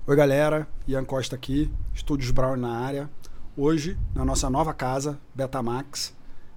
Oi galera, Ian Costa aqui, Estúdios Brown na área. Hoje, na nossa nova casa, Betamax.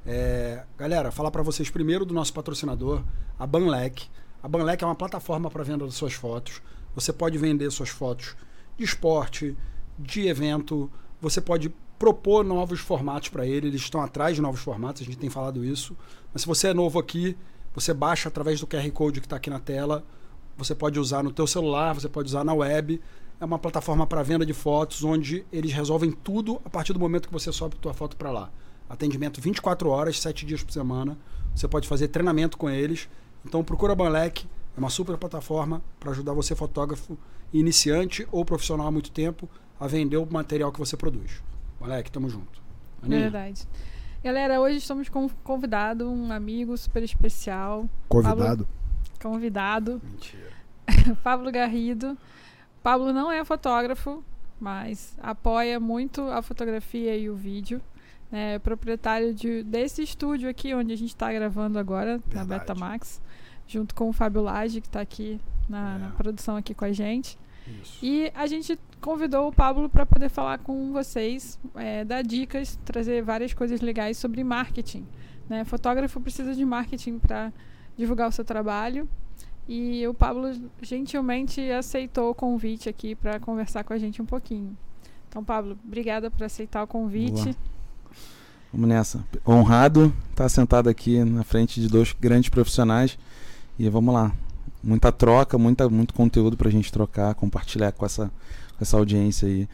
Galera, falar para vocês primeiro do nosso patrocinador, a Banlec. A Banlec é uma plataforma para venda das suas fotos. Você pode vender suas fotos de esporte, de evento, você pode propor novos formatos para eles estão atrás de novos formatos, a gente tem falado isso. Mas se você é novo aqui, você baixa através do QR Code que está aqui na tela, você pode usar no teu celular, você pode usar na web. É uma plataforma para venda de fotos, onde eles resolvem tudo a partir do momento que você sobe a tua foto para lá. Atendimento 24 horas, 7 dias por semana. Você pode fazer treinamento com eles. Então procura a Banlec, é uma super plataforma para ajudar você, fotógrafo iniciante ou profissional há muito tempo, a vender o material que você produz. Banlec, tamo junto. Aninha. Verdade. Galera, hoje estamos com um convidado, um amigo super especial. Convidado? Convidado. Mentira. Pablo Garrido. Pablo não é fotógrafo, mas apoia muito a fotografia e o vídeo. É proprietário desse estúdio aqui, onde a gente está gravando agora, na Betamax, junto com o Fábio Lage, que está aqui na produção aqui com a gente. Isso. E a gente convidou o Pablo para poder falar com vocês, dar dicas, trazer várias coisas legais sobre marketing. Né? Fotógrafo precisa de marketing para divulgar o seu trabalho. E o Pablo gentilmente aceitou o convite aqui para conversar com a gente um pouquinho. Então, Pablo, obrigada por aceitar o convite. Boa. Vamos nessa. Honrado estar sentado aqui na frente de dois grandes profissionais. E vamos lá. Muita troca, muito conteúdo para a gente trocar, compartilhar com essa audiência aí.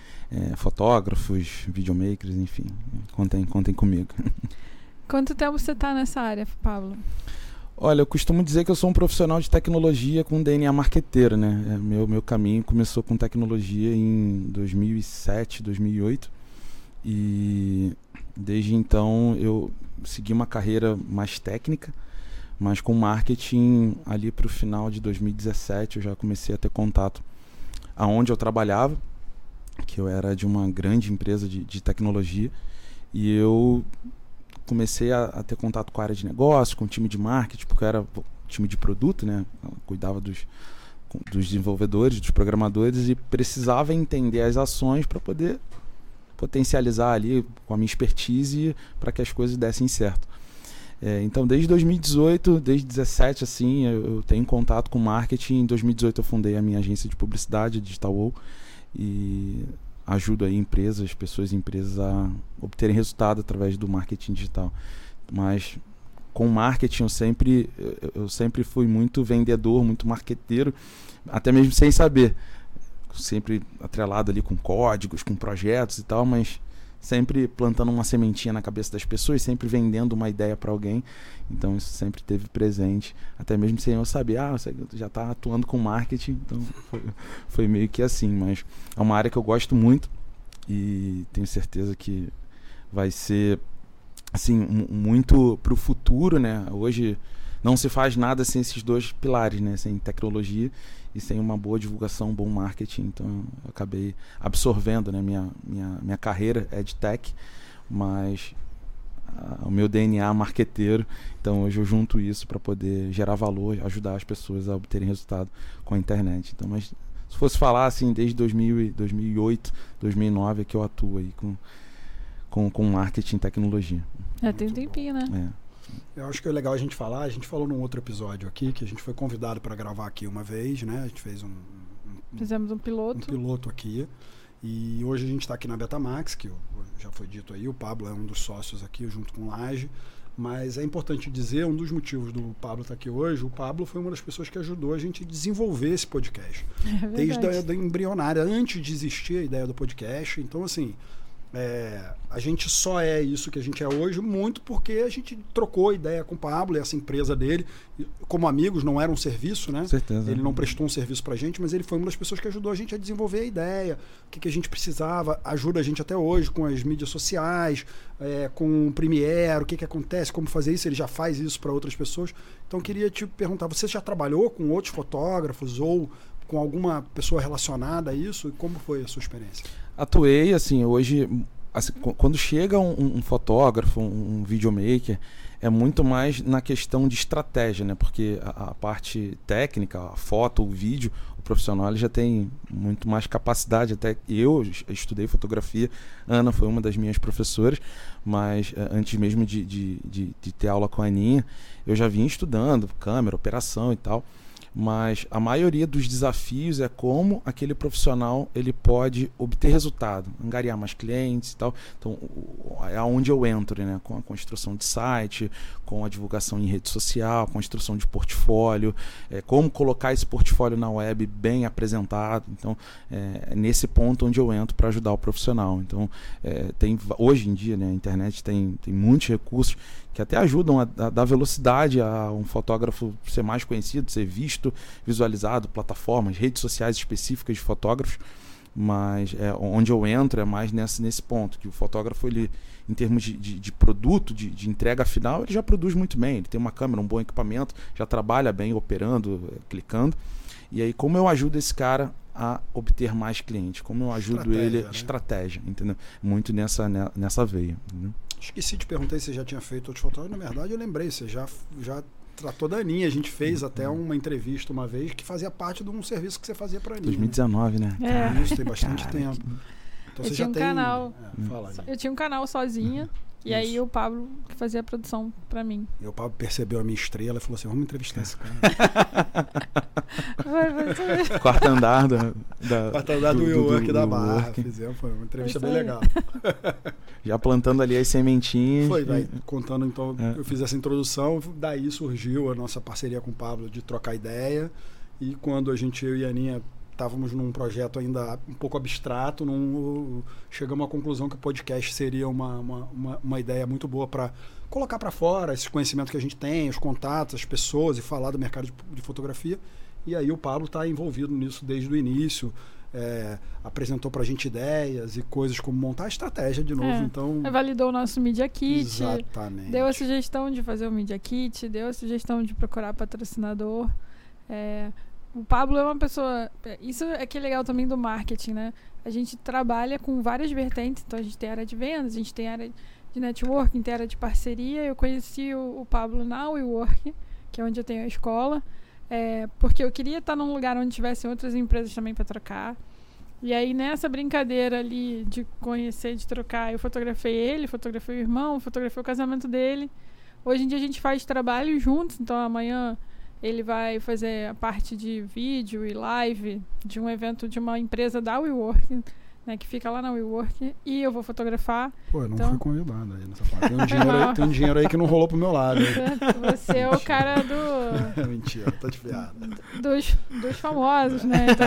Fotógrafos, videomakers, enfim. Contem comigo. Quanto tempo você está nessa área, Pablo? Olha, eu costumo dizer que eu sou um profissional de tecnologia com DNA marqueteiro, né? Meu caminho começou com tecnologia em 2007, 2008. E desde então eu segui uma carreira mais técnica, mas com marketing ali para o final de 2017 eu já comecei a ter contato aonde eu trabalhava, que eu era de uma grande empresa de tecnologia, e eu comecei a ter contato com a área de negócio, com o time de marketing, porque eu era time de produto, né? Eu cuidava dos desenvolvedores, dos programadores, e precisava entender as ações para poder potencializar ali com a minha expertise para que as coisas dessem certo. Então, desde 2018, desde 2017, assim, eu tenho contato com marketing. Em 2018 eu fundei a minha agência de publicidade, a Digital, e ajudo aí pessoas e empresas a obterem resultado através do marketing digital. Mas com marketing eu sempre fui muito vendedor, muito marqueteiro, até mesmo sem saber. Sempre atrelado ali com códigos, com projetos e tal, mas sempre plantando uma sementinha na cabeça das pessoas, sempre vendendo uma ideia para alguém. Então isso sempre esteve presente, até mesmo sem eu saber, você já está atuando com marketing. Então foi meio que assim, mas é uma área que eu gosto muito e tenho certeza que vai ser assim, muito para o futuro, né? Hoje não se faz nada sem esses dois pilares, né? Sem tecnologia e sem uma boa divulgação, um bom marketing. Então eu acabei absorvendo, né? Minha carreira é de tech, mas o meu DNA marqueteiro. Então hoje eu junto isso para poder gerar valor, ajudar as pessoas a obterem resultado com a internet. Então, mas se fosse falar assim, desde 2008, 2009 é que eu atuo aí com marketing e tecnologia. Tem um tempinho, né? Eu acho que é legal a gente falar. A gente falou num outro episódio aqui, que a gente foi convidado para gravar aqui uma vez, né? A gente fez fizemos um piloto. Um piloto aqui. E hoje a gente está aqui na Betamax, que já foi dito aí, o Pablo é um dos sócios aqui, junto com o Lage. Mas é importante dizer, um dos motivos do Pablo estar aqui hoje, o Pablo foi uma das pessoas que ajudou a gente a desenvolver esse podcast. Desde a embrionária, antes de existir a ideia do podcast. Então, assim, a gente só é isso que a gente é hoje muito porque a gente trocou ideia com o Pablo e essa empresa dele. Como amigos, não era um serviço, né? Certeza. Ele não prestou um serviço pra gente, mas ele foi uma das pessoas que ajudou a gente a desenvolver a ideia, o que a gente precisava, ajuda a gente até hoje com as mídias sociais, com o Premiere, o que acontece, como fazer isso. Ele já faz isso para outras pessoas. Então eu queria te perguntar, você já trabalhou com outros fotógrafos ou com alguma pessoa relacionada a isso? E como foi a sua experiência? Atuei, assim, hoje, assim, quando chega um fotógrafo, um videomaker, é muito mais na questão de estratégia, né? Porque a parte técnica, a foto, o vídeo, o profissional ele já tem muito mais capacidade. Até eu estudei fotografia, Ana foi uma das minhas professoras, mas antes mesmo de ter aula com a Aninha, eu já vinha estudando câmera, operação e tal. Mas a maioria dos desafios é como aquele profissional ele pode obter resultado, angariar mais clientes e tal. Então, é onde eu entro, né? Com a construção de site, com a divulgação em rede social, construção de portfólio, como colocar esse portfólio na web bem apresentado. Então, é nesse ponto onde eu entro para ajudar o profissional. Então, hoje em dia, né, a internet tem muitos recursos que até ajudam a dar velocidade a um fotógrafo ser mais conhecido, ser visto, visualizado, plataformas, redes sociais específicas de fotógrafos, mas onde eu entro é mais nesse ponto, que o fotógrafo, ele, em termos de produto, de entrega final, ele já produz muito bem, ele tem uma câmera, um bom equipamento, já trabalha bem operando, clicando, e aí como eu ajudo esse cara a obter mais clientes, como eu ajudo ele, estratégia, entendeu? Muito nessa veia, entendeu? Esqueci de perguntar se você já tinha feito outros fotógrafos. Na verdade, eu lembrei. Você já tratou da Aninha. A gente fez até uma entrevista uma vez que fazia parte de um serviço que você fazia para a Aninha. 2019, né? Isso, tem bastante tempo. Então, eu tinha um canal. Fala, eu tinha um canal sozinha. E aí o Pablo que fazia a produção pra mim. E o Pablo percebeu a minha estrela e falou assim, vamos entrevistar esse cara. Quarto andar Quarto andar do WeWork da Barra. Fizemos, foi uma entrevista bem legal. Já plantando ali as sementinhas. Foi, daí contando, então, eu fiz essa introdução, daí surgiu a nossa parceria com o Pablo de trocar ideia. E quando eu e a Aninha estávamos num projeto ainda um pouco abstrato, chegamos à conclusão que o podcast seria uma ideia muito boa para colocar para fora esse conhecimento que a gente tem, os contatos, as pessoas, e falar do mercado de fotografia. E aí o Pablo está envolvido nisso desde o início, apresentou para a gente ideias e coisas como montar a estratégia de novo. Então, validou o nosso Media Kit, exatamente. Deu a sugestão de fazer o Media Kit, deu a sugestão de procurar patrocinador. O Pablo é uma pessoa... Isso é que é legal também do marketing, né? A gente trabalha com várias vertentes. Então, a gente tem área de vendas, a gente tem área de networking, tem área de parceria. Eu conheci o Pablo na WeWork, que é onde eu tenho a escola, porque eu queria estar num lugar onde tivessem outras empresas também para trocar. E aí, nessa brincadeira ali de conhecer, de trocar, eu fotografei ele, fotografei o irmão, fotografei o casamento dele. Hoje em dia, a gente faz trabalho juntos. Então, amanhã... ele vai fazer a parte de vídeo e live de um evento de uma empresa da WeWork, né, que fica lá na WeWork, e eu vou fotografar. Pô, eu não fui convidado aí nessa parte. Tem um dinheiro aí que não rolou pro meu lado. Você é o cara do... Mentira, tá de piada. Dos famosos, né? Então,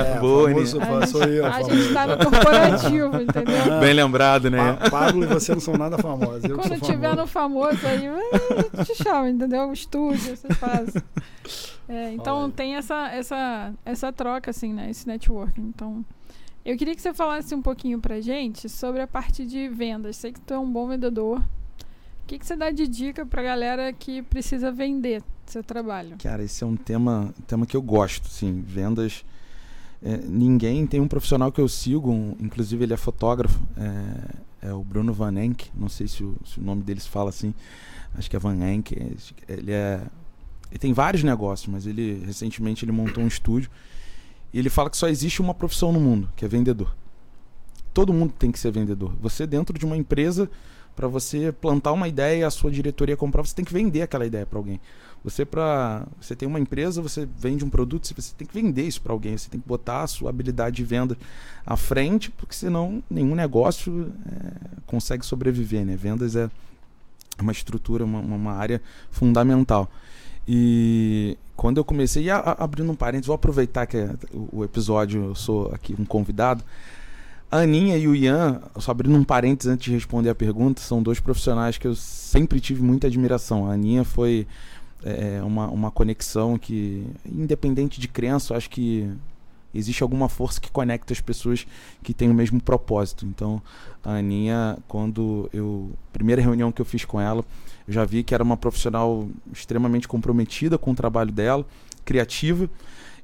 a gente tá no corporativo, entendeu? Bem lembrado, né? Pablo e você não são nada famosos. Quando tiver no famoso, aí te chama, entendeu? O estúdio, você faz. Então tem essa troca, assim, né? Esse networking. Então... eu queria que você falasse um pouquinho pra gente sobre a parte de vendas. Sei que tu é um bom vendedor. O que você dá de dica pra galera que precisa vender seu trabalho? Cara, esse é um tema que eu gosto, assim, vendas. Ninguém tem um profissional que eu sigo, inclusive ele é fotógrafo, é o Bruno Van Enck, não sei se o nome dele se fala assim, acho que é Van Enck. Ele tem vários negócios, mas recentemente ele montou um estúdio. E ele fala que só existe uma profissão no mundo, que é vendedor. Todo mundo tem que ser vendedor. Você dentro de uma empresa, para você plantar uma ideia e a sua diretoria comprar, você tem que vender aquela ideia para alguém. Você tem uma empresa, você vende um produto, você tem que vender isso para alguém. Você tem que botar a sua habilidade de venda à frente, porque senão nenhum negócio consegue sobreviver, né? Vendas é uma estrutura, uma área fundamental. E quando eu comecei, abrindo um parênteses, vou aproveitar que o episódio, eu sou aqui um convidado. A Aninha e o Ian, só abrindo um parênteses antes de responder a pergunta, são dois profissionais que eu sempre tive muita admiração. A Aninha foi uma conexão que, independente de crença, eu acho que existe alguma força que conecta as pessoas que têm o mesmo propósito. Então, a Aninha, primeira reunião que eu fiz com ela, eu já vi que era uma profissional extremamente comprometida com o trabalho dela, criativa,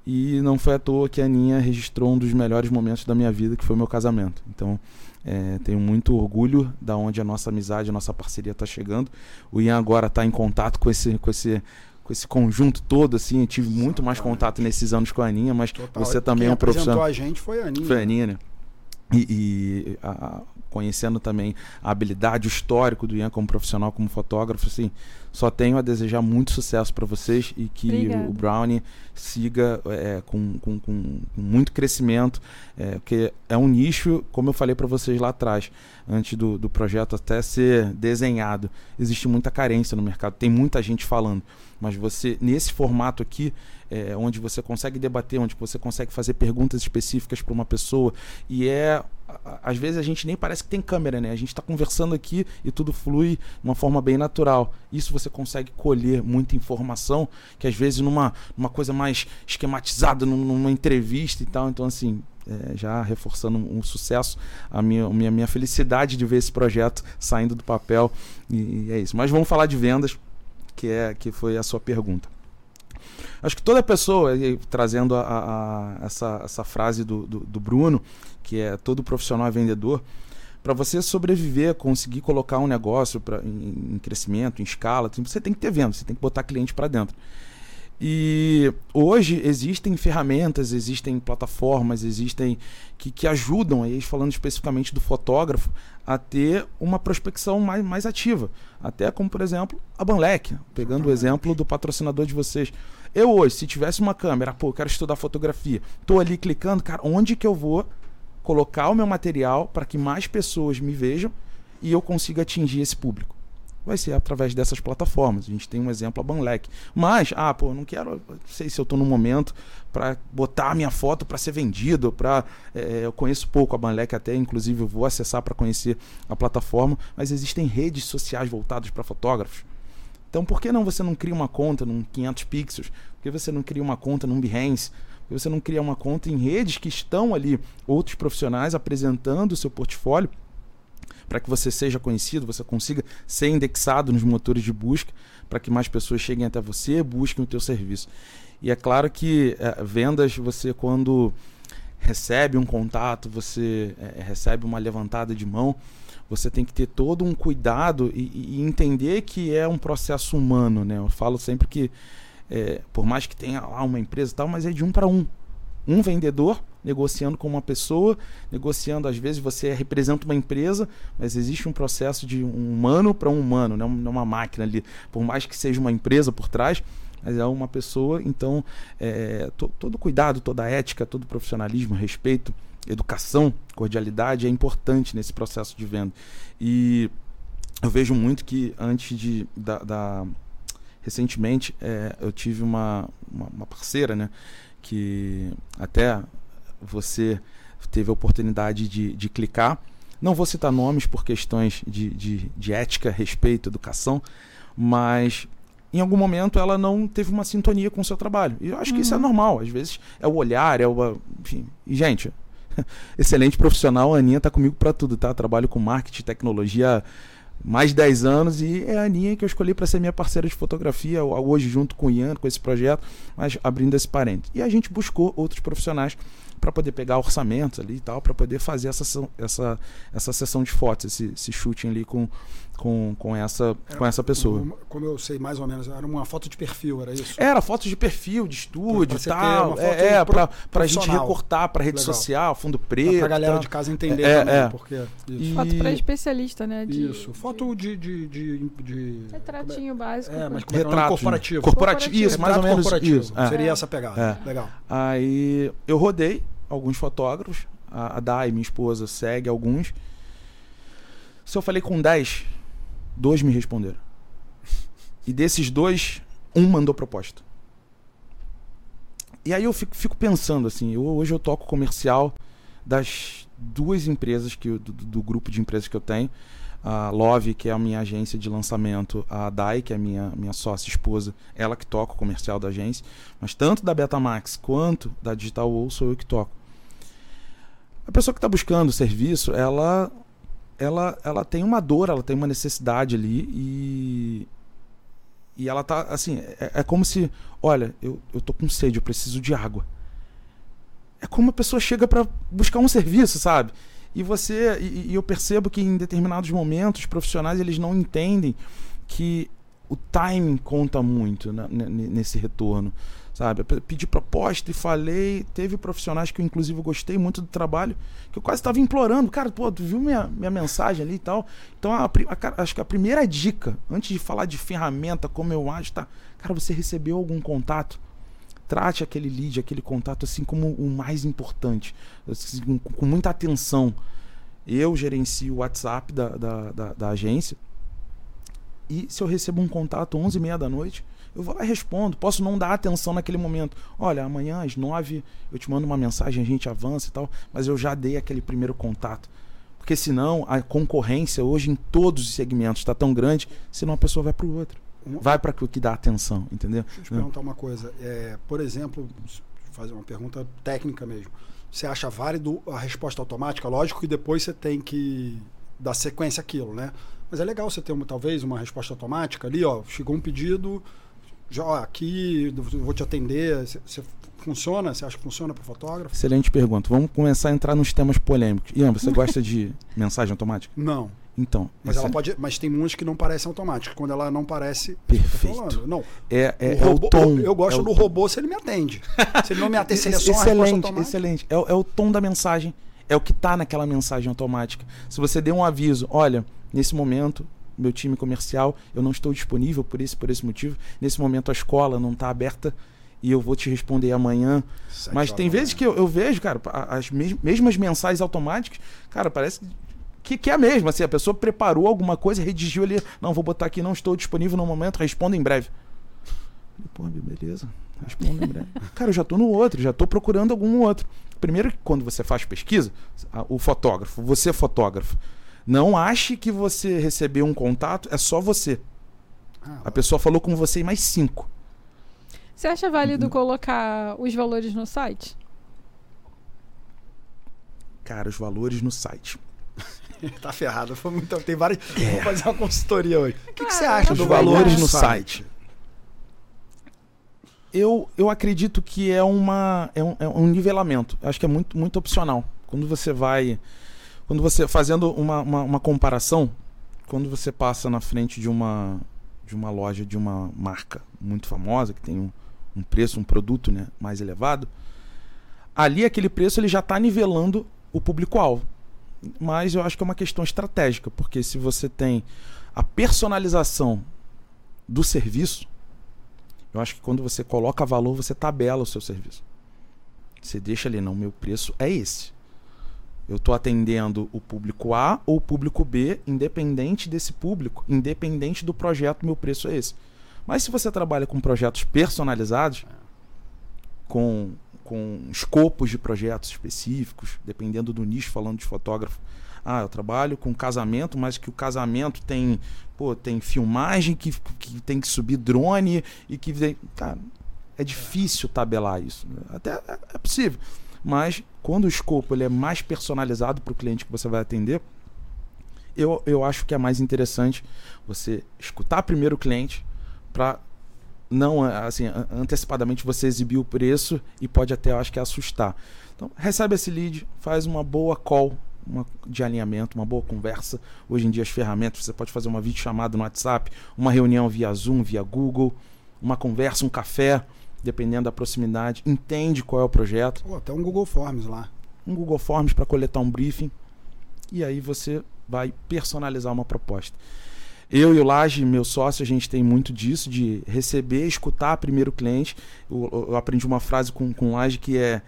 E não foi à toa que a Aninha registrou um dos melhores momentos da minha vida, que foi o meu casamento. Então, tenho muito orgulho da onde a nossa amizade, a nossa parceria está chegando. O Ian agora está em contato com esse conjunto todo, assim. Eu tive muito mais contato nesses anos com a Aninha, mas você também é um profissional. Quem apresentou a gente foi a Aninha. Foi a Aninha, né? Conhecendo também a habilidade, o histórico do Ian como profissional, como fotógrafo, assim, só tenho a desejar muito sucesso para vocês e que Obrigada. o Brownie siga com muito crescimento, porque é um nicho, como eu falei para vocês lá atrás, antes do projeto até ser desenhado, existe muita carência no mercado, tem muita gente falando, mas você, nesse formato aqui, onde você consegue debater, onde você consegue fazer perguntas específicas para uma pessoa, e às vezes a gente nem parece que tem câmera, né? A gente está conversando aqui e tudo flui de uma forma bem natural. Isso você consegue colher muita informação, que às vezes numa coisa mais esquematizada, numa entrevista e tal. Então, assim, já reforçando um sucesso, a minha felicidade de ver esse projeto saindo do papel, e é isso. Mas vamos falar de vendas, que foi a sua pergunta. Acho que toda pessoa, trazendo essa frase do Bruno, que é todo profissional é vendedor, para você sobreviver, conseguir colocar um negócio em crescimento, em escala, você tem que ter venda, você tem que botar cliente para dentro. E hoje existem ferramentas, existem plataformas, que ajudam, aí falando especificamente do fotógrafo, a ter uma prospecção mais ativa. Até como, por exemplo, a Banlec, pegando o exemplo do patrocinador de vocês. Eu hoje, se tivesse uma câmera, eu quero estudar fotografia, estou ali clicando, cara, onde que eu vou colocar o meu material para que mais pessoas me vejam e eu consiga atingir esse público? Vai ser através dessas plataformas. A gente tem um exemplo, a Banlec. Mas, não quero, não sei se eu estou no momento para botar a minha foto para ser vendido, eu conheço pouco a Banlec até, inclusive eu vou acessar para conhecer a plataforma, mas existem redes sociais voltadas para fotógrafos. Então, por que não você não cria uma conta num 500 Pixels? Por que você não cria uma conta num Behance? Por que você não cria uma conta em redes que estão ali, outros profissionais apresentando o seu portfólio, para que você seja conhecido, você consiga ser indexado nos motores de busca, para que mais pessoas cheguem até você, busquem o teu serviço. E é claro que vendas, você quando recebe um contato, você recebe uma levantada de mão, você tem que ter todo um cuidado e entender que é um processo humano, né? Eu falo sempre que, por mais que tenha lá uma empresa e tal, mas é de um para um. Um vendedor negociando com uma pessoa, negociando, às vezes você representa uma empresa, mas existe um processo de um humano para um humano, não uma máquina ali. Por mais que seja uma empresa por trás, mas é uma pessoa. Então, todo cuidado, toda ética, todo profissionalismo, respeito, educação, cordialidade é importante nesse processo de venda. E eu vejo muito que antes recentemente eu tive uma parceira, né, que até você teve a oportunidade de clicar. Não vou citar nomes por questões de ética, respeito, educação, mas em algum momento ela não teve uma sintonia com o seu trabalho. E eu acho que isso é normal. Às vezes é o olhar, enfim. E, gente, excelente profissional, a Aninha está comigo para tudo, tá? Trabalho com marketing, tecnologia há mais de 10 anos e é a Aninha que eu escolhi para ser minha parceira de fotografia hoje junto com o Ian, com esse projeto, mas abrindo esse parênteses. E a gente buscou outros profissionais para poder pegar orçamentos ali e tal, para poder fazer essa sessão de fotos, esse shooting ali com essa pessoa. Como eu sei mais ou menos, era uma foto de perfil, era isso? Era foto de perfil, de estúdio e tal. Para a gente recortar para rede social, fundo preto. Para a galera de casa entender também. Porque, isso. Foto para especialista, né? Isso, foto de retratinho básico. Mas retrato corporativo. Isso, mais ou menos isso. Seria essa pegada. Legal. Aí eu rodei alguns fotógrafos, a Dai, minha esposa, segue alguns. Se eu falei com 10, 2 me responderam. E desses 2, 1 mandou proposta. E aí eu fico pensando assim, hoje eu toco comercial das 2 empresas, do grupo de empresas que eu tenho. A Love, que é a minha agência de lançamento, a Dai, que é a minha sócia, esposa, ela que toca o comercial da agência, mas tanto da Betamax quanto da Digital Wall sou eu que toco. A pessoa que está buscando o serviço, ela tem uma dor, ela tem uma necessidade ali e ela tá assim, é como se, olha, eu tô com sede, eu preciso de água. é como a pessoa chega para buscar um serviço, sabe? E eu percebo que em determinados momentos os profissionais eles não entendem que o timing conta muito, né, nesse retorno, sabe? Eu pedi proposta e falei, teve profissionais que eu inclusive gostei muito do trabalho, que eu quase estava implorando, cara, pô, tu viu minha mensagem ali e tal? Então acho que a primeira dica, antes de falar de ferramenta, como eu acho, tá? Cara, você recebeu algum contato? Trate aquele lead, aquele contato assim como o mais importante, assim, com muita atenção. Eu gerencio o WhatsApp da agência e se eu recebo um contato 11h30 da noite, eu vou lá e respondo. Posso não dar atenção naquele momento. Olha, amanhã às 9h eu te mando uma mensagem, a gente avança e tal, mas eu já dei aquele primeiro contato. Porque senão a concorrência hoje em todos os segmentos está tão grande, senão a pessoa vai para o outro. Vai para o que dá atenção, entendeu? Deixa eu te perguntar uma coisa. Por exemplo, fazer uma pergunta técnica mesmo. Você acha válido a resposta automática? Lógico que depois você tem que dar sequência àquilo, né? Mas é legal você ter talvez uma resposta automática ali, ó. Chegou um pedido, já ó, aqui vou te atender. Funciona? Você acha que funciona para o fotógrafo? Excelente pergunta. Vamos começar a entrar nos temas polêmicos. Ian, você gosta de mensagem automática? Não. Então, mas tem umas que não parecem automáticas. Quando ela não parece, perfeito. Não. O tom. Eu gosto do robô se ele me atende. Se ele não me atende, se ele é só uma resposta automática. Excelente. É o tom da mensagem. É o que está naquela mensagem automática. Se você der um aviso, olha, nesse momento, meu time comercial, eu não estou disponível por esse motivo. Nesse momento a escola não está aberta e eu vou te responder amanhã. Mas tem vezes que eu vejo, cara, as mesmas mensagens automáticas, cara, parece que é a mesma, assim, a pessoa preparou alguma coisa, redigiu ali, não, vou botar aqui, não estou disponível no momento, responda em breve. Pô, beleza, responda em breve. Cara, eu já estou no outro, já estou procurando algum outro. Primeiro, quando você faz pesquisa, o fotógrafo, você fotógrafo, não ache que você recebeu um contato, é só você. A pessoa falou com você e mais 5. Você acha válido colocar os valores no site? Cara, os valores no site. Tá ferrado. Tem várias. Vou fazer uma consultoria hoje. O que você acha dos valores no site? Eu acredito que é um nivelamento. Acho que é muito, muito opcional. Quando você fazendo uma comparação, quando você passa na frente de uma loja, de uma marca muito famosa, que tem um preço, um produto, né, mais elevado, ali aquele preço ele já está nivelando o público-alvo. Mas eu acho que é uma questão estratégica, porque se você tem a personalização do serviço, eu acho que quando você coloca valor, você tabela o seu serviço. Você deixa ali, não, meu preço é esse. Eu estou atendendo o público A ou o público B, independente desse público, independente do projeto, meu preço é esse. Mas se você trabalha com projetos personalizados, com escopos de projetos específicos, dependendo do nicho, falando de fotógrafo. Eu trabalho com casamento, mas que o casamento tem filmagem, que tem que subir drone e que... Cara, é difícil tabelar isso. Até é possível. Mas quando o escopo ele é mais personalizado para o cliente que você vai atender, eu acho que é mais interessante você escutar primeiro o cliente para não, assim, antecipadamente você exibir o preço e pode até, eu acho que, assustar. Então, recebe esse lead, faz uma boa call de alinhamento, uma boa conversa. Hoje em dia as ferramentas, você pode fazer uma videochamada no WhatsApp, uma reunião via Zoom, via Google, uma conversa, um café, dependendo da proximidade, entende qual é o projeto. Até um Google Forms lá. Um Google Forms para coletar um briefing e aí você vai personalizar uma proposta. Eu e o Laje, meu sócio, a gente tem muito disso, de receber, escutar primeiro o cliente. Eu aprendi uma frase com o Laje que é: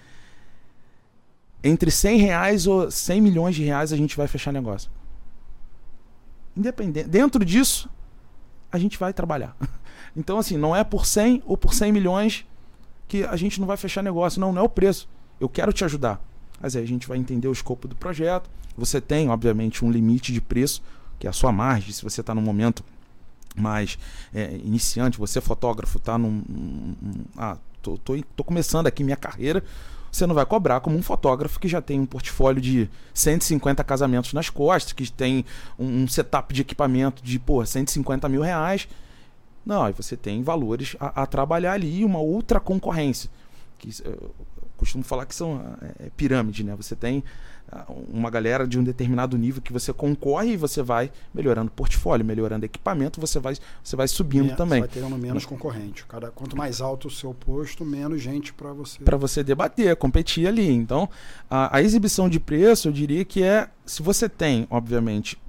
entre R$100 ou R$100 milhões a gente vai fechar negócio. Independente. Dentro disso, a gente vai trabalhar. Então, assim, não é por 100 ou por 100 milhões que a gente não vai fechar negócio. Não é o preço. Eu quero te ajudar. Mas aí a gente vai entender o escopo do projeto. Você tem, obviamente, um limite de preço, que é a sua margem. Se você está num momento mais iniciante, você fotógrafo, está tô começando aqui minha carreira, você não vai cobrar como um fotógrafo que já tem um portfólio de 150 casamentos nas costas, que tem um setup de equipamento de R$150 mil. Não, aí você tem valores a trabalhar ali, uma outra concorrência. costumo falar que são pirâmide, né? Você tem uma galera de um determinado nível que você concorre e você vai melhorando o portfólio, melhorando equipamento, você vai subindo também. Você vai tendo menos concorrente. Quanto mais alto o seu posto, menos gente para você... Para você debater, competir ali. Então, a exibição de preço, eu diria que se você tem, obviamente,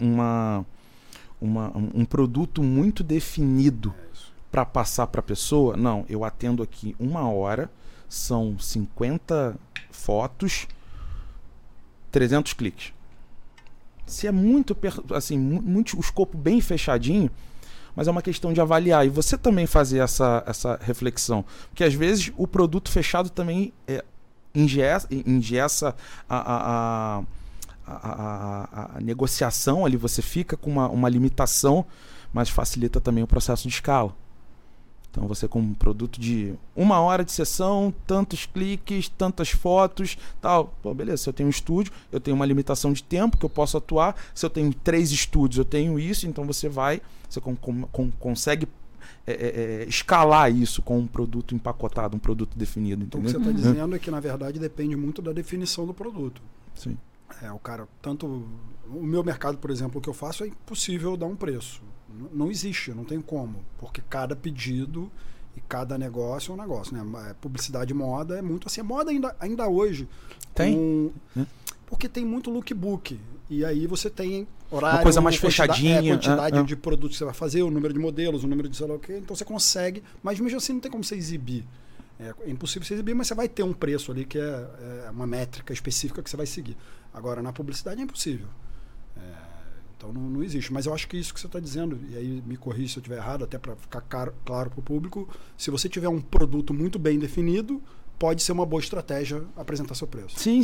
um produto muito definido para passar para a pessoa, não, eu atendo aqui 1 hora, são 50 fotos, 300 cliques. Se é muito o escopo bem fechadinho, mas é uma questão de avaliar. E você também fazer essa reflexão. Porque às vezes o produto fechado também engessa a negociação ali, você fica com uma limitação, mas facilita também o processo de escala. Então você com um produto de 1 hora de sessão, tantos cliques, tantas fotos, tal. Pô, beleza, se eu tenho um estúdio, eu tenho uma limitação de tempo que eu posso atuar. Se eu tenho 3 estúdios, eu tenho isso. Então você consegue escalar isso com um produto empacotado, um produto definido. Então o que você está dizendo é que, na verdade, depende muito da definição do produto. Sim. O meu mercado, por exemplo, o que eu faço é impossível dar um preço. Não existe, não tem como. Porque cada pedido e cada negócio é um negócio, né? Publicidade e moda é muito assim. A moda ainda hoje tem. Porque tem muito lookbook. E aí você tem horário, uma coisa mais fechadinha. Quantidade de produtos que você vai fazer, o número de modelos, o número de sei lá o quê. Então você consegue, mas mesmo assim não tem como você exibir. É impossível você exibir, mas você vai ter um preço ali que é uma métrica específica que você vai seguir. Agora, na publicidade é impossível. Então não existe. Mas eu acho que isso que você está dizendo, e aí me corrija se eu estiver errado, até para ficar claro para o público, se você tiver um produto muito bem definido, pode ser uma boa estratégia apresentar seu preço. Sim.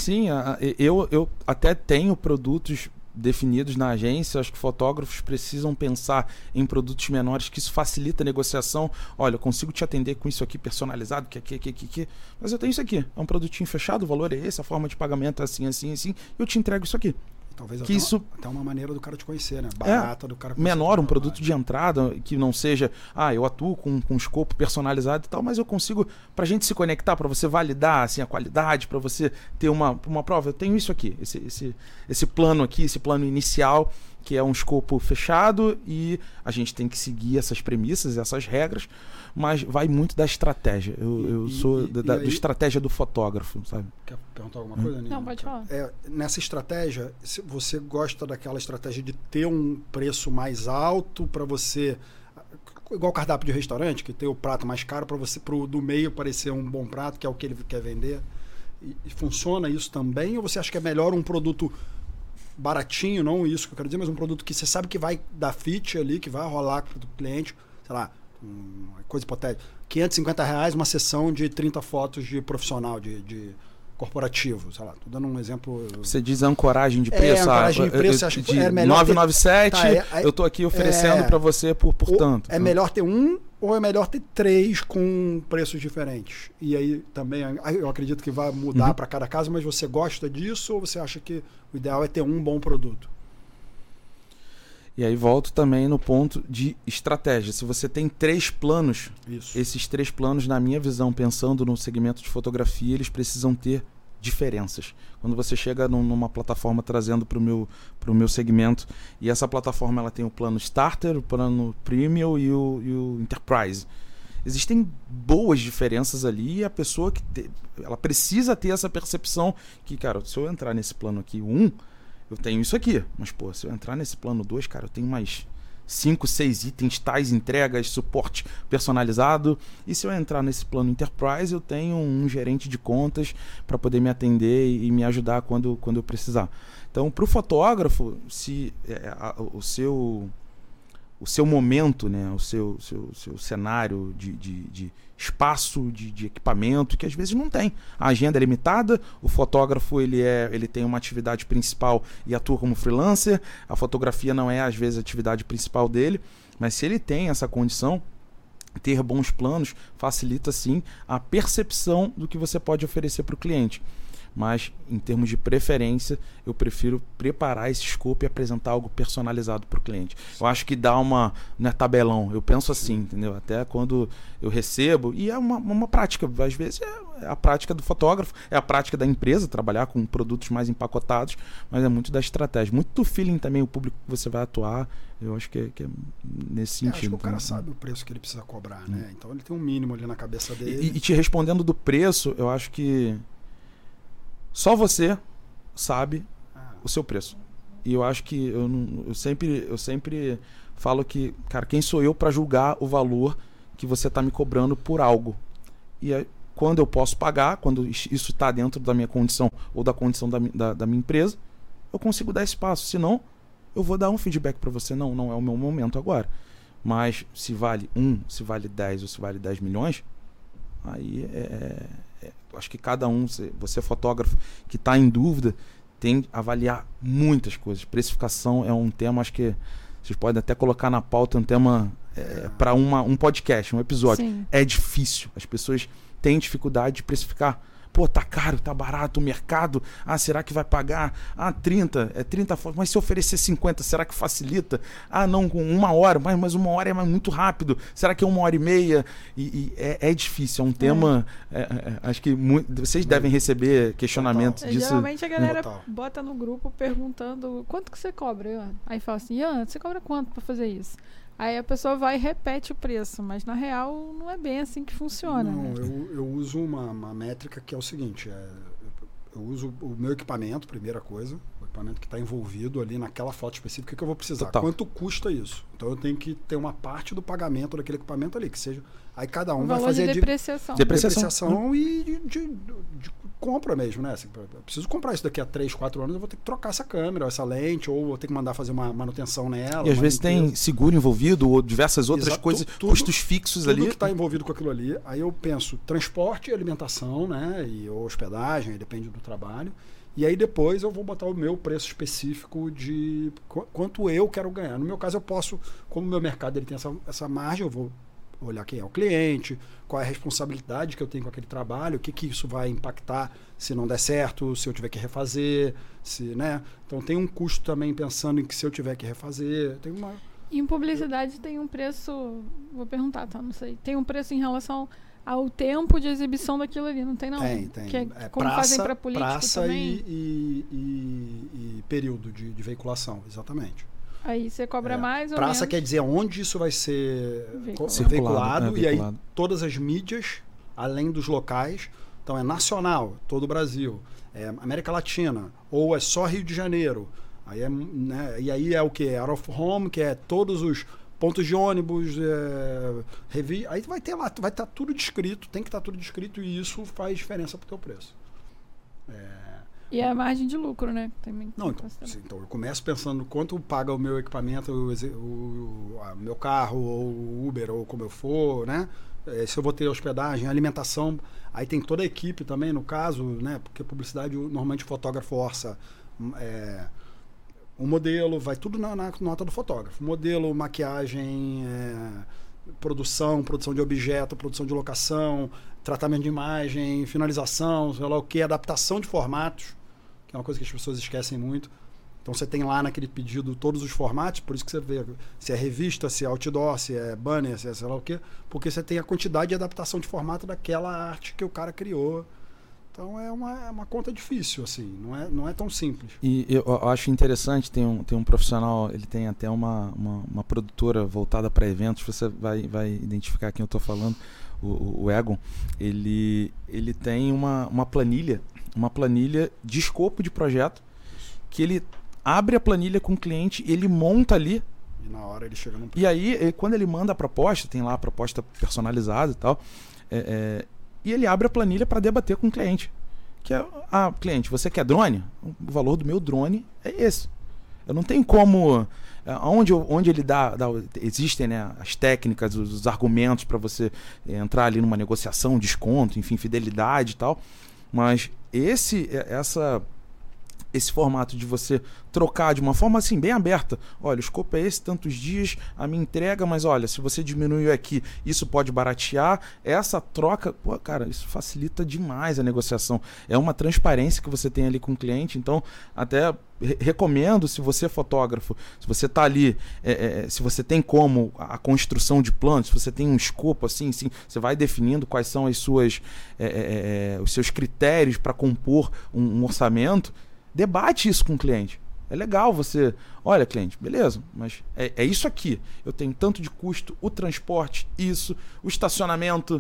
Eu até tenho produtos definidos na agência. Acho que fotógrafos precisam pensar em produtos menores, que isso facilita a negociação. Olha, eu consigo te atender com isso aqui personalizado, que, mas eu tenho isso aqui. É um produtinho fechado, o valor é esse, a forma de pagamento é assim, eu te entrego isso aqui. Talvez que até uma maneira do cara te conhecer, né? Barata do cara conhecer. Menor, um produto de entrada que não seja, eu atuo com um escopo personalizado e tal, mas eu consigo, pra gente se conectar, pra você validar assim, a qualidade, pra você ter uma prova. Eu tenho isso aqui, esse plano aqui, esse plano inicial, que é um escopo fechado, e a gente tem que seguir essas premissas, essas regras, mas vai muito da estratégia. Eu sou da estratégia do fotógrafo, sabe? Quer perguntar alguma coisa, Nina? Não, pode falar. Nessa estratégia, se você gosta daquela estratégia de ter um preço mais alto para você, igual cardápio de restaurante, que tem o prato mais caro para você, pro do meio parecer um bom prato, que é o que ele quer vender, e funciona isso também? Ou você acha que é melhor um produto baratinho, não isso que eu quero dizer, mas um produto que você sabe que vai dar fit ali, que vai rolar para o cliente, sei lá, uma coisa hipotética, R$550 uma sessão de 30 fotos de profissional, de corporativo, sei lá, tô dando um exemplo. Você diz ancoragem de preço? Ancoragem de preço, acho que é melhor 997, eu tô aqui oferecendo para você por tanto. É melhor ter um ou é melhor ter 3 com preços diferentes? E aí também, eu acredito que vai mudar para cada caso, mas você gosta disso ou você acha que o ideal é ter um bom produto? E aí volto também no ponto de estratégia. Se você tem 3 planos, esses 3 planos, na minha visão, pensando no segmento de fotografia, eles precisam ter diferenças. Quando você chega numa plataforma trazendo para o meu segmento, e essa plataforma ela tem o plano Starter, o plano Premium e o Enterprise. Existem boas diferenças ali, e a pessoa ela precisa ter essa percepção que, cara, se eu entrar nesse plano aqui, eu tenho isso aqui, mas se eu entrar nesse plano 2, cara, eu tenho mais 5, 6 itens, tais entregas, suporte personalizado. E se eu entrar nesse plano Enterprise, eu tenho um gerente de contas para poder me atender e me ajudar quando eu precisar. Então, para o fotógrafo, se o seu momento, né, o seu cenário de espaço, de equipamento, que às vezes não tem. A agenda é limitada, o fotógrafo ele tem uma atividade principal e atua como freelancer, a fotografia não é às vezes a atividade principal dele, mas se ele tem essa condição, ter bons planos facilita sim a percepção do que você pode oferecer para o cliente. mas em termos de preferência, eu prefiro preparar esse escopo e apresentar algo personalizado para o cliente. Eu acho que dá uma... Não é tabelão, eu penso assim, entendeu? Até quando eu recebo, e é uma prática, às vezes é a prática do fotógrafo, é a prática da empresa, trabalhar com produtos mais empacotados, mas é muito da estratégia, muito do feeling também, o público que você vai atuar, eu acho que é nesse sentido. Acho que o cara sabe o preço que ele precisa cobrar, né? Então ele tem um mínimo ali na cabeça dele. E te respondendo do preço, eu acho que só você sabe o seu preço. E eu acho que eu sempre falo que, cara, quem sou eu para julgar o valor que você está me cobrando por algo? E aí, quando eu posso pagar, quando isso está dentro da minha condição ou da condição da minha empresa, eu consigo dar espaço. Senão, eu vou dar um feedback para você. Não é o meu momento agora. Mas se vale se vale 10 ou se vale 10 milhões, aí acho que cada um, você fotógrafo que está em dúvida, tem que avaliar muitas coisas. Precificação é um tema, acho que vocês podem até colocar na pauta, um tema para um podcast, um episódio. Sim. É difícil, as pessoas têm dificuldade de precificar. Pô, tá caro, tá barato o mercado. Será que vai pagar? 30, 30 fotos. Mas se oferecer 50, será que facilita? Não, com 1 hora, mas 1 hora é muito rápido. Será que é 1h30? E é difícil, é um tema... acho que vocês devem receber questionamentos disso. Geralmente a galera bota no grupo perguntando quanto que você cobra, Ian? Aí fala assim, Ian, você cobra quanto pra fazer isso? Aí a pessoa vai e repete o preço, mas na real não é bem assim que funciona. Não, né? eu uso uma métrica que é o seguinte, eu uso o meu equipamento, primeira coisa, o equipamento que está envolvido ali naquela foto específica que eu vou precisar. Total. Quanto custa isso? Então eu tenho que ter uma parte do pagamento daquele equipamento ali, que seja... Aí cada um vai fazer depreciação. Depreciação e de compra mesmo, né? Assim, eu preciso comprar isso daqui a 3, 4 anos, eu vou ter que trocar essa câmera, essa lente, ou vou ter que mandar fazer uma manutenção nela. E às vezes tem seguro envolvido, ou diversas outras coisas, custos fixos ali. Tudo que está envolvido com aquilo ali. Aí eu penso transporte e alimentação, né? Ou hospedagem, depende do trabalho. E aí depois eu vou botar o meu preço específico de quanto eu quero ganhar. No meu caso eu posso, como o meu mercado ele tem essa margem, eu vou olhar quem é o cliente, qual é a responsabilidade que eu tenho com aquele trabalho, o que isso vai impactar se não der certo, se eu tiver que refazer, né? Então tem um custo também pensando em que se eu tiver que refazer, tem uma... E em publicidade tem um preço, vou perguntar, tá? Não sei. Tem um preço em relação ao tempo de exibição daquilo ali, não tem não? Tem. Que como fazem para político praça também? E período de veiculação, exatamente. Aí você cobra mais ou praça menos? Quer dizer onde isso vai ser veiculado. E aí todas as mídias, além dos locais, então é nacional, todo o Brasil, é América Latina, ou é só Rio de Janeiro. Aí né, e aí é o que? Out of home, que é todos os pontos de ônibus, aí vai ter lá, vai estar tudo descrito, tem que estar tudo descrito e isso faz diferença pro teu preço. E a margem de lucro, né? Também então eu começo pensando quanto paga o meu equipamento, o meu carro, ou o Uber, ou como eu for, né? Se eu vou ter hospedagem, alimentação, aí tem toda a equipe também, no caso, né? Porque publicidade, normalmente o fotógrafo orça um modelo, vai tudo na nota do fotógrafo. Modelo, maquiagem, produção de objeto, produção de locação, tratamento de imagem, finalização, sei lá o que, adaptação de formatos, que é uma coisa que as pessoas esquecem muito. Então você tem lá naquele pedido todos os formatos, por isso que você vê se é revista, se é outdoor, se é banner, se é sei lá o que, porque você tem a quantidade de adaptação de formato daquela arte que o cara criou. Então é uma conta difícil, assim, não é tão simples. E eu acho interessante, tem um profissional, ele tem até uma produtora voltada para eventos, você vai identificar quem eu estou falando, o Egon, ele tem uma planilha de escopo de projeto, que ele abre a planilha com o cliente, ele monta ali. E na hora ele chega no... E aí, quando ele manda a proposta, tem lá a proposta personalizada e tal, e ele abre a planilha para debater com o cliente. Que é, cliente, você quer drone? O valor do meu drone é esse. Eu não tenho como... Onde ele dá existem, né, as técnicas, os argumentos para você entrar ali numa negociação, desconto, enfim, fidelidade e tal. Mas esse formato de você trocar de uma forma assim, bem aberta. Olha, o escopo é esse, tantos dias, a minha entrega, mas olha, se você diminuiu aqui, isso pode baratear. Essa troca, pô, cara, isso facilita demais a negociação. É uma transparência que você tem ali com o cliente, então até recomendo, se você é fotógrafo, se você está ali, se você tem como a construção de planos, se você tem um escopo assim, você vai definindo quais são as suas, os seus critérios para compor um orçamento. Debate isso com o cliente. É legal você... Olha, cliente, beleza, mas é isso aqui. Eu tenho tanto de custo, o transporte, isso, o estacionamento,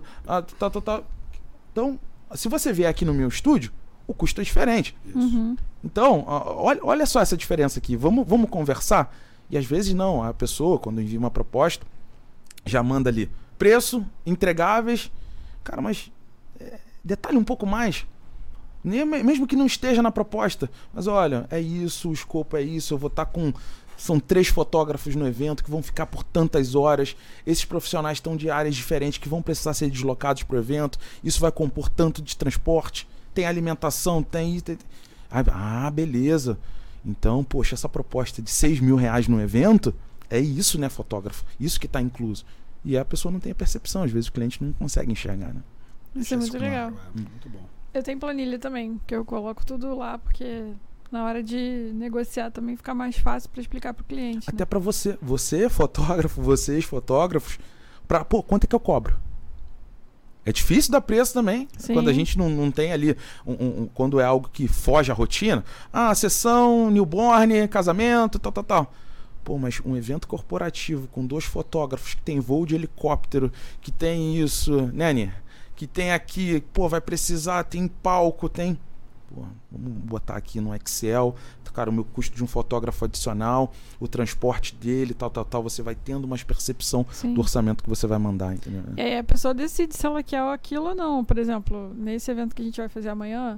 Então, se você vier aqui no meu estúdio, o custo é diferente. Uhum. Então, olha só essa diferença aqui. Vamos conversar? E às vezes não. A pessoa, quando envia uma proposta, já manda ali preço, entregáveis. Cara, mas detalhe um pouco mais. Mesmo que não esteja na proposta, mas olha, é isso, o escopo é isso, eu vou estar com... São 3 fotógrafos no evento que vão ficar por tantas horas, esses profissionais estão de áreas diferentes que vão precisar ser deslocados para o evento, isso vai compor tanto de transporte, tem alimentação, tem... Ah, beleza. Então, poxa, essa proposta de R$6.000 no evento, é isso, né, fotógrafo? Isso que está incluso. E a pessoa não tem a percepção, às vezes o cliente não consegue enxergar, né? Isso é muito legal. Muito bom. Eu tenho planilha também, que eu coloco tudo lá, porque na hora de negociar também fica mais fácil para explicar para o cliente. Até para você fotógrafo, vocês fotógrafos, quanto é que eu cobro? É difícil dar preço também, Sim. Quando a gente não tem ali, quando é algo que foge à rotina. Sessão, newborn, casamento, tal. Pô, mas um evento corporativo com 2 fotógrafos, que tem voo de helicóptero, que tem isso, né, Aninha? Que tem aqui, pô, vai precisar, tem palco, tem... Pô, vamos botar aqui no Excel, cara, o meu custo de um fotógrafo adicional, o transporte dele, tal, você vai tendo uma percepção Sim. do orçamento que você vai mandar, entendeu? E aí a pessoa decide se ela quer aquilo ou não. Por exemplo, nesse evento que a gente vai fazer amanhã,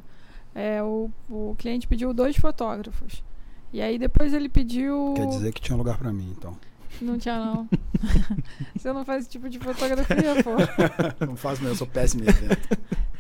o cliente pediu 2 fotógrafos. E aí depois ele pediu... Quer dizer que tinha lugar pra mim, então. Não tinha, não. Você não faz esse tipo de fotografia, pô. Não faço mesmo, eu sou péssimo em evento.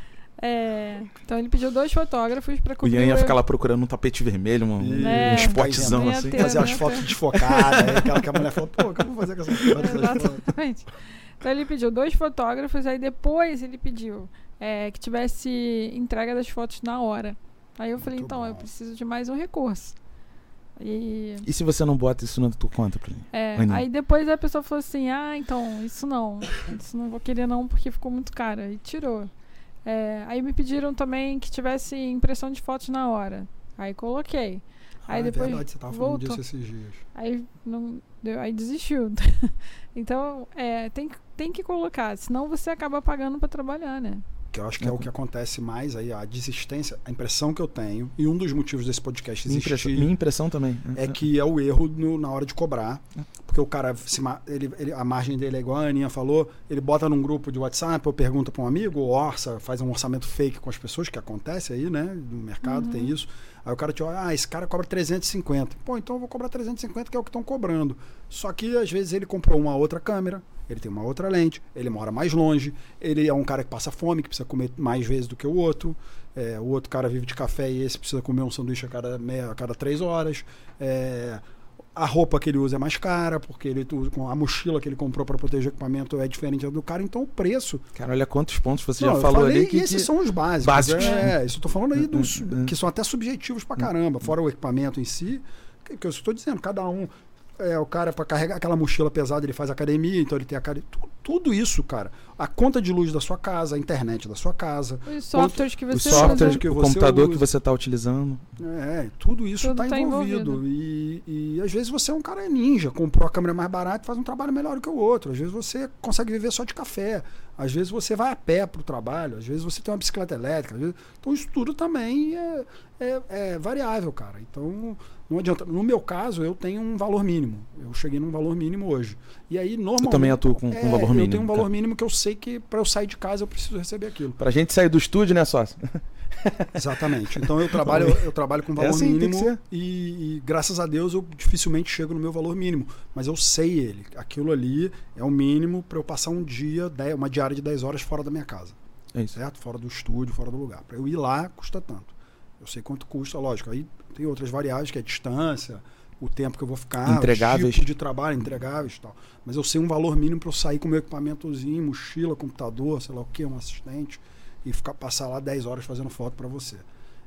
Então ele pediu 2 fotógrafos pra O cobrir... Ian ia ficar lá procurando um tapete vermelho, um spotzão assim. Fazer as fotos desfocadas, aquela que a mulher falou, pô, o que eu vou fazer com essa foto? Exatamente. Então ele pediu 2 fotógrafos, aí depois ele pediu que tivesse entrega das fotos na hora. Aí eu falei, então, eu preciso de mais um recurso. E se você não bota isso na tua conta pra mim? Aí depois a pessoa falou assim, então, isso não vou querer não, porque ficou muito caro. E tirou. Aí me pediram também que tivesse impressão de fotos na hora. Aí coloquei. Aí depois verdade, você tava falando voltou. disso esses dias. Aí não deu, aí desistiu. Então, tem que colocar, senão você acaba pagando para trabalhar, né? Que eu acho que é o que acontece mais aí, a desistência, a impressão que eu tenho, e um dos motivos desse podcast existir... Minha impressão também. É que é o erro na hora de cobrar. Porque o cara, a margem dele é igual a Aninha falou, ele bota num grupo de WhatsApp, ou pergunta para um amigo, ou faz um orçamento fake com as pessoas, que acontece aí, né? No mercado tem isso. Aí o cara te olha, esse cara cobra 350. Pô, então eu vou cobrar 350, que é o que estão cobrando. Só que às vezes ele comprou uma outra câmera, ele tem uma outra lente, ele mora mais longe, ele é um cara que passa fome, que precisa comer mais vezes do que o outro. O outro cara vive de café e esse precisa comer um sanduíche a cada 3 horas. A roupa que ele usa é mais cara, porque a mochila que ele comprou para proteger o equipamento é diferente do cara, então o preço... Cara, olha quantos pontos você já falou ali. E esses são os básicos. Isso eu tô falando aí que são até subjetivos pra caramba, fora o equipamento em si, que eu estou dizendo, cada um... o cara, para carregar aquela mochila pesada, ele faz academia, então ele tem tudo isso, cara. A conta de luz da sua casa, a internet da sua casa. Os softwares que você usa. O computador usa. Que você está utilizando. Tudo isso está envolvido. E às vezes você é um cara ninja, comprou a câmera mais barata e faz um trabalho melhor que o outro. Às vezes você consegue viver só de café. Às vezes você vai a pé para o trabalho. Às vezes você tem uma bicicleta elétrica. Então isso tudo também é variável, cara. Então... Não adianta. No meu caso, eu tenho um valor mínimo. Eu cheguei num valor mínimo hoje. E aí, normalmente... Eu também atuo com um valor mínimo. Eu tenho um valor mínimo que eu sei que para eu sair de casa eu preciso receber aquilo. Pra gente sair do estúdio, né, sócio? Exatamente. Então eu trabalho com valor mínimo e graças a Deus eu dificilmente chego no meu valor mínimo. Mas eu sei ele. Aquilo ali é o mínimo para eu passar uma diária de 10 horas fora da minha casa. É isso. Certo? Fora do estúdio, fora do lugar. Para eu ir lá, custa tanto. Eu sei quanto custa, lógico. Aí tem outras variáveis, que é a distância, o tempo que eu vou ficar, entregáveis, o tipo de trabalho, entregáveis e tal. Mas eu sei um valor mínimo para eu sair com o meu equipamentozinho, mochila, computador, sei lá o que, um assistente, e passar lá 10 horas fazendo foto para você.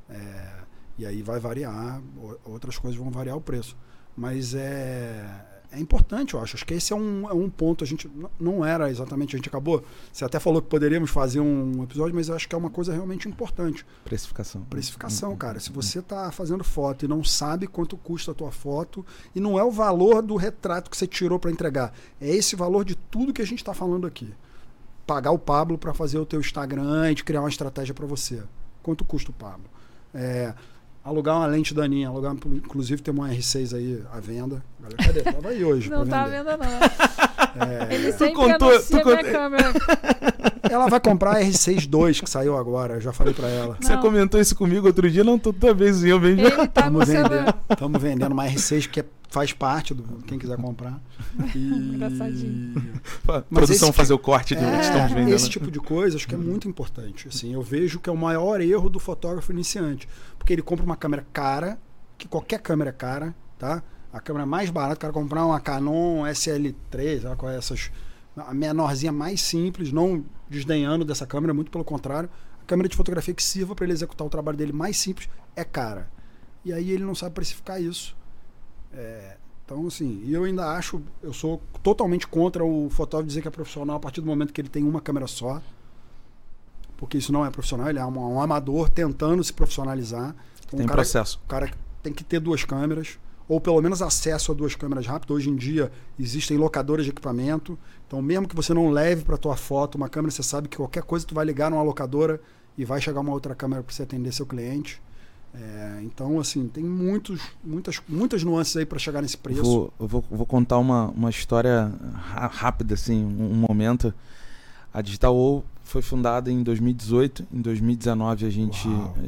E aí vai variar, outras coisas vão variar o preço. Mas é importante, eu acho. Acho que esse é um ponto. A gente não era exatamente, a gente acabou. Você até falou que poderíamos fazer um episódio, mas eu acho que é uma coisa realmente importante. Precificação, cara. Se você está fazendo foto e não sabe quanto custa a tua foto, e não é o valor do retrato que você tirou para entregar, é esse valor de tudo que a gente está falando aqui. Pagar o Pablo para fazer o teu Instagram e de criar uma estratégia para você. Quanto custa o Pablo? Alugar uma lente daninha, inclusive tem uma R6 aí à venda. Cadê? Tava aí hoje. Não tá à venda, não. Ele sempre anuncia minha câmera. Ela vai comprar a R6 II, que saiu agora, eu já falei pra ela. Você comentou isso comigo outro dia, não, toda vez eu vejo. Estamos vendendo uma R6 que faz parte do quem quiser comprar. Engraçadinho. Produção fazer o corte do que estamos vendendo. Esse tipo de coisa acho que é muito importante. Assim, eu vejo que é o maior erro do fotógrafo iniciante. Porque ele compra uma câmera cara, que qualquer câmera é cara, tá? A câmera mais barata, o cara comprar uma Canon SL3, ela com essas, a menorzinha mais simples, não desdenhando dessa câmera, muito pelo contrário. A câmera de fotografia que sirva para ele executar o trabalho dele mais simples é cara. E aí ele não sabe precificar isso. Então, assim, eu ainda acho, eu sou totalmente contra o fotógrafo dizer que é profissional a partir do momento que ele tem uma câmera só, porque isso não é profissional, ele é um amador tentando se profissionalizar. Então, tem processo. O cara tem que ter 2 câmeras, ou pelo menos acesso a 2 câmeras rápidas. Hoje em dia existem locadoras de equipamento, então mesmo que você não leve para tua foto uma câmera, você sabe que qualquer coisa tu vai ligar numa locadora e vai chegar uma outra câmera para você atender seu cliente. Então, assim, tem muitas nuances aí para chegar nesse preço. Vou contar uma história rápida, assim, um momento. A Digital Wow foi fundada em 2018. Em 2019 a gente...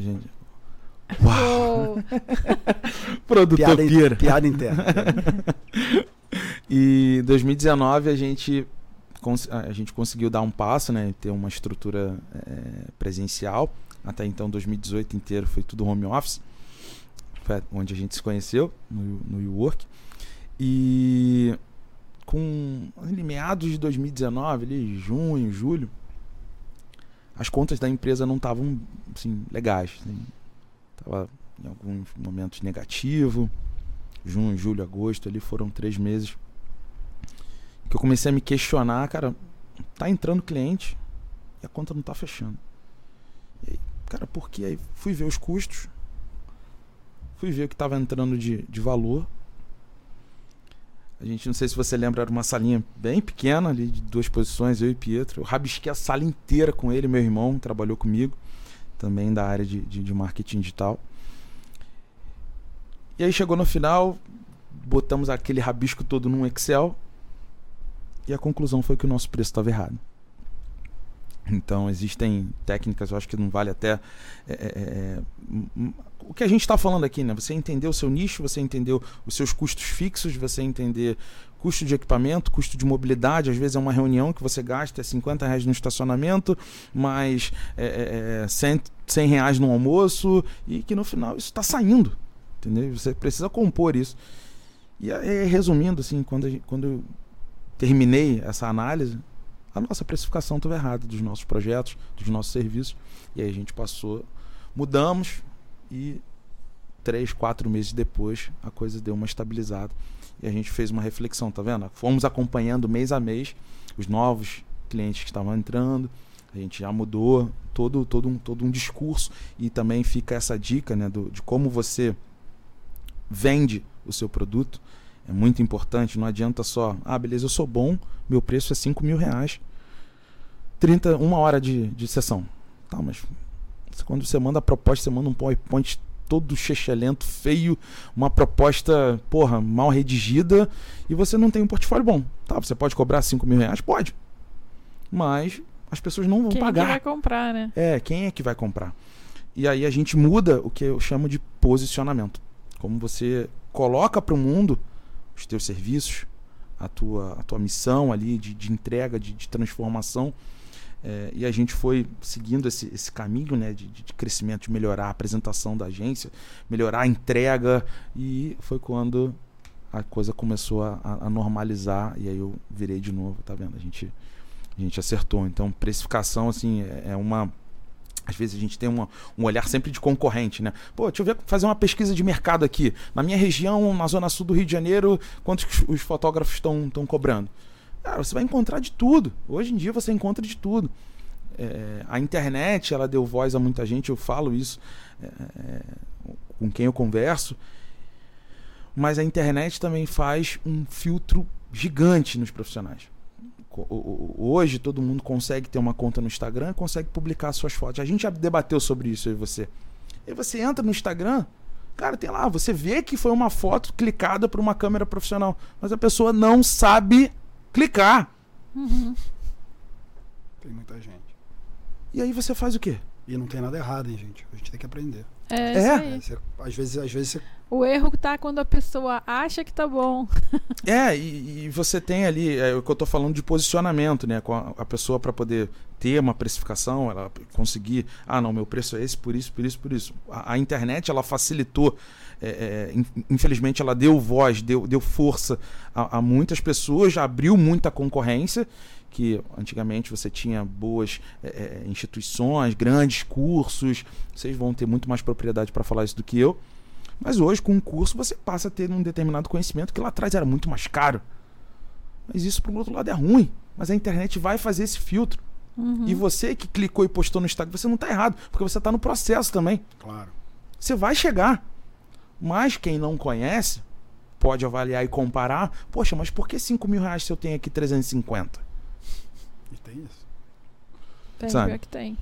Uau! Produtor pira. Piada interna. E em 2019 a gente conseguiu dar um passo, né? Ter uma estrutura presencial. Até então, 2018 inteiro foi tudo home office, foi onde a gente se conheceu, no YouWork. E com meados de 2019, ali, junho, julho, as contas da empresa não estavam assim, legais. Estava em alguns momentos negativo. Junho, julho, agosto, ali foram 3 meses que eu comecei a me questionar, cara, tá entrando cliente e a conta não tá fechando. E aí, cara, por quê? Aí fui ver os custos, fui ver o que estava entrando de valor. A gente, não sei se você lembra, era uma salinha bem pequena ali, de 2 posições, eu e Pietro. Eu rabisquei a sala inteira com ele, meu irmão, trabalhou comigo, também da área de marketing digital. E aí chegou no final, botamos aquele rabisco todo num Excel e a conclusão foi que o nosso preço estava errado. Então existem técnicas, eu acho que não vale até o que a gente está falando aqui, né? Você entender o seu nicho, você entender os seus custos fixos, você entender custo de equipamento, custo de mobilidade. Às vezes é uma reunião que você gasta R$50 no estacionamento, mais R$100 no almoço, e que no final isso está saindo, entendeu? Você precisa compor isso. E aí, resumindo, assim, quando eu terminei essa análise, a nossa precificação estava errada dos nossos projetos, dos nossos serviços. E aí a gente mudamos e 3, 4 meses depois a coisa deu uma estabilizada. E a gente fez uma reflexão, tá vendo? Fomos acompanhando mês a mês os novos clientes que estavam entrando. A gente já mudou todo um discurso. E também fica essa dica, né, de como você vende o seu produto. É muito importante, não adianta só, beleza, eu sou bom, meu preço é R$5.000, 1 hora de sessão. Tá, mas quando você manda a proposta, você manda um PowerPoint todo chechelento, feio, uma proposta, mal redigida, e você não tem um portfólio bom. Tá, você pode cobrar R$5.000? Pode. Mas as pessoas não vão pagar. Quem é que vai comprar, né? Quem é que vai comprar? E aí a gente muda o que eu chamo de posicionamento. Como você coloca para o mundo os teus serviços, a tua missão ali de entrega, de transformação, E a gente foi seguindo esse caminho, né, de crescimento, de melhorar a apresentação da agência, melhorar a entrega, e foi quando a coisa começou a normalizar, e aí eu virei de novo, tá vendo? A gente acertou. Então, precificação, assim, às vezes a gente tem um olhar sempre de concorrente, né? Pô, deixa eu fazer uma pesquisa de mercado aqui. Na minha região, na zona sul do Rio de Janeiro, quantos os fotógrafos estão cobrando? Cara, você vai encontrar de tudo. Hoje em dia você encontra de tudo. A internet, ela deu voz a muita gente, eu falo isso com quem eu converso. Mas a internet também faz um filtro gigante nos profissionais. Hoje todo mundo consegue ter uma conta no Instagram e consegue publicar suas fotos. A gente já debateu sobre isso, eu e você. E você entra no Instagram, cara, tem lá, você vê que foi uma foto clicada por uma câmera profissional, mas a pessoa não sabe clicar. Uhum. Tem muita gente. E aí você faz o quê? E não tem nada errado, hein, gente? A gente tem que aprender. Isso aí. Às vezes você... O erro tá quando a pessoa acha que tá bom. E você tem ali, o que eu tô falando de posicionamento, né? Com a pessoa, para poder ter uma precificação, ela conseguir, não, meu preço é esse, por isso. A internet, ela facilitou, infelizmente ela deu voz, deu força a muitas pessoas, já abriu muita concorrência, que antigamente você tinha boas instituições, grandes cursos, vocês vão ter muito mais propriedade para falar isso do que eu. Mas hoje, com um curso, você passa a ter um determinado conhecimento que lá atrás era muito mais caro. Mas isso, por outro lado, é ruim. Mas a internet vai fazer esse filtro. Uhum. E você que clicou e postou no Instagram, você não está errado, porque você está no processo também. Claro. Você vai chegar. Mas quem não conhece, pode avaliar e comparar. Poxa, mas por que R$5.000 se eu tenho aqui 350? E tem isso. Tem, sabe? pior que tem.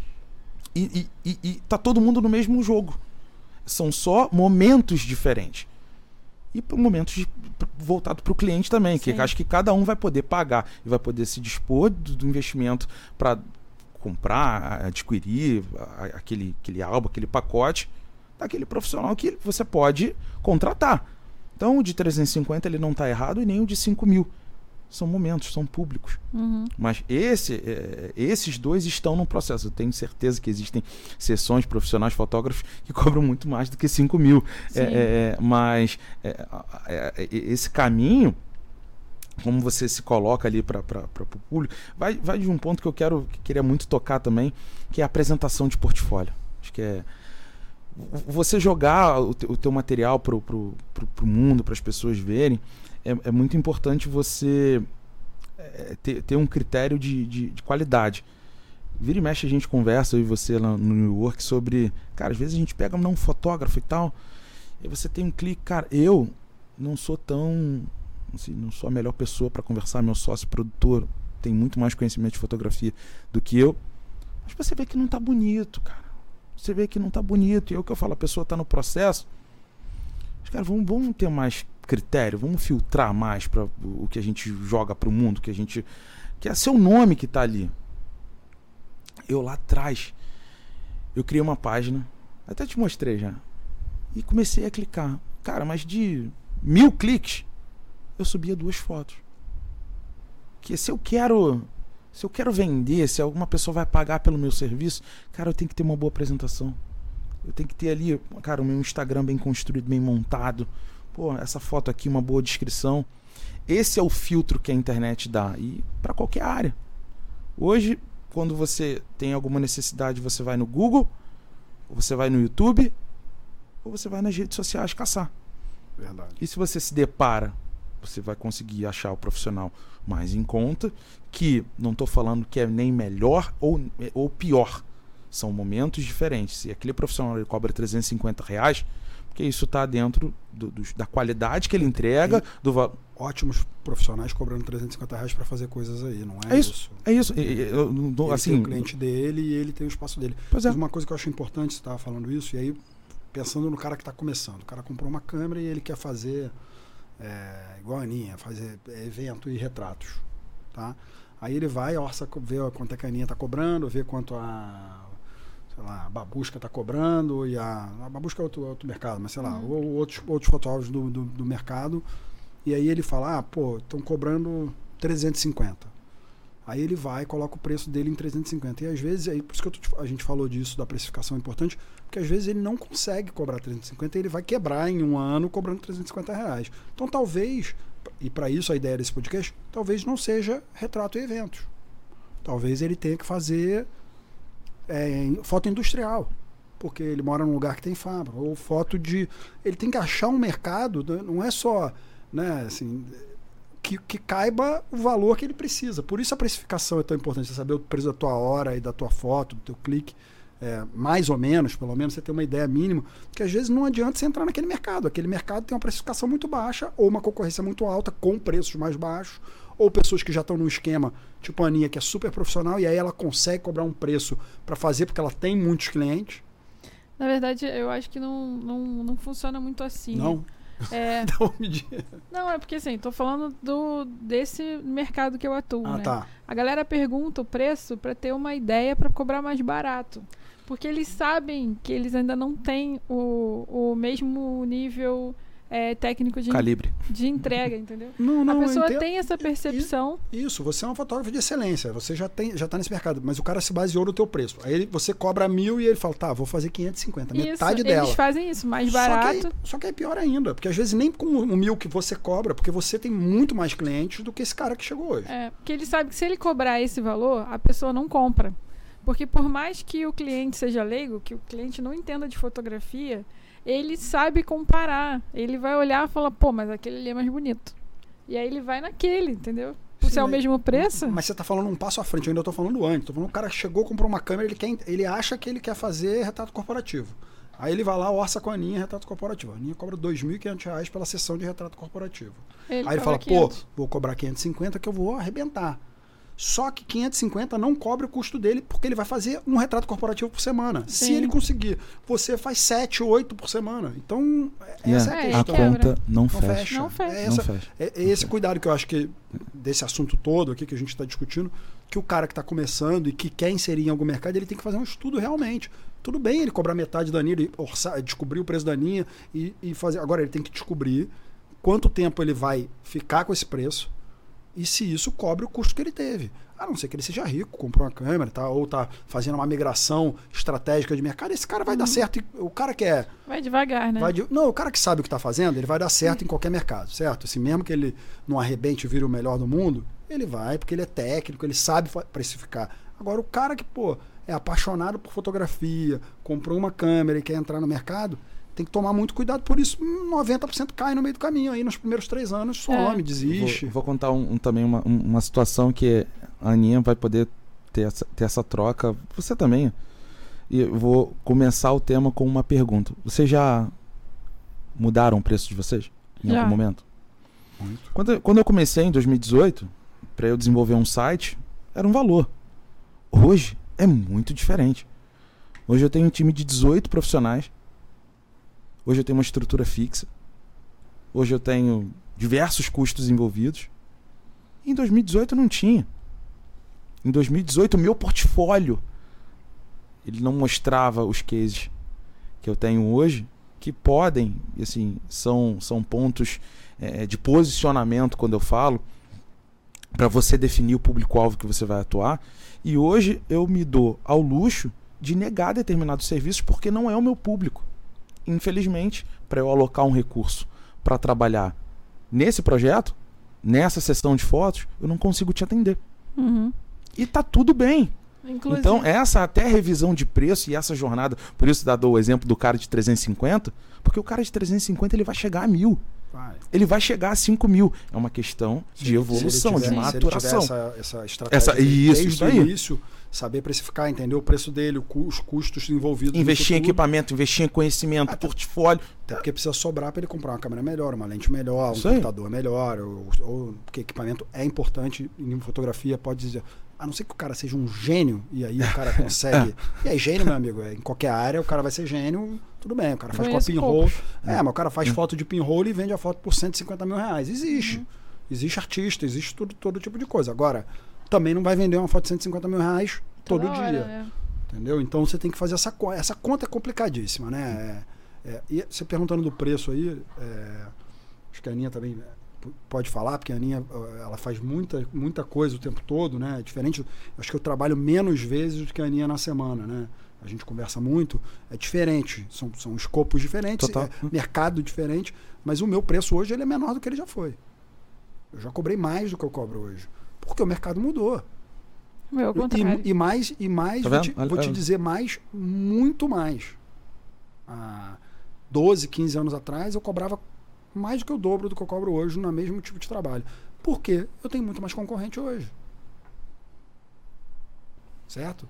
E tá todo mundo no mesmo jogo. São só momentos diferentes. E momentos voltados para o cliente também, que acho que cada um vai poder pagar e vai poder se dispor do investimento para comprar, adquirir aquele álbum, aquele pacote daquele profissional que você pode contratar. Então o de 350 ele não está errado e nem o de 5.000. São momentos, são públicos. Uhum. Mas esses dois estão no processo. Eu tenho certeza que existem sessões profissionais, fotógrafos que cobram muito mais do que 5.000. Mas esse caminho, como você se coloca ali para o público, vai de um ponto que eu queria muito tocar também, que é a apresentação de portfólio. Acho que você jogar o teu material para o mundo, para as pessoas verem. É muito importante você ter um critério de qualidade. Vira e mexe a gente conversa, eu e você lá no New York, sobre... Cara, às vezes a gente pega um fotógrafo e tal, e você tem um clique. Cara, eu não sou tão... Assim, não sou a melhor pessoa para conversar, meu sócio produtor tem muito mais conhecimento de fotografia do que eu. Mas você vê que não tá bonito, cara. Você vê que não tá bonito. E é o que eu falo, a pessoa tá no processo. Mas, cara, vamos ter mais critério, vamos filtrar mais para o que a gente joga para o mundo, que é seu nome que está ali. Eu lá atrás, eu criei uma página, até te mostrei já, e comecei a clicar. Cara, mas de 1.000 cliques, eu subia 2 fotos. Que se eu quero vender, se alguma pessoa vai pagar pelo meu serviço, cara, eu tenho que ter uma boa apresentação. Eu tenho que ter ali, cara, o meu Instagram bem construído, bem montado. Pô, essa foto aqui, uma boa descrição. Esse é o filtro que a internet dá. E para qualquer área. Hoje, quando você tem alguma necessidade, você vai no Google, ou você vai no YouTube, ou você vai nas redes sociais caçar. Verdade. E se você se depara, você vai conseguir achar o profissional mais em conta, que não estou falando que é nem melhor ou pior. São momentos diferentes. Se aquele profissional ele cobra R$350, porque isso está dentro da qualidade que ele entrega, do valor. Ótimos profissionais cobrando R$350 para fazer coisas aí, não é isso? É isso. Ele Assim, tem o cliente dele e ele tem o espaço dele. Pois é. Mas uma coisa que eu acho importante, você estava falando isso, e aí pensando no cara que está começando. O cara comprou uma câmera e ele quer fazer, igual a Aninha, fazer evento e retratos. Tá? Aí ele vai, orça, vê quanto é que a Aninha está cobrando, vê quanto a Babusca está cobrando, e a Babusca é outro mercado, mas sei lá, outros fotógrafos do mercado, e aí ele fala, estão cobrando 350. Aí ele vai e coloca o preço dele em 350. E às vezes, aí, por isso que a gente falou disso, da precificação importante, porque às vezes ele não consegue cobrar 350 e ele vai quebrar em um ano cobrando R$350. Então talvez, e para isso a ideia desse podcast, talvez não seja retrato e eventos. Talvez ele tenha que fazer foto industrial, porque ele mora num lugar que tem fábrica, ou foto de... Ele tem que achar um mercado, não é só, né, assim... Que caiba o valor que ele precisa. Por isso a precificação é tão importante. Você saber o preço da tua hora e da tua foto, do teu clique. Mais ou menos, pelo menos, você ter uma ideia mínima. Porque às vezes não adianta você entrar naquele mercado. Aquele mercado tem uma precificação muito baixa ou uma concorrência muito alta com preços mais baixos. Ou pessoas que já estão no esquema, tipo a Aninha, que é super profissional, e aí ela consegue cobrar um preço para fazer porque ela tem muitos clientes. Na verdade, eu acho que não funciona muito assim. Não? Não, é porque assim, tô falando desse mercado que eu atuo, né? Tá. A galera pergunta o preço para ter uma ideia para cobrar mais barato. Porque eles sabem que eles ainda não têm o mesmo nível técnico de entrega, entendeu? Não, a pessoa tem essa percepção. Isso, você é um fotógrafo de excelência, você já tá nesse mercado, mas o cara se baseou no teu preço. Aí você cobra 1.000 e ele fala, tá, vou fazer 550, metade dela. Eles fazem isso, mais barato. Só que é pior ainda, porque às vezes nem com o 1.000 que você cobra, porque você tem muito mais clientes do que esse cara que chegou hoje. Porque ele sabe que se ele cobrar esse valor, a pessoa não compra. Porque por mais que o cliente seja leigo, que o cliente não entenda de fotografia, ele sabe comparar. Ele vai olhar e falar, pô, mas aquele ali é mais bonito. E aí ele vai naquele, entendeu? Por ser o mesmo preço. Mas você tá falando um passo à frente, eu ainda tô falando antes. Tô falando o cara chegou, comprou uma câmera, ele acha que ele quer fazer retrato corporativo. Aí ele vai lá, orça com a Aninha retrato corporativo. A Aninha cobra R$2.500 pela sessão de retrato corporativo. Aí ele fala, 500. Vou cobrar 550 que eu vou arrebentar. Só que 550 não cobre o custo dele, porque ele vai fazer um retrato corporativo por semana. Sim. Se ele conseguir, você faz 7, 8 por semana. Então, essa é a questão. A conta não fecha. Não fecha. É esse cuidado que eu acho que, desse assunto todo aqui que a gente está discutindo, que o cara que está começando e que quer inserir em algum mercado, ele tem que fazer um estudo realmente. Tudo bem ele cobrar metade da Aninha, ele descobrir o preço da Aninha e fazer. Agora, ele tem que descobrir quanto tempo ele vai ficar com esse preço, e se isso cobre o custo que ele teve. A não ser que ele seja rico, comprou uma câmera, ou tá fazendo uma migração estratégica de mercado, esse cara vai dar certo. O cara que é... Vai devagar, né? Não, o cara que sabe o que está fazendo, ele vai dar certo em qualquer mercado, certo? Assim, mesmo que ele não arrebente e vire o melhor do mundo, ele vai, porque ele é técnico, ele sabe precificar. Agora, o cara que, é apaixonado por fotografia, comprou uma câmera e quer entrar no mercado, tem que tomar muito cuidado, por isso 90% cai no meio do caminho. Aí nos primeiros 3 anos some, desiste. Vou contar também uma situação que a Aninha vai poder ter essa troca. Você também. E eu vou começar o tema com uma pergunta. Vocês já mudaram o preço de vocês em algum momento? Muito. Quando eu comecei em 2018, para eu desenvolver um site, era um valor. Hoje é muito diferente. Hoje eu tenho um time de 18 profissionais. Hoje eu tenho uma estrutura fixa. Hoje eu tenho diversos custos envolvidos. Em 2018 não tinha. Em 2018 o meu portfólio ele não mostrava os cases que eu tenho hoje, que podem, assim, são pontos de posicionamento quando eu falo, para você definir o público-alvo que você vai atuar. E hoje eu me dou ao luxo de negar determinados serviços porque não é o meu público. Infelizmente, para eu alocar um recurso para trabalhar nesse projeto, nessa sessão de fotos, eu não consigo te atender. Uhum. E tá tudo bem. Inclusive. Então, essa até revisão de preço e essa jornada, por isso dou o exemplo do cara de 350, porque o cara de 350 ele vai chegar a 1.000. Ele vai chegar a 5.000. É uma questão de evolução, de maturação. Se ele tiver essa estratégia desde o início, saber precificar, entender o preço dele, os custos envolvidos. Investir em equipamento, investir em conhecimento, portfólio. Até porque precisa sobrar para ele comprar uma câmera melhor, uma lente melhor, um computador melhor, ou porque equipamento é importante em fotografia, pode dizer. A não ser que o cara seja um gênio, e aí o cara consegue. E aí, gênio, meu amigo, em qualquer área o cara vai ser gênio, tudo bem. O cara faz com a pinhole. Mas o cara faz foto de pinhole e vende a foto por R$150 mil. Existe. Existe artista, existe todo tipo de coisa. Agora, também não vai vender uma foto de R$150 mil todo dia. Entendeu? Então você tem que fazer essa conta. Essa conta é complicadíssima, né? E você perguntando do preço aí, acho que a Aninha também pode falar, porque a Aninha, ela faz muita coisa o tempo todo, né? É diferente, acho que eu trabalho menos vezes do que a Aninha na semana, né? A gente conversa muito, é diferente, são escopos diferentes, mercado diferente, mas o meu preço hoje ele é menor do que ele já foi. Eu já cobrei mais do que eu cobro hoje, porque o mercado mudou. Meu, contrário. E mais, Tá vou te dizer mais, muito mais. Há 12, 15 anos atrás eu cobrava mais do que o dobro do que eu cobro hoje no mesmo tipo de trabalho. Por quê? Eu tenho muito mais concorrente hoje. Certo?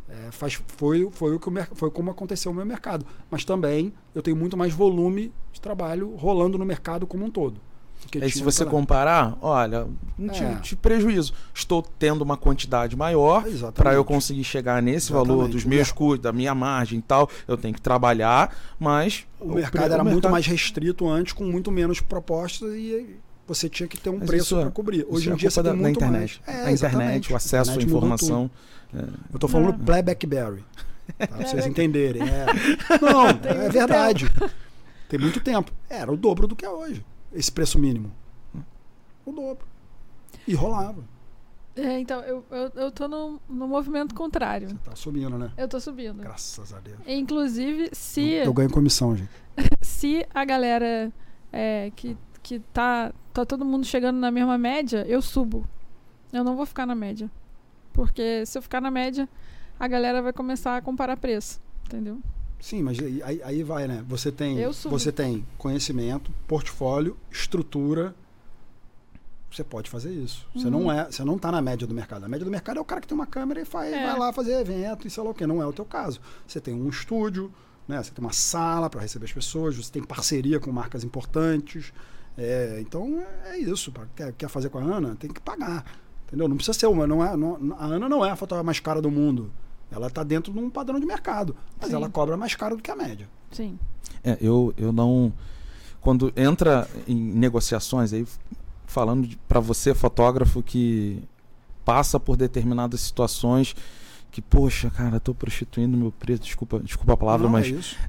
Foi como aconteceu o meu mercado. Mas também eu tenho muito mais volume de trabalho rolando no mercado como um todo. Aí se você comparar, olha, não tive prejuízo. Estou tendo uma quantidade maior para eu conseguir chegar nesse valor dos meus custos, da minha margem e tal. Eu tenho que trabalhar, mas... O mercado era muito mais restrito antes, com muito menos propostas e você tinha que ter um preço para cobrir. Hoje em dia você tem muito internet. mais. A internet, o acesso à informação. Eu estou falando Blackberry, tá? Para vocês entenderem. Não, é verdade. Tem muito tempo. Era o dobro do que é hoje. Esse preço mínimo. O dobro. E rolava. Então, eu tô no movimento contrário. Você tá subindo, né? Eu tô subindo. Graças a Deus. Inclusive, se... Eu ganho comissão, gente. Se a galera que tá todo mundo chegando na mesma média, eu subo. Eu não vou ficar na média. Porque se eu ficar na média, a galera vai começar a comparar preço. Entendeu? Sim, mas aí vai, né? Você tem conhecimento, portfólio, estrutura. Você pode fazer isso. Você não está na média do mercado. A média do mercado é o cara que tem uma câmera e vai lá fazer evento e sei lá o quê. Não é o teu caso. Você tem um estúdio, né? Você tem uma sala para receber as pessoas, você tem parceria com marcas importantes. Então é isso. Quer fazer com a Ana? Tem que pagar. Entendeu? Não precisa ser uma. A Ana não é a fotógrafa mais cara do mundo. Ela está dentro de um padrão de mercado, mas ela cobra mais caro do que a média. Sim. Eu não... Quando entra em negociações, aí falando para você, fotógrafo, que passa por determinadas situações que, poxa, cara, tô prostituindo meu preço, desculpa a palavra, não, mas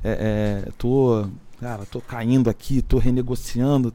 tô caindo aqui, tô renegociando,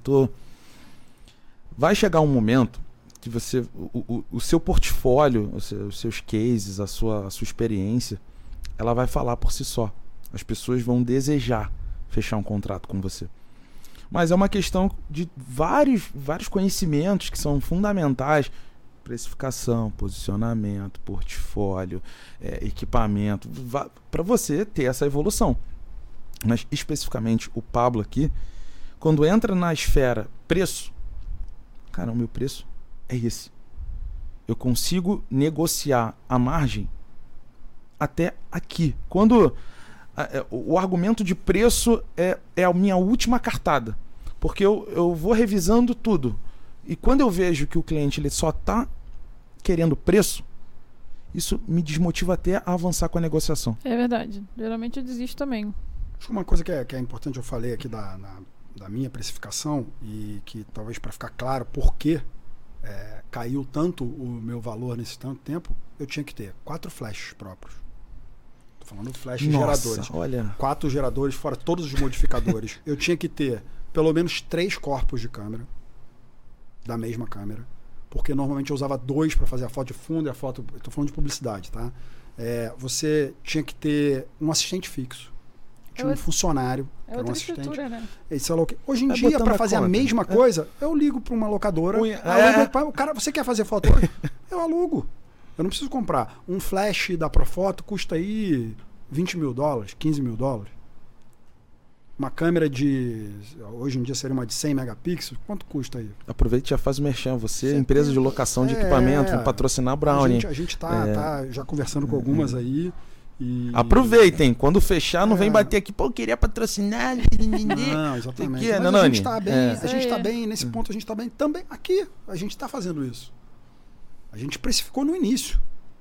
Vai chegar um momento que você, o seu portfólio, os seus cases, a sua experiência, ela vai falar por si só. As pessoas vão desejar fechar um contrato com você. Mas é uma questão de vários conhecimentos que são fundamentais. Precificação, posicionamento, portfólio, equipamento, para você ter essa evolução. Mas especificamente o Pablo aqui, quando entra na esfera preço, cara, o meu preço é esse. Eu consigo negociar a margem até aqui. Quando o argumento de preço é a minha última cartada. Porque eu vou revisando tudo. E quando eu vejo que o cliente ele só está querendo preço, isso me desmotiva até a avançar com a negociação. É verdade. Geralmente eu desisto também. Acho que uma coisa que é importante, eu falei aqui da minha precificação, e que talvez para ficar claro por que caiu tanto o meu valor nesse tanto tempo, eu tinha que ter 4 flashes próprios. Tô falando flashes geradores. Olha. 4 geradores, fora todos os modificadores. Eu tinha que ter pelo menos 3 corpos de câmera, da mesma câmera, porque normalmente eu usava 2 para fazer a foto de fundo e a foto... Eu tô falando de publicidade, tá? Você tinha que ter um assistente fixo. Tinha um funcionário, é outra um assistente. Estrutura, né? Hoje em dia, para fazer a mesma coisa, eu ligo para uma locadora, o cara, você quer fazer foto hoje? Eu alugo. Eu não preciso comprar. Um flash da Profoto custa aí $20 mil, $15 mil. Uma câmera hoje em dia seria uma de 100 megapixels, quanto custa aí? Aproveite e já faz o merchan. Você, empresa de locação de equipamento, patrocinar a Brownie. A gente tá já conversando com algumas aí. Aproveitem, quando fechar, não vem bater aqui, eu queria patrocinar. Não, exatamente. Mas a gente tá bem, a gente tá bem, nesse ponto a gente tá bem. Também aqui, a gente tá fazendo isso. A gente precificou no início.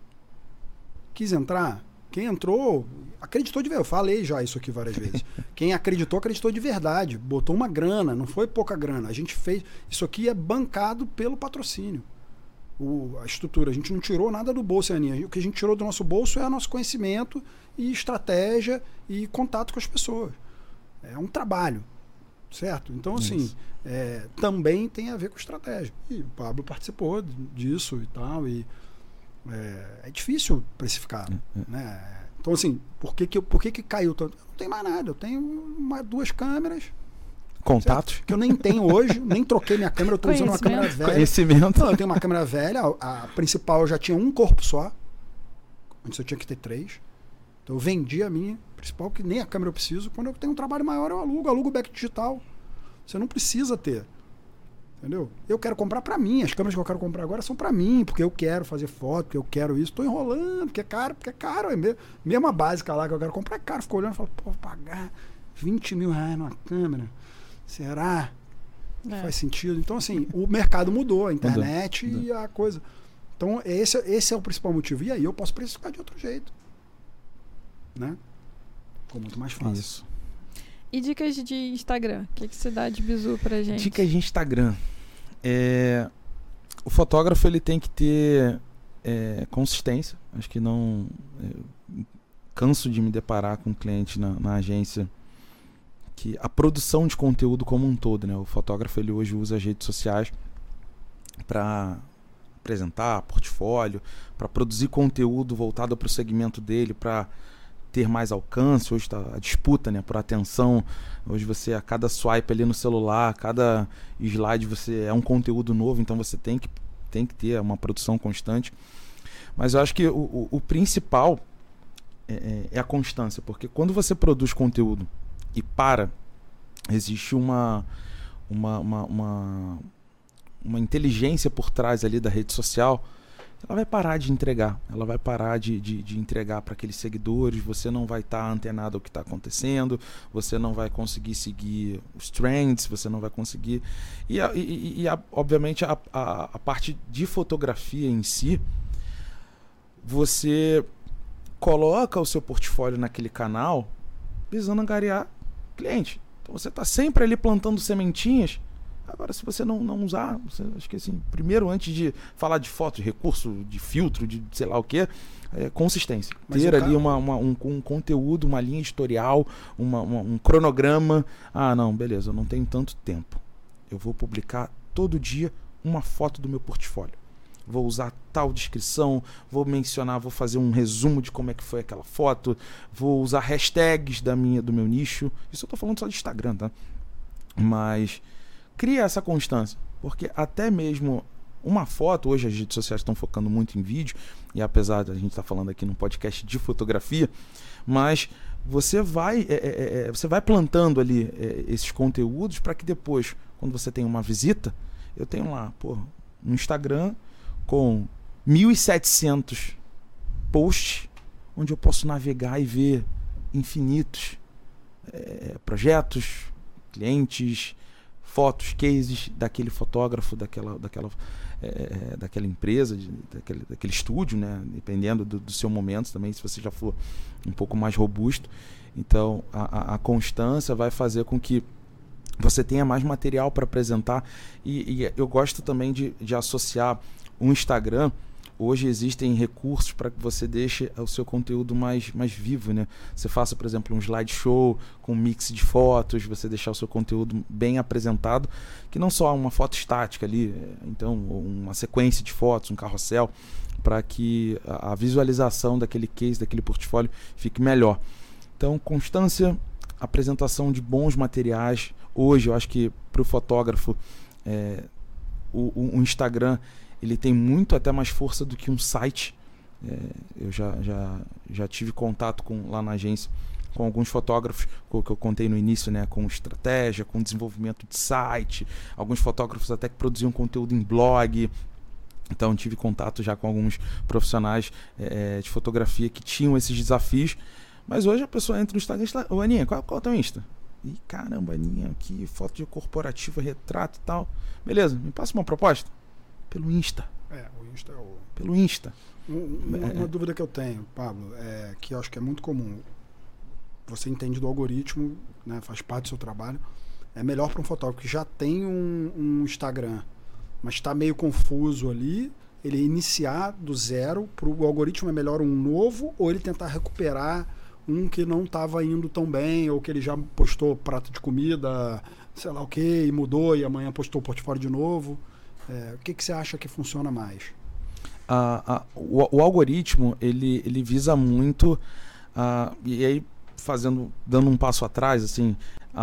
Quis entrar, quem entrou, acreditou de verdade. Eu falei já isso aqui várias vezes. Quem acreditou de verdade. Botou uma grana, não foi pouca grana. A gente fez. Isso aqui é bancado pelo patrocínio. A estrutura, a gente não tirou nada do bolso, Aninha. O que a gente tirou do nosso bolso é nosso conhecimento e estratégia e contato com as pessoas. É um trabalho. Certo? Então, assim, também tem a ver com estratégia. E o Pablo participou disso e tal, e é difícil precificar, né? Então, assim, por que caiu tanto? Não tem mais nada. Eu tenho 2 câmeras. Contatos? Certo? Que eu nem tenho hoje, nem troquei minha câmera, eu estou usando uma câmera velha. Conhecimento. Não, eu tenho uma câmera velha, a principal eu já tinha um corpo só, antes eu tinha que ter 3. Então eu vendi a minha principal, que nem a câmera eu preciso. Quando eu tenho um trabalho maior, eu alugo o back digital. Você não precisa ter. Entendeu? Eu quero comprar para mim. As câmeras que eu quero comprar agora são para mim, porque eu quero fazer foto, porque eu quero isso. Estou enrolando, porque é caro. Mesmo a básica lá que eu quero comprar é caro. Fico olhando e falo, pô, vou pagar 20 mil reais numa câmera. Será que faz sentido? Então, assim, o mercado mudou, a internet e a coisa. Então, esse é o principal motivo. E aí eu posso precificar de outro jeito. Né? Ficou muito mais fácil. Isso. E dicas de Instagram? O que você dá de bizu pra gente? Dicas de Instagram. O fotógrafo ele tem que ter consistência. Acho que não... canso de me deparar com um cliente na agência que a produção de conteúdo como um todo, né? O fotógrafo ele hoje usa as redes sociais para apresentar portfólio, para produzir conteúdo voltado para o segmento dele, para ter mais alcance. Hoje está a disputa, né, por atenção. Hoje você, a cada swipe ali no celular, cada slide é um conteúdo novo, então você tem que ter uma produção constante. Mas eu acho que o principal é a constância, porque quando você produz conteúdo e existe uma inteligência por trás ali da rede social. Ela vai parar de entregar, ela vai parar de entregar para aqueles seguidores, você não vai estar antenado ao que está acontecendo, você não vai conseguir seguir os trends, você não vai conseguir... obviamente, a parte de fotografia em si, você coloca o seu portfólio naquele canal visando angariar cliente. Então você está sempre ali plantando sementinhas. Agora, se você não usar, acho que assim, primeiro, antes de falar de foto, de recurso, de filtro, de sei lá o que, consistência. Mas ter ali um conteúdo, uma linha editorial, um cronograma. Ah, não, beleza, eu não tenho tanto tempo. Eu vou publicar todo dia uma foto do meu portfólio. Vou usar tal descrição, vou fazer um resumo de como é que foi aquela foto, vou usar hashtags do meu nicho. Isso eu tô falando só de Instagram, tá? Mas... cria essa constância, porque até mesmo uma foto, hoje as redes sociais estão focando muito em vídeo, e apesar de a gente estar falando aqui num podcast de fotografia, mas você vai plantando ali esses conteúdos para que depois, quando você tem uma visita, eu tenho lá, um Instagram com 1.700 posts, onde eu posso navegar e ver infinitos projetos, clientes, fotos, cases daquele fotógrafo, daquela empresa, daquele estúdio, né? Dependendo do seu momento também, se você já for um pouco mais robusto. Então, a constância vai fazer com que você tenha mais material para apresentar. E eu gosto também de associar o Instagram. Hoje existem recursos para que você deixe o seu conteúdo mais vivo, né? Você faça, por exemplo, um slideshow com um mix de fotos, você deixar o seu conteúdo bem apresentado, que não só uma foto estática ali, então uma sequência de fotos, um carrossel, para que a visualização daquele case, daquele portfólio fique melhor. Então, constância, apresentação de bons materiais. Hoje, eu acho que para o fotógrafo, o Instagram ele tem muito até mais força do que um site. Eu já tive contato lá na agência com alguns fotógrafos que eu contei no início, né, com estratégia, com desenvolvimento de site, alguns fotógrafos até que produziam conteúdo em blog. Então tive contato já com alguns profissionais de fotografia que tinham esses desafios. Mas hoje a pessoa entra no Instagram e fala: ô Aninha, qual é o teu Insta? E caramba, Aninha, aqui foto de corporativa, retrato e tal. Beleza, me passa uma proposta. Pelo Insta. O Insta é o... Pelo Insta. Uma dúvida que eu tenho, Pablo, que eu acho que é muito comum. Você entende do algoritmo, né, faz parte do seu trabalho. É melhor para um fotógrafo que já tem um Instagram, mas está meio confuso ali, ele iniciar do zero, para o algoritmo é melhor um novo, ou ele tentar recuperar um que não estava indo tão bem, ou que ele já postou prato de comida, sei lá o que, e mudou, e amanhã postou o portfólio de novo. O que você acha que funciona mais? O algoritmo, ele visa muito, e aí dando um passo atrás, assim,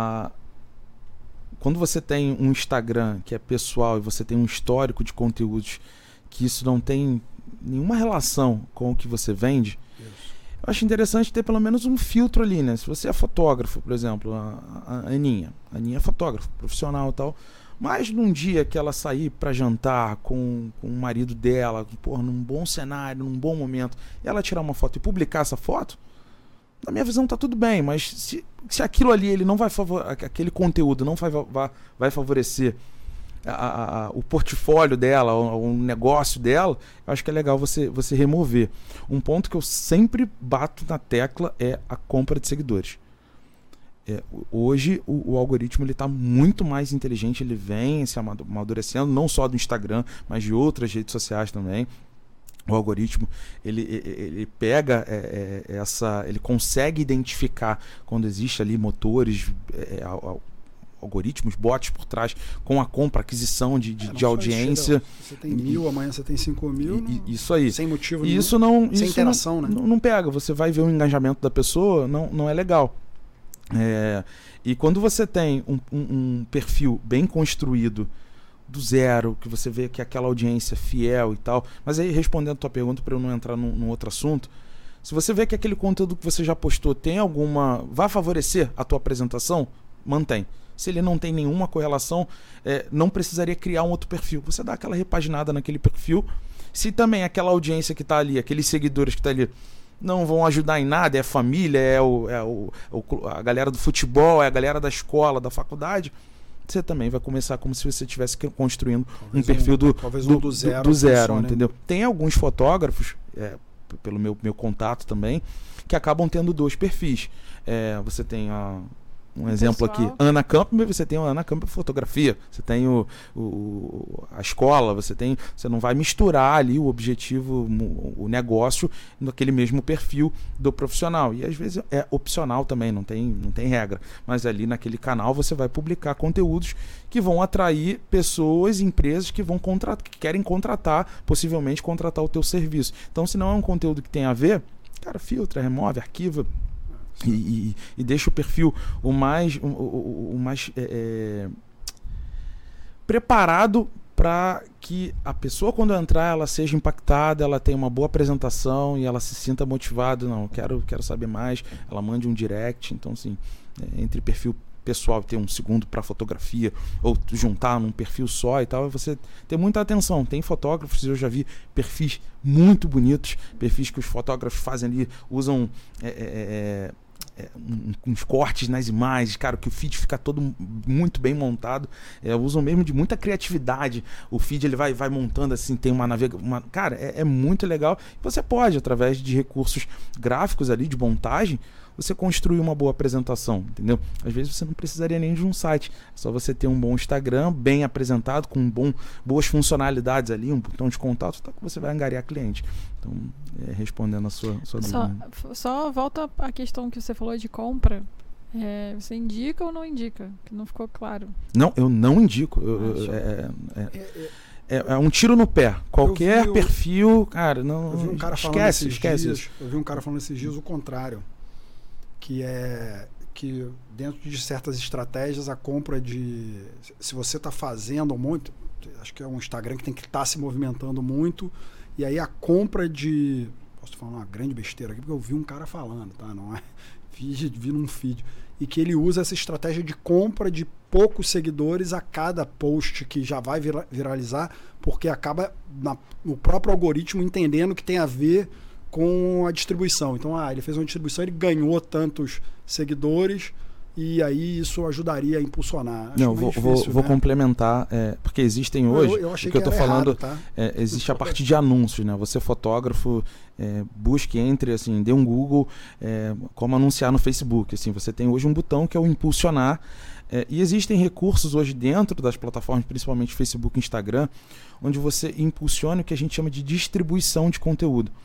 quando você tem um Instagram que é pessoal e você tem um histórico de conteúdos que isso não tem nenhuma relação com o que você vende, eu acho interessante ter pelo menos um filtro ali, né? Se você é fotógrafo, por exemplo, a Aninha é fotógrafa, profissional e tal, mas num dia que ela sair para jantar com o marido dela, num bom cenário, num bom momento, e ela tirar uma foto e publicar essa foto, na minha visão tá tudo bem, mas se aquilo ali ele não vai aquele conteúdo não vai favorecer o portfólio dela, o negócio dela, eu acho que é legal você remover. Um ponto que eu sempre bato na tecla é a compra de seguidores. Hoje o algoritmo está muito mais inteligente, ele vem se amadurecendo, não só do Instagram, mas de outras redes sociais também. O algoritmo ele pega ele consegue identificar quando existe ali motores, algoritmos, bots por trás, com a compra, aquisição de audiência. Você tem 1.000, amanhã você tem 5.000. Isso aí. Sem motivo nenhum. Sem interação, né? Não pega. Você vai ver o engajamento da pessoa, não é legal. E quando você tem um perfil bem construído, do zero, que você vê que aquela audiência fiel e tal, mas aí respondendo a tua pergunta para eu não entrar num outro assunto, se você vê que aquele conteúdo que você já postou vai favorecer a tua apresentação, mantém. Se ele não tem nenhuma correlação, não precisaria criar um outro perfil. Você dá aquela repaginada naquele perfil. Se também aquela audiência que está ali, aqueles seguidores que estão ali, não vão ajudar em nada, é família, a galera do futebol, é a galera da escola, da faculdade, você também vai começar como se você estivesse construindo um perfil do zero, entendeu? Tem alguns fotógrafos, pelo meu contato também, que acabam tendo 2 perfis. Você tem um exemplo aqui, Ana Campbell, você tem a Ana Campbell Fotografia, você tem a escola, você não vai misturar ali o objetivo, o negócio naquele mesmo perfil do profissional, e às vezes é opcional também, não tem regra, mas ali naquele canal você vai publicar conteúdos que vão atrair pessoas, empresas que querem possivelmente contratar o teu serviço. Então, se não é um conteúdo que tem a ver, cara, filtra, remove, arquiva, e deixa o perfil o mais preparado para que a pessoa, quando entrar, ela seja impactada, ela tenha uma boa apresentação e ela se sinta motivada. Não, quero saber mais. Ela mande um direct. Então, assim, entre perfil pessoal e ter um segundo para fotografia, ou juntar num perfil só e tal, você ter muita atenção. Tem fotógrafos, eu já vi perfis muito bonitos, perfis que os fotógrafos fazem ali, usam uns cortes nas imagens, cara, que o feed fica todo muito bem montado, usam mesmo de muita criatividade, o feed ele vai montando assim, tem uma navegação, cara, é muito legal. Você pode, através de recursos gráficos ali, de montagem, você construir uma boa apresentação, entendeu? Às vezes você não precisaria nem de um site, é só você ter um bom Instagram, bem apresentado, com boas funcionalidades ali, um botão de contato, tá, que você vai angariar cliente. Então, respondendo a sua dúvida. Só volta à questão que você falou de compra. Você indica ou não indica? Que não ficou claro. Não, eu não indico. É um tiro no pé. Qualquer perfil, cara, não. Eu vi um cara esquece isso. Eu vi um cara falando esses dias o contrário. Que dentro de certas estratégias a compra se você está fazendo muito, acho que é um Instagram que tem que estar se movimentando muito, e aí a compra posso falar uma grande besteira aqui porque eu vi um cara falando, tá? Não é? Vi num feed, e que ele usa essa estratégia de compra de poucos seguidores a cada post que já vai viralizar, porque acaba no próprio algoritmo entendendo que tem a ver com a distribuição. Então, ele fez uma distribuição, ele ganhou tantos seguidores, e aí isso ajudaria a impulsionar. Não, vou complementar, porque existem hoje, eu achei o que eu estou falando, errado, tá? Existe a partir de anúncios, né? Você, fotógrafo, busque, assim, dê um Google, como anunciar no Facebook. Assim, você tem hoje um botão que é o impulsionar, e existem recursos hoje dentro das plataformas, principalmente Facebook e Instagram, onde você impulsiona o que a gente chama de distribuição de conteúdo.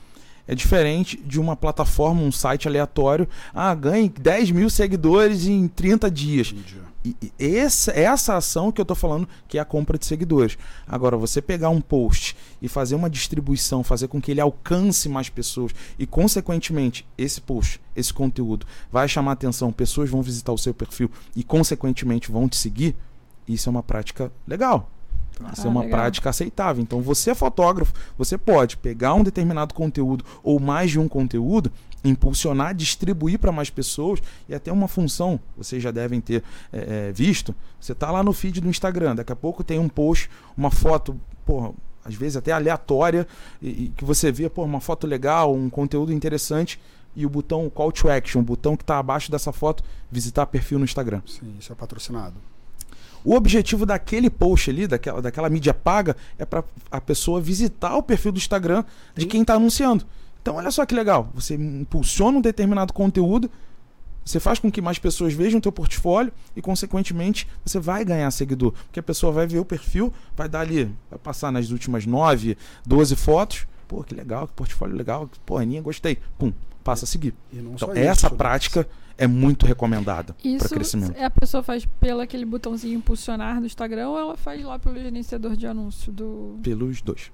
É diferente de uma plataforma, um site aleatório. Ganhe 10 mil seguidores em 30 dias. E essa ação que eu estou falando, que é a compra de seguidores. Agora, você pegar um post e fazer uma distribuição, fazer com que ele alcance mais pessoas e, consequentemente, esse post, esse conteúdo vai chamar atenção, pessoas vão visitar o seu perfil e, consequentemente, vão te seguir, isso é uma prática legal. Isso é uma prática aceitável. Então, você é fotógrafo, você pode pegar um determinado conteúdo ou mais de um conteúdo, impulsionar, distribuir para mais pessoas e até uma função, vocês já devem ter visto, você está lá no feed do Instagram, daqui a pouco tem um post, uma foto, às vezes até aleatória, e que você vê uma foto legal, um conteúdo interessante, e o botão Call to Action, o botão que está abaixo dessa foto, visitar perfil no Instagram. Sim, isso é patrocinado. O objetivo daquele post ali, daquela mídia paga, é para a pessoa visitar o perfil do Instagram de quem está anunciando. Então, olha só que legal. Você impulsiona um determinado conteúdo, você faz com que mais pessoas vejam o teu portfólio e, consequentemente, você vai ganhar seguidor. Porque a pessoa vai ver o perfil, vai passar nas últimas 9, 12 fotos. Pô, que legal, que portfólio legal. Pô, Aninha, gostei. Pum, passa a seguir. Então, essa prática é muito recomendada para crescimento. Isso a pessoa faz pelo aquele botãozinho impulsionar do Instagram ou ela faz lá pelo gerenciador de anúncio do... Pelos dois.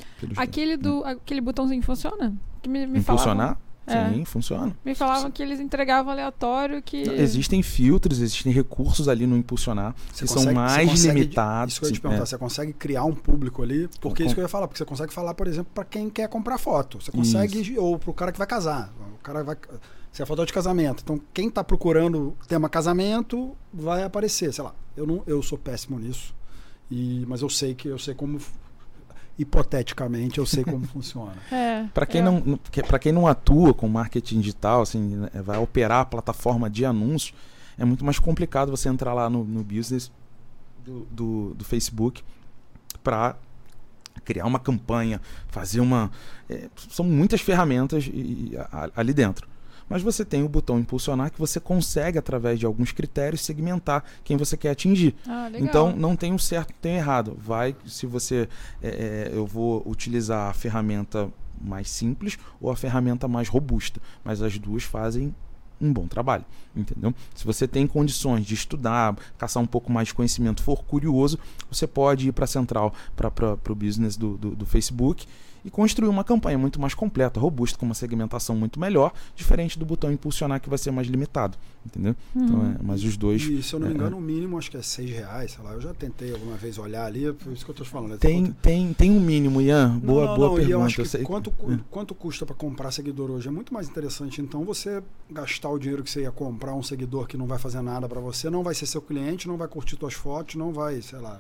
Aquele botãozinho funciona? Que me Impulsionar? Sim, funciona. Me falavam que eles entregavam aleatório, que... Existem filtros, existem recursos ali no impulsionar que são mais limitados. Isso que eu ia te perguntar, você consegue criar um público ali? Porque isso que eu ia falar, porque você consegue falar, por exemplo, para quem quer comprar foto. Você consegue, ou para o cara que vai casar. O cara vai... Você é fotógrafo de casamento. Então, quem está procurando tema casamento vai aparecer. Sei lá, eu sou péssimo nisso. Mas eu sei como... Hipoteticamente, eu sei como funciona. Para quem não atua com marketing digital, assim, vai operar a plataforma de anúncios, é muito mais complicado você entrar lá no business do Facebook para criar uma campanha, fazer uma... são muitas ferramentas ali dentro. Mas você tem o botão impulsionar que você consegue, através de alguns critérios, segmentar quem você quer atingir. Então, não tem um certo, tem um errado. Se você... eu vou utilizar a ferramenta mais simples ou a ferramenta mais robusta. Mas as duas fazem um bom trabalho, entendeu? Se você tem condições de estudar, caçar um pouco mais de conhecimento, for curioso, você pode ir para a central, para o business do Facebook e construir uma campanha muito mais completa, robusta, com uma segmentação muito melhor, diferente do botão impulsionar, que vai ser mais limitado, entendeu? Então, mas os dois... E se eu não me engano, o mínimo acho que é R$6, sei lá. Eu já tentei alguma vez olhar ali, por isso que eu estou te falando. Tem um mínimo, Ian. Boa pergunta. E eu acho que quanto custa para comprar seguidor hoje? É muito mais interessante, então, você gastar o dinheiro que você ia comprar um seguidor que não vai fazer nada para você, não vai ser seu cliente, não vai curtir suas fotos, não vai, sei lá...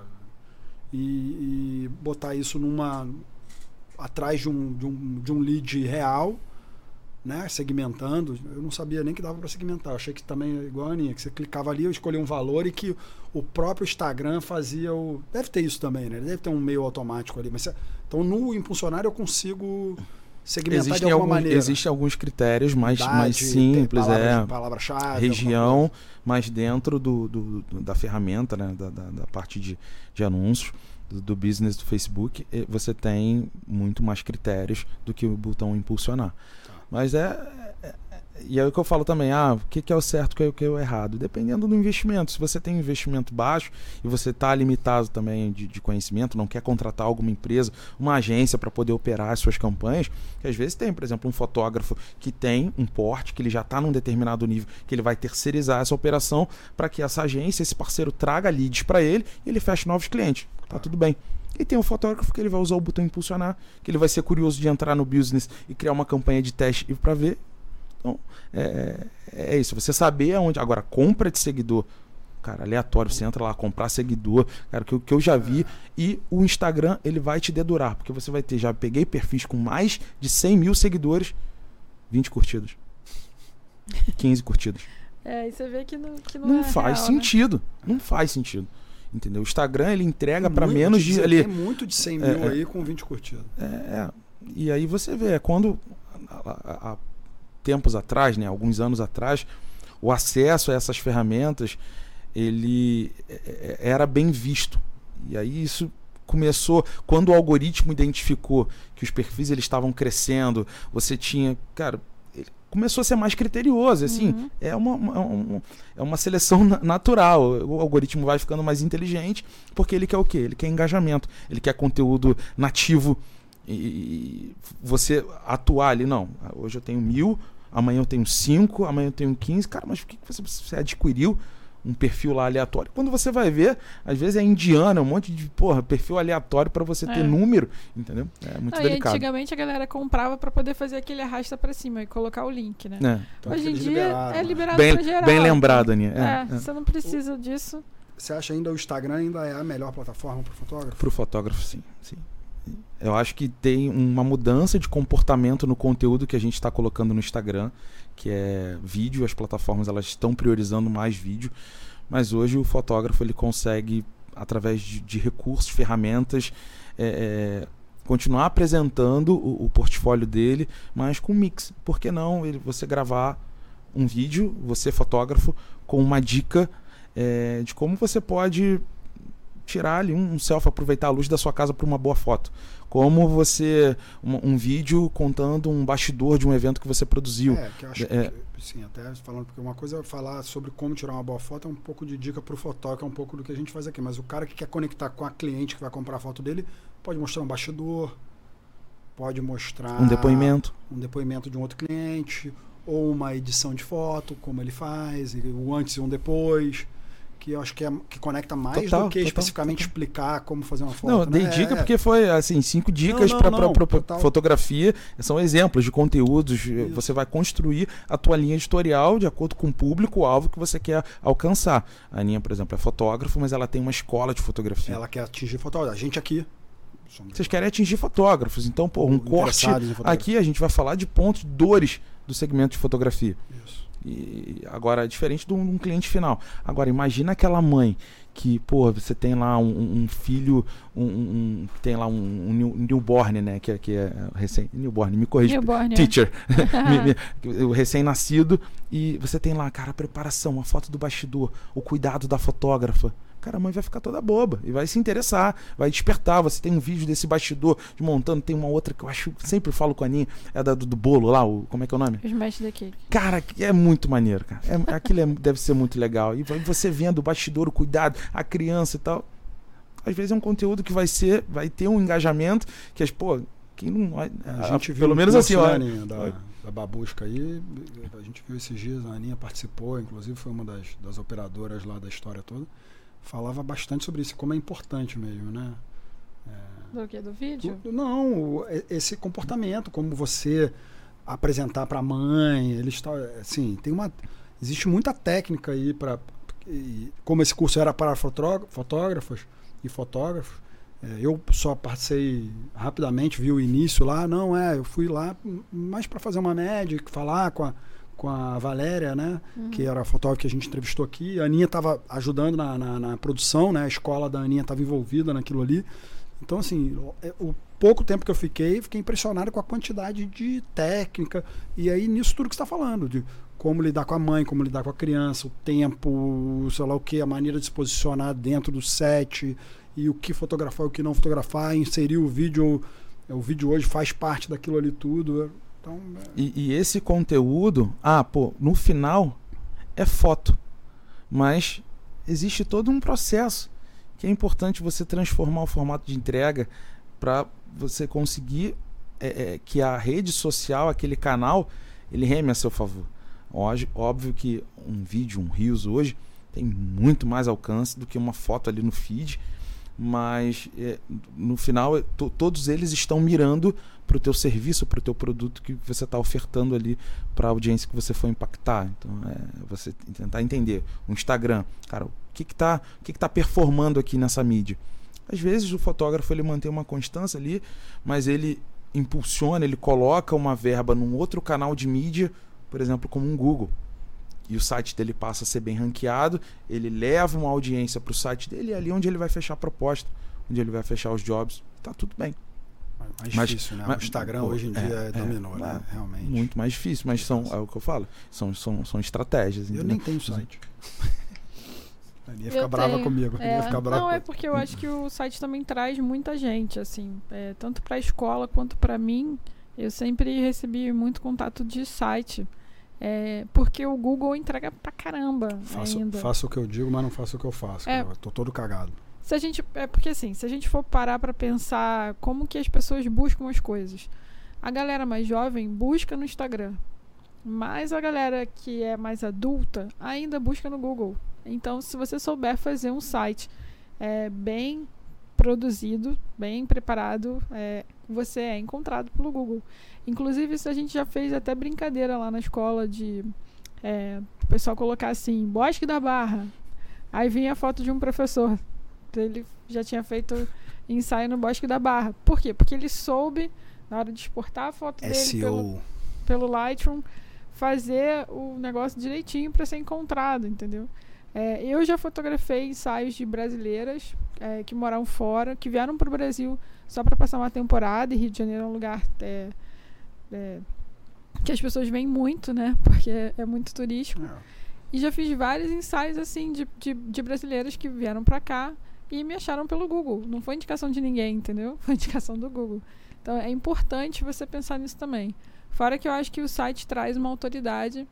E botar isso atrás de um lead real, né, segmentando. Eu não sabia nem que dava para segmentar. Eu achei que também, igual a Aninha, que você clicava ali, eu escolhia um valor e que o próprio Instagram fazia o... Deve ter isso também, né? Deve ter um meio automático ali. Então, no impulsionário eu consigo segmentar de alguma maneira. Existem alguns critérios mais simples, palavra-chave, região, mas dentro da ferramenta, né, da parte de anúncios, do business do Facebook, você tem muito mais critérios do que o botão impulsionar. Mas e aí o que eu falo também, o que é o certo, o que é o errado? Dependendo do investimento. Se você tem um investimento baixo e você está limitado também de conhecimento, não quer contratar alguma empresa, uma agência para poder operar as suas campanhas, que às vezes tem, por exemplo, um fotógrafo que tem um porte, que ele já está num determinado nível, que ele vai terceirizar essa operação para que essa agência, esse parceiro, traga leads para ele e ele feche novos clientes. Tá tudo bem. E tem um fotógrafo que ele vai usar o botão impulsionar, que ele vai ser curioso de entrar no business e criar uma campanha de teste e para ver. Então, é isso. Você saber aonde... Agora, compra de seguidor, cara, aleatório. Você entra lá, comprar seguidor, cara, que eu já vi. E o Instagram, ele vai te dedurar, porque você vai ter... Já peguei perfis com mais de 100 mil seguidores, 20 curtidas. 15 curtidas. E você vê que não faz real, sentido. Né? Não faz sentido. Entendeu? O Instagram, ele entrega para menos de... ali. Tem muito de 100 mil aí com 20 curtidas. E aí você vê, quando... há tempos atrás, né, alguns anos atrás, o acesso a essas ferramentas, ele era bem visto. E aí isso começou, quando o algoritmo identificou que os perfis eles estavam crescendo, você tinha, cara, começou a ser mais criterioso, assim, é uma seleção natural. O algoritmo vai ficando mais inteligente porque ele quer o quê? Ele quer engajamento, ele quer conteúdo nativo e você atuar ali, não, hoje eu tenho 1.000, amanhã eu tenho 5, amanhã eu tenho 15, cara, mas por que você adquiriu um perfil lá aleatório? Quando você vai ver, às vezes é indiano, um monte de perfil aleatório para você ter número, entendeu? É muito delicado. E antigamente a galera comprava para poder fazer aquele arrasta para cima e colocar o link, né? Então, hoje em dia é liberado bem, pra geral. Bem lembrado, Aninha. Você não precisa disso. Você acha ainda o Instagram ainda é a melhor plataforma para o fotógrafo? Para o fotógrafo, sim. Eu acho que tem uma mudança de comportamento no conteúdo que a gente está colocando no Instagram, que é vídeo. As plataformas elas estão priorizando mais vídeo, mas hoje o fotógrafo ele consegue, através de recursos, ferramentas, continuar apresentando o portfólio dele, mas com mix. Por que não você gravar um vídeo, você fotógrafo, com uma dica de como você pode tirar ali um selfie, aproveitar a luz da sua casa para uma boa foto. Como você... Um vídeo contando um bastidor de um evento que você produziu. Que eu acho que, sim, até falando, porque uma coisa é falar sobre como tirar uma boa foto, é um pouco de dica para o fotógrafo, é um pouco do que a gente faz aqui. Mas o cara que quer conectar com a cliente que vai comprar a foto dele, pode mostrar um bastidor, pode mostrar... Um depoimento. Um depoimento de um outro cliente, ou uma edição de foto, como ele faz, o antes e um depois... que eu acho que conecta mais do que especificamente explicar como fazer uma foto. Não, dei dica porque foi assim, 5 dicas para fotografia, são exemplos de conteúdos. Isso. Você vai construir a tua linha editorial de acordo com o público-alvo que você quer alcançar. A Aninha, por exemplo, é fotógrafo, mas ela tem uma escola de fotografia. Ela quer atingir fotógrafo. A gente aqui... Vocês querem atingir fotógrafos, então, um corte aqui, a gente vai falar de pontos, dores do segmento de fotografia. Isso. E agora é diferente de um cliente final. Agora imagina aquela mãe que, você tem lá um filho, tem lá um newborn, né? Que é recém... Newborn, me corrija. Newborn, teacher. O recém-nascido. E você tem lá, cara, a preparação, a foto do bastidor, o cuidado da fotógrafa. Cara, a mãe vai ficar toda boba e vai se interessar, vai despertar. Você tem um vídeo desse bastidor de montando, tem uma outra que eu acho, sempre falo com a Aninha, é do bolo lá, como é que é o nome? Os Smash the Cake. Cara, é muito maneiro, cara. Aquilo deve ser muito legal. E você vendo o bastidor, o cuidado, a criança e tal. Às vezes é um conteúdo que vai ter um engajamento que quem não... A gente viu pelo menos assim, da Babusca aí, a gente viu esses dias, a Aninha participou, inclusive foi uma das operadoras lá da história toda. Falava bastante sobre isso, como é importante mesmo, né? Do que? Do vídeo? Não, esse comportamento, como você apresentar para a mãe, assim, existe muita técnica aí como esse curso era para fotógrafos e fotógrafos, eu só passei rapidamente, vi o início lá, eu fui lá mais para fazer uma média, falar com a Valéria, né? Que era a fotógrafa que a gente entrevistou aqui. A Aninha estava ajudando na produção, né? A escola da Aninha estava envolvida naquilo ali. Então, assim, o pouco tempo que eu fiquei impressionado com a quantidade de técnica. E aí, nisso tudo que você está falando, de como lidar com a mãe, como lidar com a criança, o tempo, sei lá o que, a maneira de se posicionar dentro do set, e o que fotografar e o que não fotografar, inserir o vídeo hoje faz parte daquilo ali tudo. Então, e esse conteúdo, no final é foto, mas existe todo um processo que é importante você transformar o formato de entrega para você conseguir que a rede social, aquele canal, ele reme a seu favor. Óbvio que um vídeo, um Reels hoje tem muito mais alcance do que uma foto ali no feed, mas no final todos eles estão mirando para o teu serviço, para o teu produto que você está ofertando ali para a audiência que você for impactar. Então você tentar entender o Instagram, cara, o que tá performando aqui nessa mídia. Às vezes o fotógrafo ele mantém uma constância ali, mas ele impulsiona, ele coloca uma verba num outro canal de mídia, por exemplo, como um Google. E o site dele passa a ser bem ranqueado, ele leva uma audiência para o site dele, e é ali onde ele vai fechar a proposta, onde ele vai fechar os jobs, tá tudo bem. Mais difícil, né? O Instagram hoje em dia dominou, né? Realmente. Muito mais difícil, mas é o que eu falo, são estratégias. Eu entendeu? nem tenho site. ia ficar brava comigo. Ia ficar brava. Não, é porque eu acho que o site também traz muita gente, assim, tanto para a escola quanto para mim. Eu sempre recebi muito contato de site, porque o Google entrega pra caramba ainda. Faço o que eu digo, mas não faço o que eu faço. Eu tô todo cagado. Porque assim, se a gente for parar para pensar como que as pessoas buscam as coisas, a galera mais jovem busca no Instagram, mas a galera que é mais adulta ainda busca no Google. Então, se você souber fazer um site bem produzido, bem preparado, você é encontrado pelo Google. Inclusive, isso a gente já fez até brincadeira lá na escola de o pessoal colocar assim, Bosque da Barra. Aí vinha a foto de um professor. Ele já tinha feito ensaio no Bosque da Barra. Por quê? Porque ele soube, na hora de exportar a foto dele pelo Lightroom, fazer o negócio direitinho para ser encontrado, entendeu? Eu já fotografei ensaios de brasileiras que moravam fora, que vieram para o Brasil só para passar uma temporada, e Rio de Janeiro é um lugar que as pessoas vêm muito, né? Porque é muito turístico. E já fiz vários ensaios assim de brasileiras que vieram para cá e me acharam pelo Google. Não foi indicação de ninguém, entendeu? Foi indicação do Google. Então é importante você pensar nisso também. Fora que eu acho que o site traz uma autoridade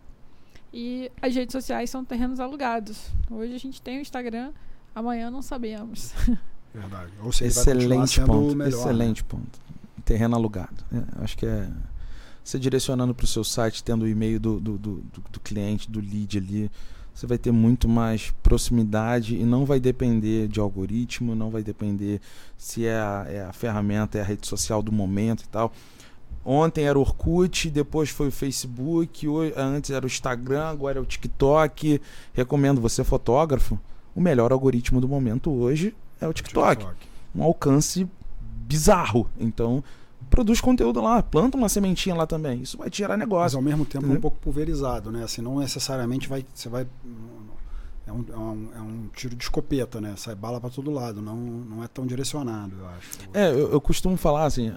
e as redes sociais são terrenos alugados. Hoje a gente tem o Instagram, amanhã não sabemos. Verdade. Ou seja, excelente ponto. Melhor, excelente ponto. Terreno alugado. Acho que você direcionando para o seu site, tendo o e-mail do cliente, do lead ali, você vai ter muito mais proximidade e não vai depender de algoritmo, não vai depender se a ferramenta, é a rede social do momento e tal. Ontem era o Orkut, depois foi o Facebook, antes era o Instagram, agora é o TikTok. Recomendo você, fotógrafo, o melhor algoritmo do momento hoje é o TikTok. Um alcance bizarro. Então, produz conteúdo lá, planta uma sementinha lá também. Isso vai te gerar negócio. Mas ao mesmo tempo um pouco pulverizado, né? Assim, não necessariamente você vai... É um tiro de escopeta, né? Sai bala para todo lado, não é tão direcionado, eu acho. Eu costumo falar assim,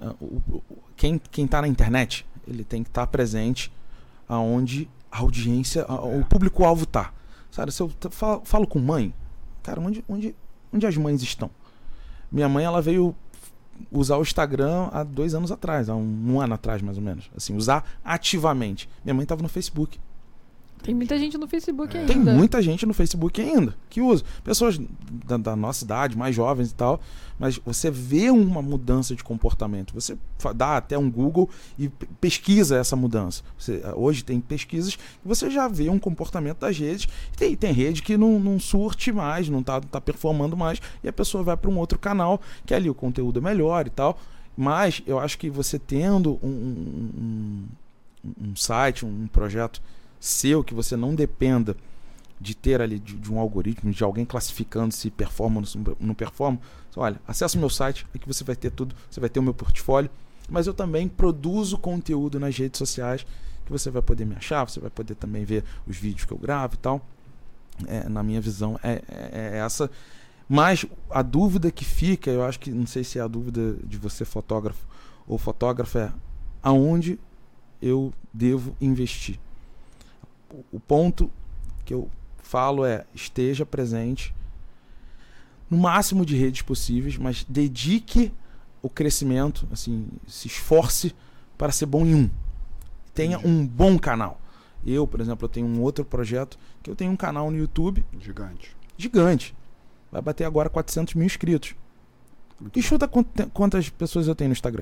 quem tá na internet, ele tem que estar presente aonde a audiência, o público-alvo tá. Sabe, se eu falo com mãe, cara, onde as mães estão? Minha mãe, ela veio usar o Instagram há 2 anos atrás, há um ano atrás mais ou menos, assim, usar ativamente. Minha mãe estava no Facebook. Tem muita gente no Facebook ainda. Tem muita gente no Facebook ainda que usa. Pessoas da nossa idade, mais jovens e tal. Mas você vê uma mudança de comportamento. Você dá até um Google e pesquisa essa mudança. Hoje tem pesquisas que você já vê um comportamento das redes. Tem rede que não surte mais, não tá performando mais. E a pessoa vai para um outro canal, que ali o conteúdo é melhor e tal. Mas eu acho que você tendo um site, um projeto seu, que você não dependa de ter ali de um algoritmo, de alguém classificando se performa ou não performa. Olha, acessa o meu site, aqui você vai ter tudo, você vai ter o meu portfólio, mas eu também produzo conteúdo nas redes sociais, que você vai poder me achar, você vai poder também ver os vídeos que eu gravo e tal. Na minha visão é essa. Mas a dúvida que fica, eu acho que, não sei se é a dúvida de você, fotógrafo ou fotógrafa, é aonde eu devo investir. O ponto que eu falo esteja presente no máximo de redes possíveis, mas dedique o crescimento, assim, se esforce para ser bom em um. Tenha um bom canal. Eu, por exemplo, eu tenho um outro projeto que eu tenho um canal no YouTube gigante. Vai bater agora 400 mil inscritos. E chuta quantas pessoas eu tenho no Instagram?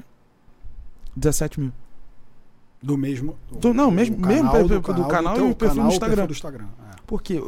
17 mil. Do mesmo. Do canal e o perfil do Instagram. Porque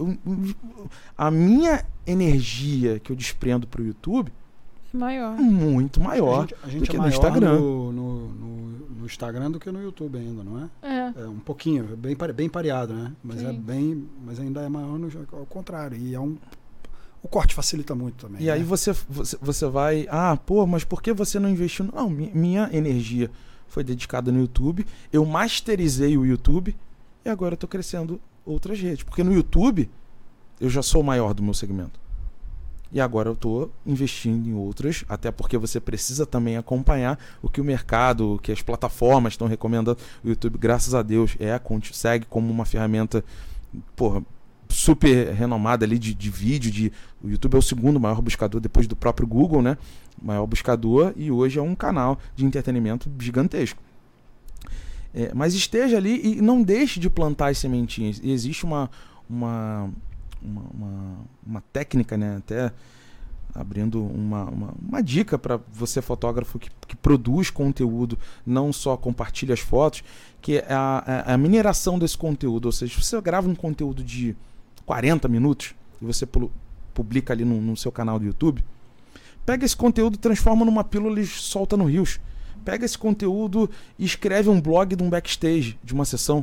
a minha energia que eu desprendo pro YouTube maior. Muito maior a gente do que é no Instagram. No Instagram do que no YouTube ainda, não é? É um pouquinho, bem pareado, né? Mas mas ainda é maior ao contrário. E o corte facilita muito também. E aí você vai, mas por que você não investiu? Não, minha energia foi dedicada no YouTube, eu masterizei o YouTube e agora eu estou crescendo outras redes. Porque no YouTube eu já sou o maior do meu segmento. E agora eu estou investindo em outras, até porque você precisa também acompanhar o que o mercado, o que as plataformas estão recomendando. O YouTube, graças a Deus, segue como uma ferramenta super renomada ali de vídeo. O YouTube é o segundo maior buscador depois do próprio Google, né? Maior buscador, e hoje é um canal de entretenimento gigantesco. Mas esteja ali e não deixe de plantar as sementinhas. E existe uma técnica, né? Até abrindo uma dica para você, fotógrafo que produz conteúdo, não só compartilha as fotos, que é a mineração desse conteúdo. Ou seja, se você grava um conteúdo de 40 minutos e você publica ali no seu canal do YouTube, pega esse conteúdo, transforma numa pílula e solta no Reels. Pega esse conteúdo e escreve um blog de um backstage, de uma sessão.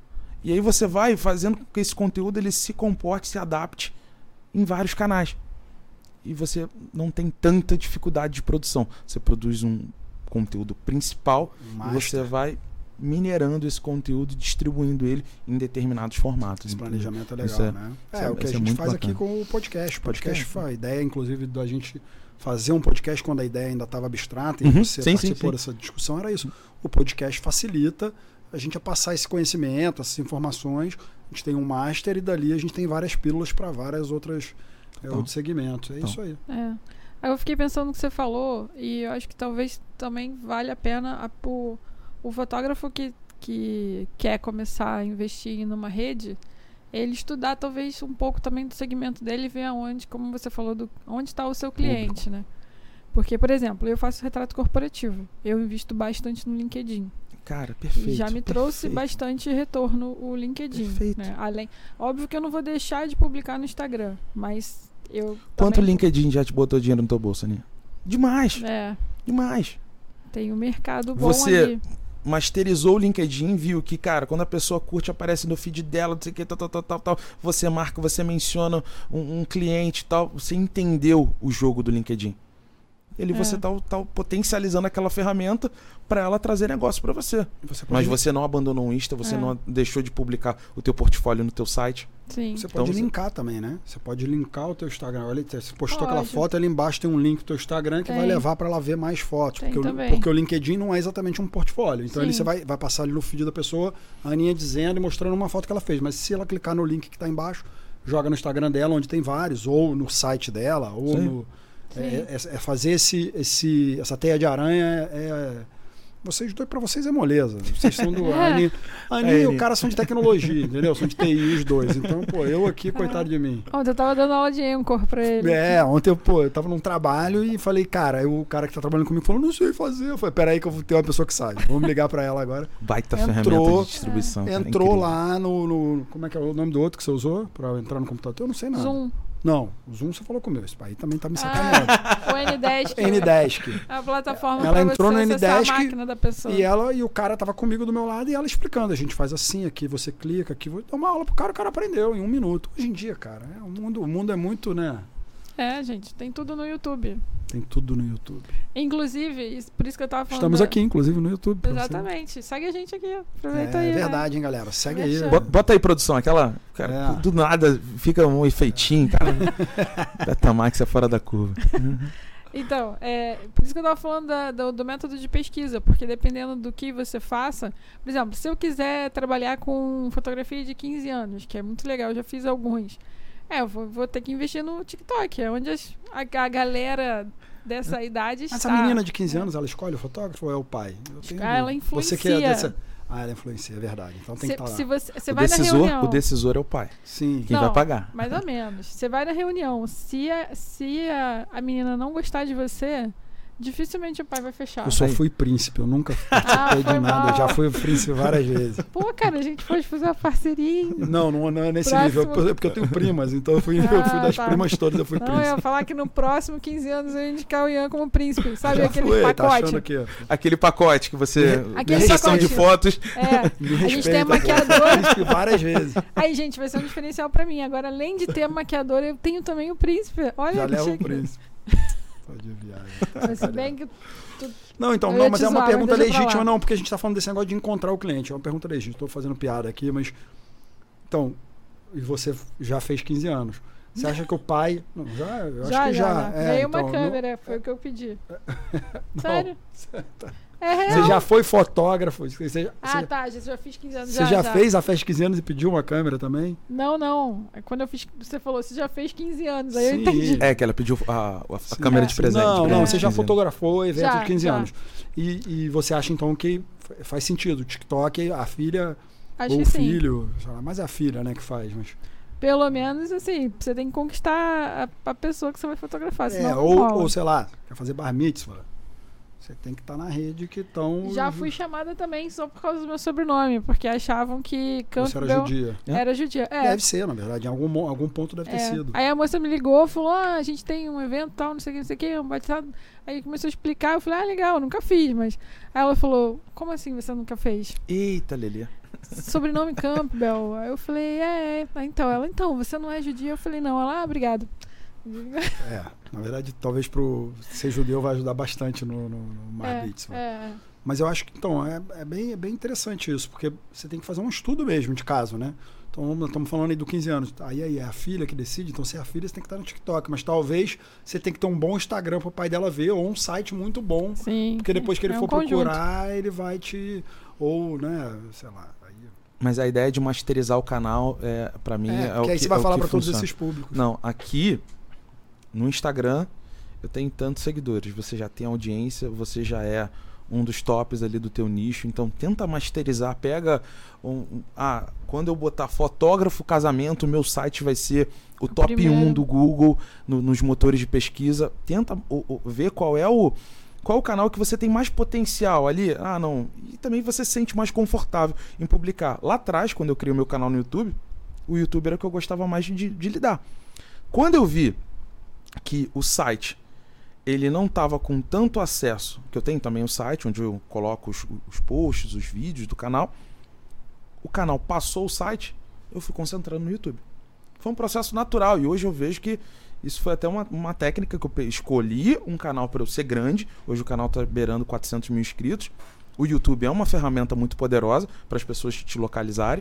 E aí você vai fazendo com que esse conteúdo ele se comporte, se adapte em vários canais. E você não tem tanta dificuldade de produção. Você produz um conteúdo principal e você vai minerando esse conteúdo e distribuindo ele em determinados formatos. Esse planejamento é legal, né? O que a gente faz aqui com o podcast. O podcast foi a ideia, inclusive, da gente fazer um podcast quando a ideia ainda estava abstrata e você participou dessa discussão, era isso. O podcast facilita a gente a passar esse conhecimento, essas informações. A gente tem um master e dali a gente tem várias pílulas para várias outros segmentos. Isso aí. Aí eu fiquei pensando no que você falou e eu acho que talvez também vale a pena o fotógrafo que quer começar a investir numa rede, ele estudar talvez um pouco também do segmento dele e ver aonde, como você falou, onde está o seu cliente, né? Porque, por exemplo, eu faço retrato corporativo. Eu invisto bastante no LinkedIn. Cara, perfeito. Já me trouxe bastante retorno o LinkedIn. Perfeito. Né? Óbvio que eu não vou deixar de publicar no Instagram, mas eu... Quanto o LinkedIn já te botou dinheiro no teu bolso, Aninha? Demais. Demais. Tem um mercado bom Você ali. masterizou o LinkedIn, viu que, cara, quando a pessoa curte, aparece no feed dela, não sei o que, tal, você marca, você menciona um cliente e tal, você entendeu o jogo do LinkedIn. Você tá potencializando aquela ferramenta para ela trazer negócio para você. Mas você não abandonou o Insta, você não deixou de publicar o teu portfólio no teu site. Sim. Você pode linkar também, né? Você pode linkar o teu Instagram. Olha, você postou aquela foto, ali embaixo tem um link do teu Instagram que vai levar para ela ver mais fotos. Porque o LinkedIn não é exatamente um portfólio. Então ali você vai passar ali no feed da pessoa, a Aninha dizendo e mostrando uma foto que ela fez. Mas se ela clicar no link que está embaixo, joga no Instagram dela, onde tem vários, ou no site dela, ou no... fazer essa teia de aranha vocês dois, pra vocês é moleza. Vocês são do Aninha e o cara são de tecnologia, entendeu? São de TI os dois. Então, eu aqui, coitado de mim. Ontem eu tava dando aula de Anchor pra ele. Ontem eu tava num trabalho e falei, cara, aí o cara que tá trabalhando comigo falou, não sei fazer. Eu falei, peraí que eu vou ter uma pessoa que sabe. Vamos ligar pra ela agora. Baita ferramenta de distribuição. Entrou lá no... Como é que é o nome do outro que você usou pra entrar no computador? Eu não sei nada. Zoom. Não, o Zoom você falou comigo. Esse aí também tá me sacaneando. O Ndesk. Ndesk. A plataforma ela entrou no Ndesk a máquina da pessoa. E o cara tava comigo do meu lado e ela explicando. A gente faz assim, aqui você clica, aqui vou dar uma aula pro cara, o cara aprendeu em 1 minuto. Hoje em dia, cara, o mundo é muito, né? Gente, tem tudo no YouTube. Tem tudo no YouTube. Inclusive, por isso que eu tava falando... Estamos aqui, inclusive, no YouTube. Exatamente. Segue a gente aqui. Aproveita aí. É verdade, hein, galera. Segue aí. Bota aí, produção. Aquela... Cara, do nada fica um efeitinho, cara. Betamax é fora da curva. Então, por isso que eu tava falando do método de pesquisa. Porque dependendo do que você faça... Por exemplo, se eu quiser trabalhar com fotografia de 15 anos, que é muito legal, eu já fiz alguns... eu vou ter que investir no TikTok, é onde a galera dessa idade está. Essa menina de 15 anos, ela escolhe o fotógrafo ou é o pai? Ela influencia. Você que é ela influencia, é verdade. Então tem que estar lá. Se você vai na reunião... O decisor é o pai. Sim. Quem vai pagar. Mais ou menos. Você vai na reunião, se a menina não gostar de você... Dificilmente o pai vai fechar. Eu só fui príncipe, eu nunca participei de nada. Já fui príncipe várias vezes. Pô, cara, a gente pode fazer uma parceria. Não é nesse nível. Porque eu tenho primas, então eu fui das primas todas, eu fui príncipe. Eu ia falar que no próximo 15 anos eu ia indicar o Ian como príncipe. Sabe aquele pacote? Tá achando aqui, aquele pacote que você... Aquele sessão pacote. De fotos. A gente tem a maquiadora. Várias vezes. Aí, gente, vai ser um diferencial pra mim. Agora, além de ter a maquiadora, eu tenho também o príncipe. Olha, já leva o príncipe. De viagem. Mas se bem que mas é uma pergunta legítima, não, porque a gente tá falando desse negócio de encontrar o cliente. É uma pergunta legítima. Estou fazendo piada aqui, mas... Então, e você já fez 15 anos. Você acha que o pai... Não, eu acho Já. que já. Ganhei uma então, câmera, foi o que eu pedi. Não, Sério? Tá. É real. Você já foi fotógrafo? Tá, já fiz 15 anos. Você já fez a festa de 15 anos e pediu uma câmera também? Não. Quando eu fiz, você falou, você já fez 15 anos, aí eu Sim. entendi. É, que ela pediu a câmera de presente. Não, você já 15 anos. fotografou evento de 15 Já. anos. E você acha então que faz sentido? O TikTok, a filha Acho ou que o sim. filho, sei lá, mas é a filha, né, que faz. Mas... Pelo menos, assim, você tem que conquistar a pessoa que você vai fotografar, senão não rola. ou sei lá, quer fazer bar mitzvah. Você tem que estar na rede que estão... Já fui chamada também só por causa do meu sobrenome, porque achavam que Você era Campbell judia. era judia. Deve ser, na verdade. Em algum ponto deve ter sido. Aí a moça me ligou, falou, a gente tem um evento tal, não sei o que, um batizado. Aí começou a explicar, eu falei, legal, nunca fiz, mas... Aí ela falou, como assim você nunca fez? Eita, Lelê. Sobrenome Campbell. Aí eu falei, então. Ela, então, você não é judia? Eu falei, não. Ela, obrigado. Na verdade, talvez ser judeu vai ajudar bastante no Bar Mitzvah. Mas eu acho que, então, é bem interessante isso, porque você tem que fazer um estudo mesmo de caso, né? Então, estamos falando aí do 15 anos. Aí é a filha que decide, então se é a filha, você tem que estar no TikTok. Mas talvez você tem que ter um bom Instagram para o pai dela ver, ou um site muito bom. Sim. Porque depois que ele for conjunto. procurar, ele vai te... Ou, né, sei lá... Mas a ideia de masterizar o canal, pra mim, é o que aí você vai falar para todos funciona. esses públicos. Não, aqui no Instagram eu tenho tantos seguidores, você já tem audiência, você já é um dos tops ali do teu nicho, então tenta masterizar, pega quando eu botar fotógrafo casamento, o meu site vai ser o top primeiro. 1 do Google nos motores de pesquisa, tenta ver qual é o canal que você tem mais potencial ali. E também você se sente mais confortável em publicar. Lá atrás, quando eu criei o meu canal no YouTube, o YouTube era o que eu gostava mais de lidar. Quando eu vi que o site ele não estava com tanto acesso, que eu tenho também o site onde eu coloco os posts, os vídeos do canal, o canal passou o site, eu fui concentrando no YouTube. Foi um processo natural e hoje eu vejo que isso foi até uma técnica que eu escolhi um canal para eu ser grande. Hoje o canal está beirando 400 mil inscritos. O YouTube é uma ferramenta muito poderosa para as pessoas te localizarem.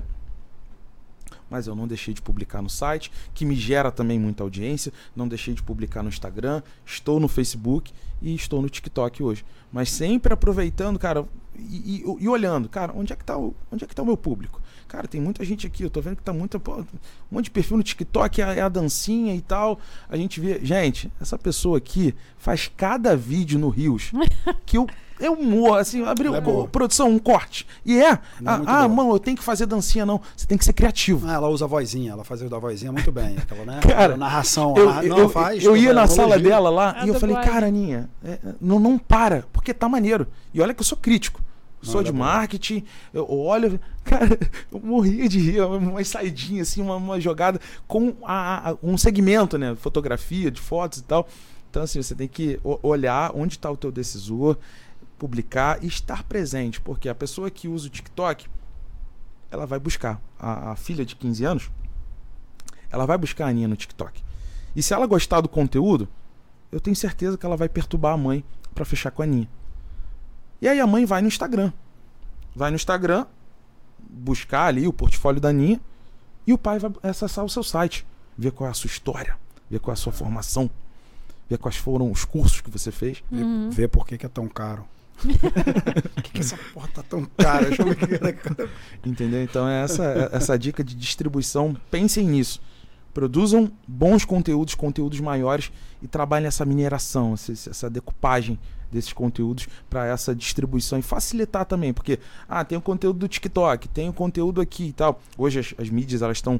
Mas eu não deixei de publicar no site, que me gera também muita audiência. Não deixei de publicar no Instagram. Estou no Facebook e estou no TikTok hoje. Mas sempre aproveitando, cara, e olhando, cara, onde é que tá o meu público? Cara, tem muita gente aqui, eu tô vendo que tá um monte de perfil no TikTok, é a dancinha e tal. A gente vê, gente, essa pessoa aqui faz cada vídeo no Reels que eu morro, assim, abriu produção, um corte. E mano, eu tenho que fazer dancinha, não. Você tem que ser criativo. Ela usa a vozinha, ela faz da vozinha muito bem. Aquela, né? Cara, a narração. Eu ia na sala dela lá e eu falei, dublagem. cara, Aninha, não para, porque tá maneiro. E olha que eu sou crítico. Sou de marketing, eu olho, cara, eu morria de rir, uma saidinha assim, uma jogada com um segmento, né, fotografia, de fotos e tal. Então assim, você tem que olhar onde está o teu decisor, publicar e estar presente, porque a pessoa que usa o TikTok, ela vai buscar, a filha de 15 anos, ela vai buscar a Aninha no TikTok. E se ela gostar do conteúdo, eu tenho certeza que ela vai perturbar a mãe para fechar com a Aninha. E aí a mãe vai no Instagram. Vai no Instagram, buscar ali o portfólio da Aninha, e o pai vai acessar o seu site, ver qual é a sua história, ver qual é a sua formação, ver quais foram os cursos que você fez. Ver por que é tão caro. Por que essa porra tá tão cara? Deixa eu ver. Entendeu? Então é essa dica de distribuição. Pensem nisso. Produzam bons conteúdos maiores e trabalhem essa mineração, essa decupagem desses conteúdos para essa distribuição e facilitar também, porque tem o conteúdo do TikTok, tem o conteúdo aqui e tal. Hoje as mídias elas estão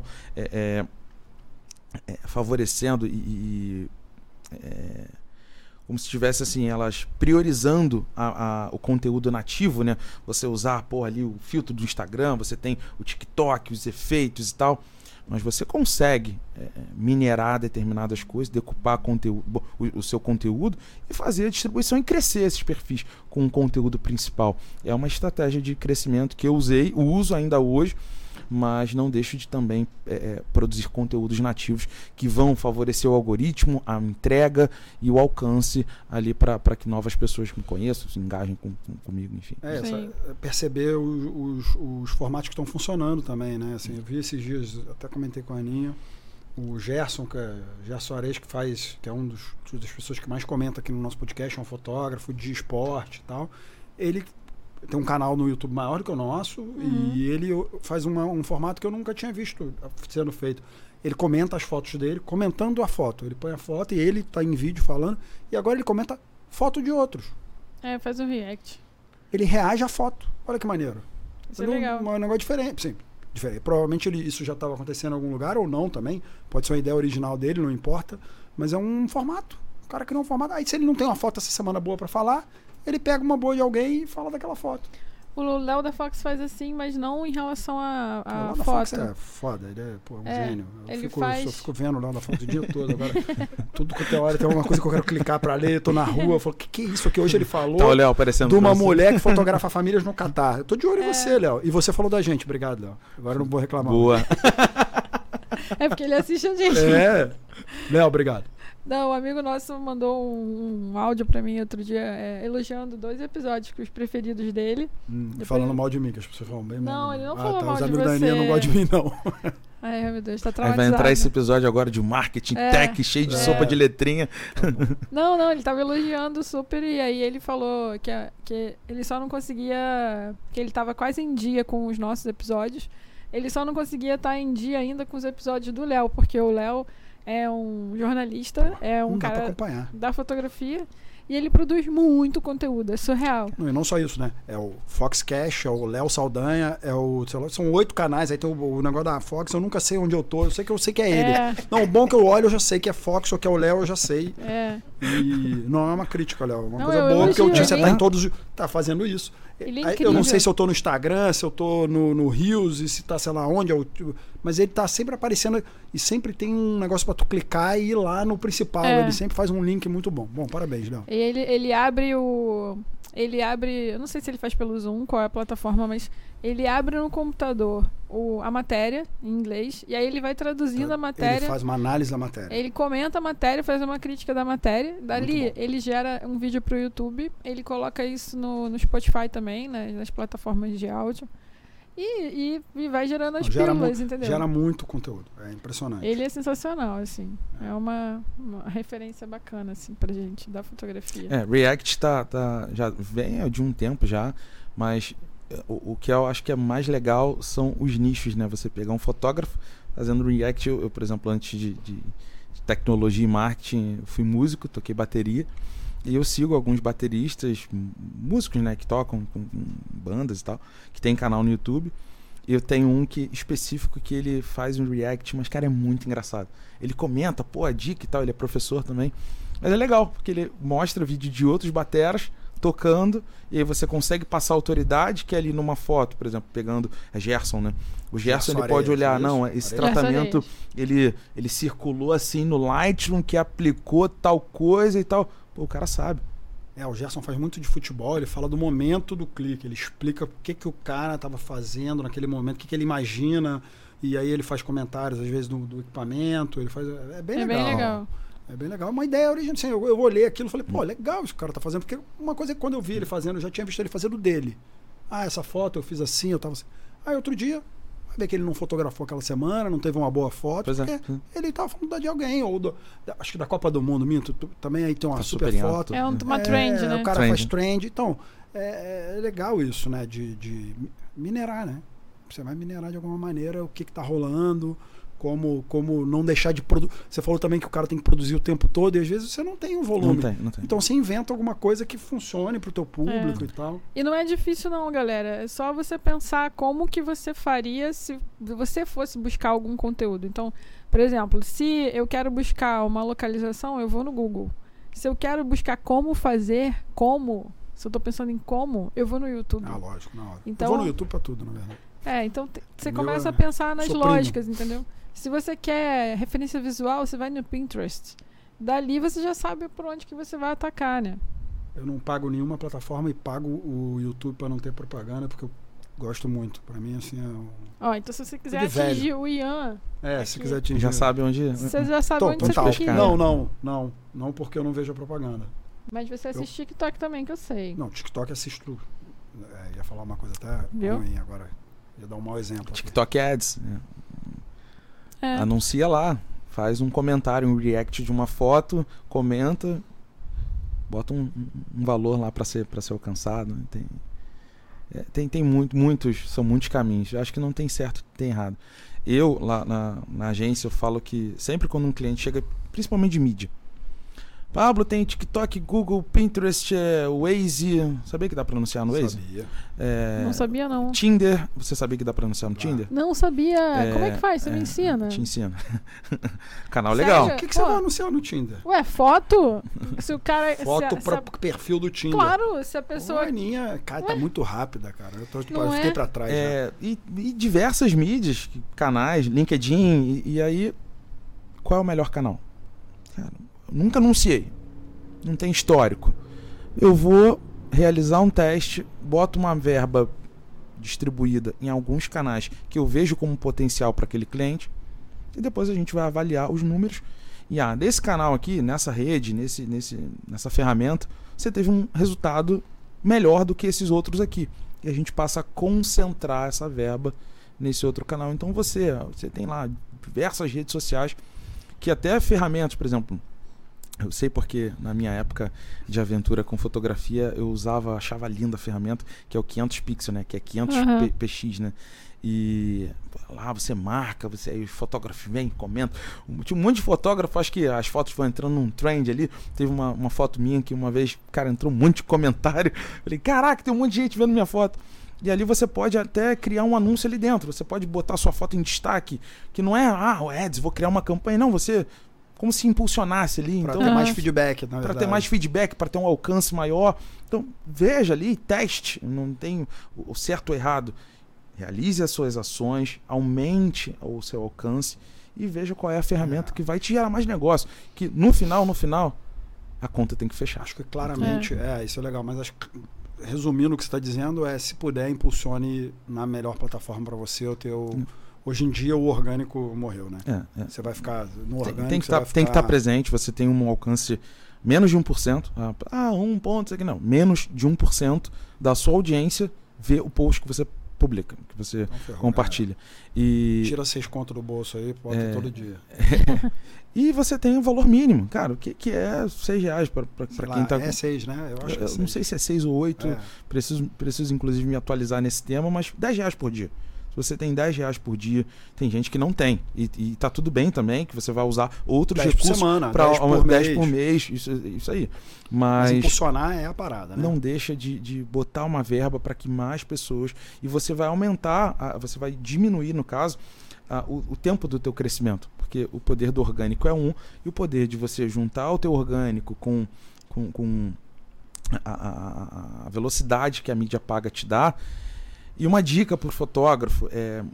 favorecendo como se estivesse assim, elas priorizando o conteúdo nativo, né? Você usar ali o filtro do Instagram, você tem o TikTok, os efeitos e tal. Mas você consegue minerar determinadas coisas, decupar o seu conteúdo e fazer a distribuição e crescer esses perfis com um conteúdo principal. É uma estratégia de crescimento que eu uso ainda hoje, mas não deixo de também produzir conteúdos nativos que vão favorecer o algoritmo, a entrega e o alcance ali para que novas pessoas me conheçam, se engajem comigo, enfim. Perceber os formatos que estão funcionando também, né? Assim, eu vi esses dias, até comentei com a Aninha, o Gerson, Gerson Ares, que é das pessoas que mais comenta aqui no nosso podcast, é um fotógrafo de esporte e tal. Ele tem um canal no YouTube maior do que o nosso e ele faz um formato que eu nunca tinha visto sendo feito. Ele comenta as fotos dele, comentando a foto. Ele põe a foto e ele tá em vídeo falando, e agora ele comenta foto de outros. Faz um react. Ele reage à foto. Olha que maneiro. Isso é legal. Um negócio diferente, sim. Diferente. Provavelmente isso já estava acontecendo em algum lugar ou não também. Pode ser uma ideia original dele, não importa. Mas é um formato. O cara criou um formato. Aí se ele não tem uma foto essa semana boa para falar, ele pega uma boa de alguém e fala daquela foto. O Léo da Fox faz assim, mas não em relação a foto. O Fox é foda, ele é um gênio. Eu fico vendo o Léo da Fox o dia todo agora. Tudo que tem hora, tem alguma coisa que eu quero clicar pra ler, eu tô na rua, eu falo, que é isso aqui? Hoje ele falou tá o Léo aparecendo de uma mulher que fotografa famílias no Catar. Eu tô de olho em você, Léo. E você falou da gente, obrigado, Léo. Agora eu não vou reclamar. Boa. É porque ele assiste a gente. Léo, obrigado. Não, um amigo nosso mandou um áudio pra mim outro dia, elogiando 2 episódios, os preferidos dele. Falando mal de mim, que as pessoas falam bem mal. Não, ele não falou mal os de amigos você. da Aninha não gostam de mim, não. Ai, meu Deus, tá Aí traumatizado. vai entrar esse episódio agora de marketing tech, cheio de sopa de letrinha. Não, ele tava elogiando super, e aí ele falou que ele só não conseguia, que ele tava quase em dia com os nossos episódios, ele só não conseguia estar em dia ainda com os episódios do Léo, porque o Léo é um jornalista, é um cara da fotografia, e ele produz muito conteúdo, é surreal. Não, e não só isso, né? É o Foxcast, é o Léo Saldanha, são 8 canais, aí tem o negócio da Fox, eu nunca sei onde eu tô, eu sei que é ele. Não, o bom que eu olho, eu já sei que é Fox ou que é o Léo, eu já sei. E não é uma crítica, Léo, é uma coisa boa, porque o dia você tá em todos, tá fazendo isso. Ele é incrível. Eu não sei se eu tô no Instagram, se eu tô no Reels, e se tá, sei lá onde, mas ele tá sempre aparecendo e sempre tem um negócio pra tu clicar e ir lá no principal. Ele sempre faz um link muito bom. Bom, parabéns, Léo. E ele abre eu não sei se ele faz pelo Zoom, qual é a plataforma, mas ele abre no computador a matéria em inglês, e aí ele vai traduzindo a matéria. Ele faz uma análise da matéria. Ele comenta a matéria, faz uma crítica da matéria. Dali ele gera um vídeo pro YouTube, ele coloca isso no Spotify também, né, nas plataformas de áudio. E vai gerando as pílulas, entendeu? Gera muito conteúdo, é impressionante. Ele é sensacional, assim. É uma referência bacana, assim, pra gente, da fotografia. React já vem de um tempo já, mas o que eu acho que é mais legal são os nichos, né? Você pegar um fotógrafo fazendo React. Eu por exemplo, antes de tecnologia e marketing, eu fui músico, toquei bateria. E eu sigo alguns bateristas, músicos, né, que tocam com bandas e tal, que tem canal no YouTube. E eu tenho um específico que ele faz um react, mas, cara, é muito engraçado. Ele comenta, a dica e tal, ele é professor também. Mas é legal, porque ele mostra vídeo de outros bateras tocando, e aí você consegue passar a autoridade, que é ali numa foto, por exemplo, pegando Gerson, né? O Gerson, ele pode olhar, esse tratamento, ele circulou assim no Lightroom, que aplicou tal coisa e tal. O cara sabe. O Gerson faz muito de futebol, ele fala do momento do clique, ele explica o que o cara estava fazendo naquele momento, o que ele imagina, e aí ele faz comentários, às vezes, do equipamento, ele faz... É bem legal. É bem legal. É uma ideia original. Assim, eu olhei aquilo e falei, legal isso que o cara tá fazendo, porque uma coisa é que quando eu vi ele fazendo, eu já tinha visto ele fazendo dele. Essa foto eu fiz assim, eu tava assim. Aí outro dia, vai ver que ele não fotografou aquela semana, não teve uma boa foto, porque ele tava falando de alguém, acho que da Copa do Mundo, também aí tem uma super foto. É uma trend, né? O cara faz trend. Então, é legal isso, né? De minerar, né? Você vai minerar de alguma maneira o que tá rolando, como não deixar de produzir. Você falou também que o cara tem que produzir o tempo todo e às vezes você não tem um volume. Não tem. Então você inventa alguma coisa que funcione pro teu público e tal. E não é difícil não, galera. É só você pensar como que você faria se você fosse buscar algum conteúdo. Então, por exemplo, se eu quero buscar uma localização, eu vou no Google. Se eu quero buscar como fazer, se eu tô pensando em como, eu vou no YouTube. Lógico, na hora. Então, eu vou no YouTube pra tudo, na verdade. Então você começa a pensar nas lógicas, entendeu? Se você quer referência visual, você vai no Pinterest. Dali você já sabe por onde que você vai atacar, né? Eu não pago nenhuma plataforma e pago o YouTube para não ter propaganda, porque eu gosto muito. Para mim, assim, então se você quiser atingir o Ian... se quiser atingir... Já sabe onde... Você já sabe onde você tem que ir. Não, porque eu não vejo a propaganda. Mas você assiste TikTok também, que eu sei. Não, TikTok assisto... ia falar uma coisa até ruim agora. Ia dar um mau exemplo. TikTok Ads. Anuncia lá. faz um comentário, um react de uma foto, comenta, bota um valor lá para ser alcançado. Tem muitos, são muitos caminhos. Eu acho que não tem certo, tem errado. Eu, lá na agência, eu falo que sempre quando um cliente chega, principalmente de mídia, Pablo, tem TikTok, Google, Pinterest, Waze. Sabia que dá pra anunciar no Waze? Sabia. Não sabia, não. Tinder. Você sabia que dá pra anunciar no Tinder? Não sabia. Como é que faz? Você me ensina? Te ensino. Canal Sério? legal. O que você vai anunciar no Tinder? Ué, foto? Se o cara... Foto para perfil do Tinder. Claro, se a pessoa... A Aninha, cara, tá muito rápida, cara. Eu Não fiquei é? pra trás. E diversas mídias, canais, LinkedIn. E aí, qual é o melhor canal? Cara, nunca anunciei. Não tem histórico. Eu vou realizar um teste, boto uma verba distribuída em alguns canais que eu vejo como potencial para aquele cliente e depois a gente vai avaliar os números. E nesse canal aqui, nessa rede, nessa ferramenta, você teve um resultado melhor do que esses outros aqui. E a gente passa a concentrar essa verba nesse outro canal. Então você tem lá diversas redes sociais que até ferramentas, por exemplo, eu sei porque na minha época de aventura com fotografia eu achava linda a ferramenta, que é o 500 pixels, né? Que é 500 px, né? E lá você marca, aí os fotógrafos vêm, comentam. Tinha um monte de fotógrafo, acho que as fotos vão entrando num trend ali. Teve uma foto minha que uma vez, cara, entrou um monte de comentário. Falei, caraca, tem um monte de gente vendo minha foto. E ali você pode até criar um anúncio ali dentro. Você pode botar sua foto em destaque, que não é, o ads, vou criar uma campanha. Não, você... como se impulsionasse ali. Para Então, ter mais feedback, na verdade. Para ter mais feedback, para ter um alcance maior. Então, veja ali, teste. Não tem o certo ou errado. Realize as suas ações, aumente o seu alcance e veja qual é a ferramenta que vai te gerar mais negócio. Que no final, a conta tem que fechar. Acho que claramente, isso é legal. Mas acho que, resumindo o que você está dizendo, se puder, impulsione na melhor plataforma para você o teu... Hoje em dia o orgânico morreu, né? Você vai ficar no orgânico. Tem que estar presente, você tem um alcance menos de 1%. 1 ponto, isso aqui não. Menos de 1% da sua audiência vê o post que você publica, que você compartilha. E... Tira 6 conto do bolso aí, bota todo dia. E você tem um valor mínimo, cara, o que é R$6 para quem tá... É 6, né? Eu acho que é 6. Não sei se é 6 ou 8, preciso inclusive me atualizar nesse tema, mas R$10 por dia. Se você tem R$10 por dia, tem gente que não tem. E tá tudo bem também, que você vai usar outros 10 recursos para 10 por mês. Isso aí. Mas impulsionar é a parada, né? Não deixa de botar uma verba para que mais pessoas... E você vai aumentar, você vai diminuir, no caso, o tempo do teu crescimento. Porque o poder do orgânico é e o poder de você juntar o teu orgânico com a velocidade que a mídia paga te dá. E uma dica para o fotógrafo,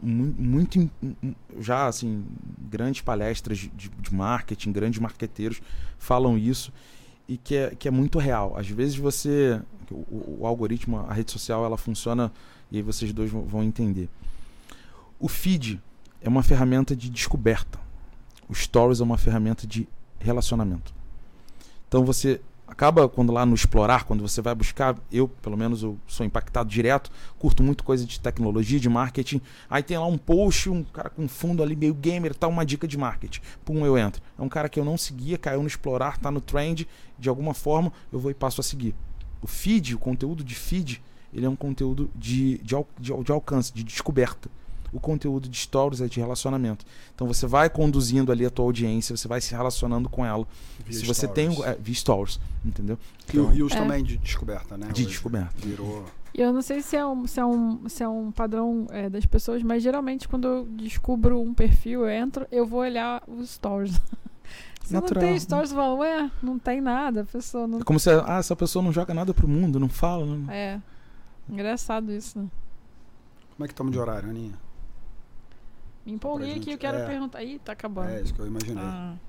já assim, grandes palestras de marketing, grandes marqueteiros falam isso, e que é muito real. Às vezes o algoritmo, a rede social, ela funciona, e aí vocês dois vão entender. O feed é uma ferramenta de descoberta. O Stories é uma ferramenta de relacionamento. Então você... acaba quando lá no explorar, quando você vai buscar, pelo menos eu sou impactado direto, curto muito coisa de tecnologia, de marketing, aí tem lá um post, um cara com fundo ali meio gamer, tá, uma dica de marketing, eu entro. É um cara que eu não seguia, caiu no explorar, tá no trend, de alguma forma eu vou e passo a seguir. O feed, o conteúdo de feed, ele é um conteúdo de alcance, de descoberta. O conteúdo de stories é de relacionamento. Então você vai conduzindo ali a tua audiência, você vai se relacionando com ela. Se você tem via stories, entendeu? E o Reels também de descoberta, né? De descoberta. Virou. E eu não sei se é um padrão das pessoas, mas geralmente quando eu descubro um perfil, eu entro, eu vou olhar os stories. Se natural, não tem stories, eu falo, não tem nada, a pessoa não... É como se essa pessoa não joga nada pro mundo, não fala. Não... engraçado isso, né? Como é que estamos de horário, Aninha? Me empolguei aqui, eu quero perguntar. Ih, tá acabando. É isso que eu imaginei.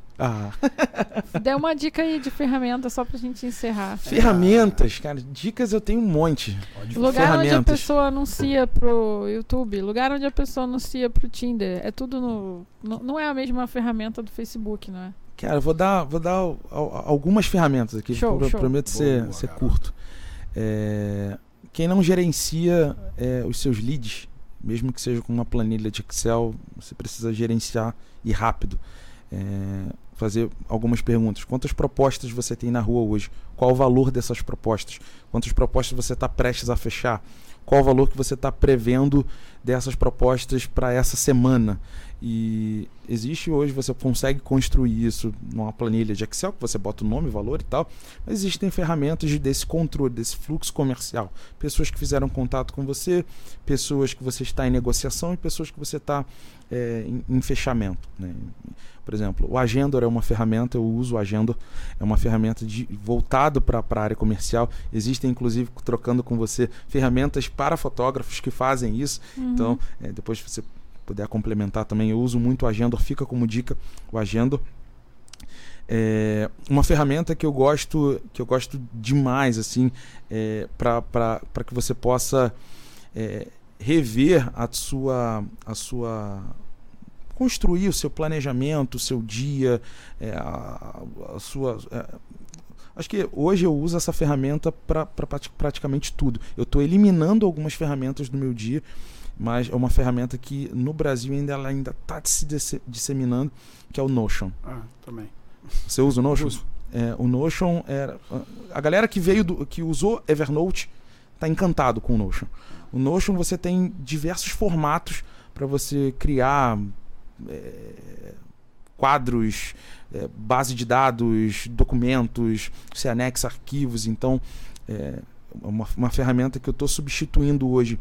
Dê uma dica aí de ferramenta só pra gente encerrar. Ferramentas, cara, dicas eu tenho um monte. Lugar onde a pessoa anuncia pro YouTube, lugar onde a pessoa anuncia pro Tinder, é tudo não é a mesma ferramenta do Facebook, não é? Cara, eu vou dar algumas ferramentas aqui, prometo ser curto. Quem não gerencia os seus leads, mesmo que seja com uma planilha de Excel, você precisa gerenciar e rápido. fazer algumas perguntas. Quantas propostas você tem na rua hoje? Qual o valor dessas propostas? Quantas propostas você está prestes a fechar? Qual o valor que você está prevendo dessas propostas para essa semana? E existe hoje, você consegue construir isso numa planilha de Excel, que você bota o nome, o valor e tal, mas existem ferramentas desse controle, desse fluxo comercial. Pessoas que fizeram contato com você, pessoas que você está em negociação e pessoas que você está em fechamento, né? Por exemplo, o Agendor é uma ferramenta, eu uso o Agendor, é uma ferramenta voltado para a área comercial. Existem, inclusive, trocando com você, ferramentas para fotógrafos que fazem isso. Então, depois se você puder complementar também, eu uso muito o Agendor, fica como dica o Agendor. Uma ferramenta que eu gosto demais, assim, para que você possa rever a sua construir o seu planejamento, o seu dia, a sua... acho que hoje eu uso essa ferramenta para praticamente tudo. Eu estou eliminando algumas ferramentas do meu dia, mas é uma ferramenta que no Brasil ela ainda está se disseminando, que é o Notion. Também. Você usa o Notion? Uso. O Notion era... A galera que usou Evernote está encantado com o Notion. O Notion você tem diversos formatos para você criar quadros, base de dados, documentos, você anexa arquivos. Então, é uma ferramenta que eu estou substituindo hoje.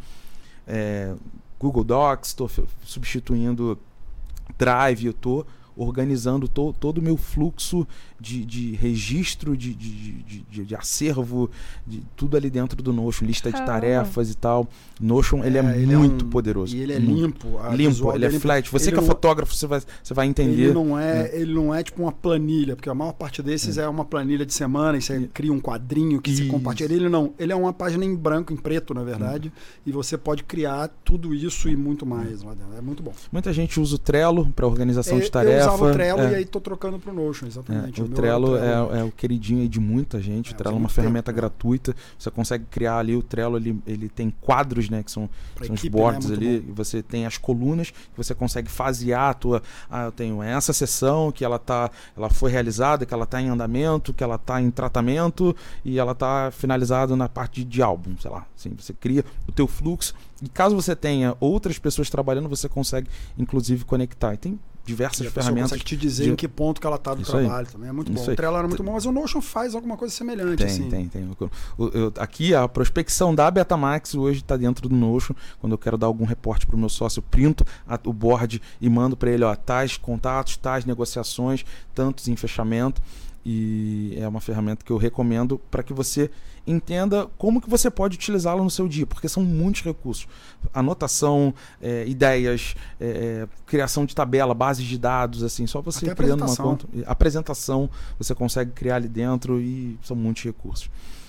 Google Docs, estou substituindo Drive, eu estou organizando todo o meu fluxo de registro, de acervo, de tudo ali dentro do Notion, lista de tarefas e tal. Notion, ele é muito poderoso. E ele é limpo. Ele é flat. Você que é fotógrafo, você vai entender. Ele não é tipo uma planilha, porque a maior parte desses é uma planilha de semana, e você cria um quadrinho que se compartilha. Ele é uma página em branco, em preto, na verdade, e você pode criar tudo isso e muito mais lá dentro. É muito bom. Muita gente usa o Trello para organização de tarefas. Eu usava o Trello e aí tô trocando pro Notion, exatamente. O Trello é o queridinho aí de muita gente. O Trello é uma ferramenta gratuita. Você consegue criar ali o Trello, ele tem quadros, né, que são os boards, né, ali. Bom. Você tem as colunas que você consegue fasear a tua... eu tenho essa sessão que ela foi realizada, que ela está em andamento, que ela está em tratamento e ela está finalizada na parte de álbum, sei lá. Assim, você cria o teu fluxo e caso você tenha outras pessoas trabalhando, você consegue inclusive conectar. E tem diversas ferramentas. Consegue te dizer em que ponto que ela está do trabalho também. É muito bom. O Trello era muito bom, mas o Notion faz alguma coisa semelhante. Tem. Aqui a prospecção da Betamax hoje está dentro do Notion. Quando eu quero dar algum reporte para o meu sócio, eu printo o board e mando para ele, tais contatos, tais negociações, tantos em fechamento. E é uma ferramenta que eu recomendo para que você entenda como que você pode utilizá-la no seu dia, porque são muitos recursos. Anotação, ideias, criação de tabela, bases de dados, assim, só você criando uma conta. Apresentação você consegue criar ali dentro e são muitos recursos.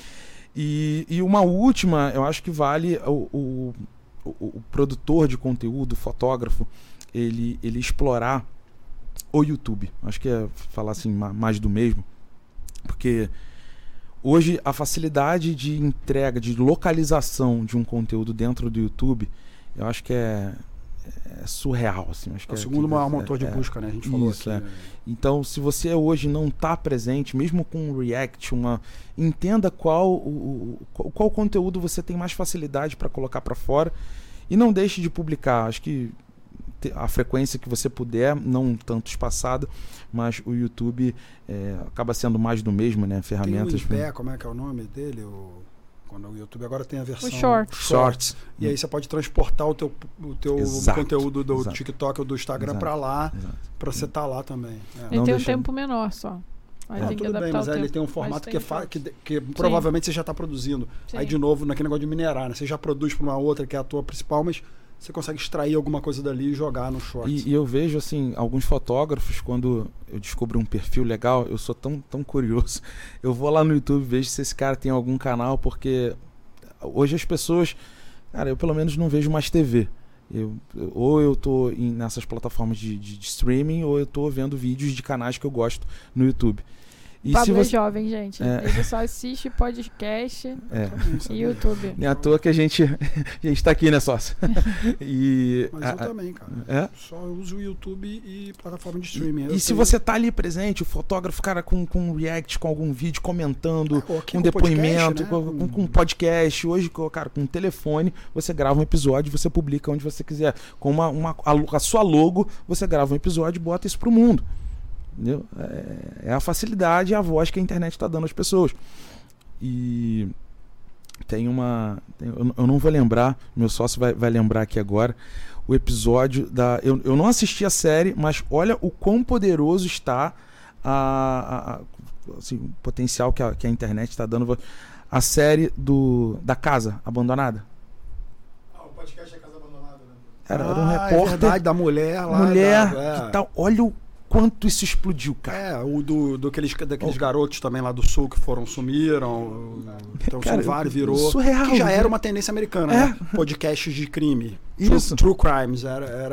E uma última, eu acho que vale o produtor de conteúdo, o fotógrafo, ele explorar o YouTube. Acho que é falar assim mais do mesmo, porque hoje a facilidade de entrega, de localização de um conteúdo dentro do YouTube, eu acho que é surreal. Assim. Acho que é o segundo maior motor de busca, né? A gente falou aqui. Então, se você hoje não está presente, mesmo com o React, entenda qual conteúdo você tem mais facilidade para colocar para fora e não deixe de publicar. Acho que a frequência que você puder, não tanto espaçada, mas o YouTube acaba sendo mais do mesmo, né? Ferramentas. Tem o IPE, como é que é o nome dele? Quando o YouTube agora tem a versão Shorts. E aí você pode transportar o teu conteúdo do TikTok ou do Instagram para lá, para você estar lá também. Ele tem um tempo menor só. Tudo bem, mas ele tem um formato que provavelmente você já está produzindo. Sim. Aí, de novo, naquele negócio de minerar, né? Você já produz para uma outra que é a tua principal, mas você consegue extrair alguma coisa dali e jogar no Shorts. E eu vejo, assim, alguns fotógrafos, quando eu descubro um perfil legal, eu sou tão curioso. Eu vou lá no YouTube e vejo se esse cara tem algum canal, porque hoje as pessoas... Cara, eu pelo menos não vejo mais TV. Ou eu tô nessas plataformas de streaming, ou eu tô vendo vídeos de canais que eu gosto no YouTube. E Pablo se você... é jovem, gente. Ele só assiste podcast e YouTube. Nem à toa que a gente tá aqui, né, sócio? Mas eu também, cara. Só uso o YouTube e plataforma de streaming. E se você tá ali presente, o fotógrafo, cara, com react, com algum vídeo, comentando, com depoimento, podcast, né? com podcast. Hoje, cara, com um telefone, você grava um episódio, você publica onde você quiser. Com a sua logo, você grava um episódio e bota isso pro mundo. Entendeu? É a facilidade e a voz que a internet está dando às pessoas. E eu não vou lembrar, meu sócio vai lembrar aqui agora, o episódio da... Eu não assisti a série, mas olha o quão poderoso está assim, o potencial que a internet está dando. A série da Casa Abandonada. O podcast é Casa Abandonada, né? Era um repórter. É verdade, da mulher lá. Que tal? Olha o quanto isso explodiu, cara. Daqueles garotos também lá do sul que sumiram. Então, cara, são vários, virou. Surreal, que já era uma tendência americana, né? Podcasts de crime. Isso. True Crimes.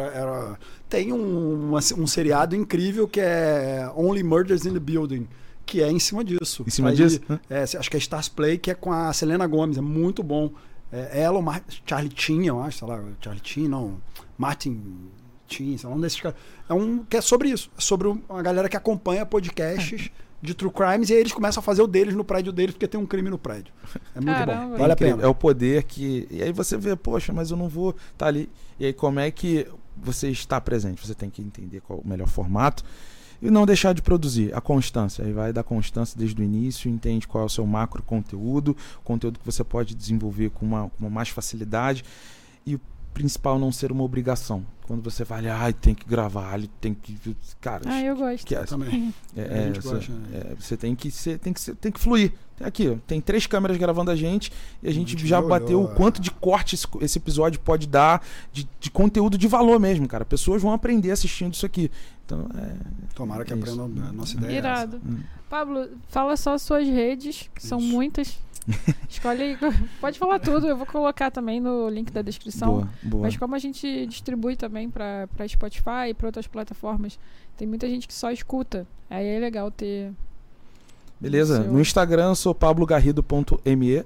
Tem um seriado incrível que é Only Murders in the Building, que é em cima disso. Em cima disso? Acho que é Stars Play, que é com a Selena Gomez. É muito bom. Ela, o Charlie Sheen, eu acho, sei lá. Charlie Sheen, não. Martin... Um desses caras. Que é sobre isso. É sobre uma galera que acompanha podcasts de true crimes e aí eles começam a fazer o deles no prédio deles porque tem um crime no prédio. É muito bom. Vale a pena. É o poder que... E aí você vê, poxa, mas eu não vou estar ali. E aí como é que você está presente? Você tem que entender qual o melhor formato e não deixar de produzir. A constância. Aí vai da constância desde o início, entende qual é o seu macro conteúdo que você pode desenvolver com uma mais facilidade. E o principal não ser uma obrigação. Quando você vai, tem que gravar, tem que... Cara, eu gosto. Também. Você tem que fluir. Aqui, ó, tem 3 câmeras gravando a gente e a gente já bateu o quanto de corte esse episódio pode dar de conteúdo de valor mesmo, cara. Pessoas vão aprender assistindo isso aqui. Então, tomara que aprendam a nossa ideia. Irado. Pablo, fala só suas redes, que são muitas. Escolhe aí, pode falar tudo, eu vou colocar também no link da descrição. Boa. Mas como a gente distribui também para Spotify e para outras plataformas, tem muita gente que só escuta. Aí é legal ter. Beleza, no Instagram eu sou pablogarrido.me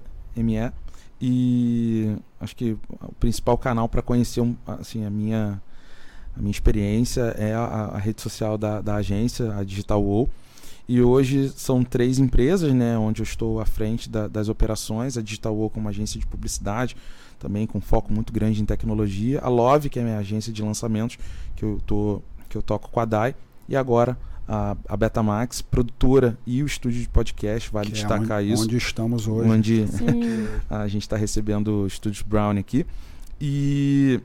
e acho que o principal canal para conhecer assim, a minha experiência é a rede social da agência, a Digital Wall. E hoje são 3 empresas, né, onde eu estou à frente das operações. A Digital Wall como agência de publicidade, também com foco muito grande em tecnologia. A Love, que é a minha agência de lançamentos, que eu toco com a Dai. E agora a Betamax, produtora, e o estúdio de podcast, vale destacar isso. Onde estamos hoje. Onde a gente está recebendo o Estúdios Brown aqui. E...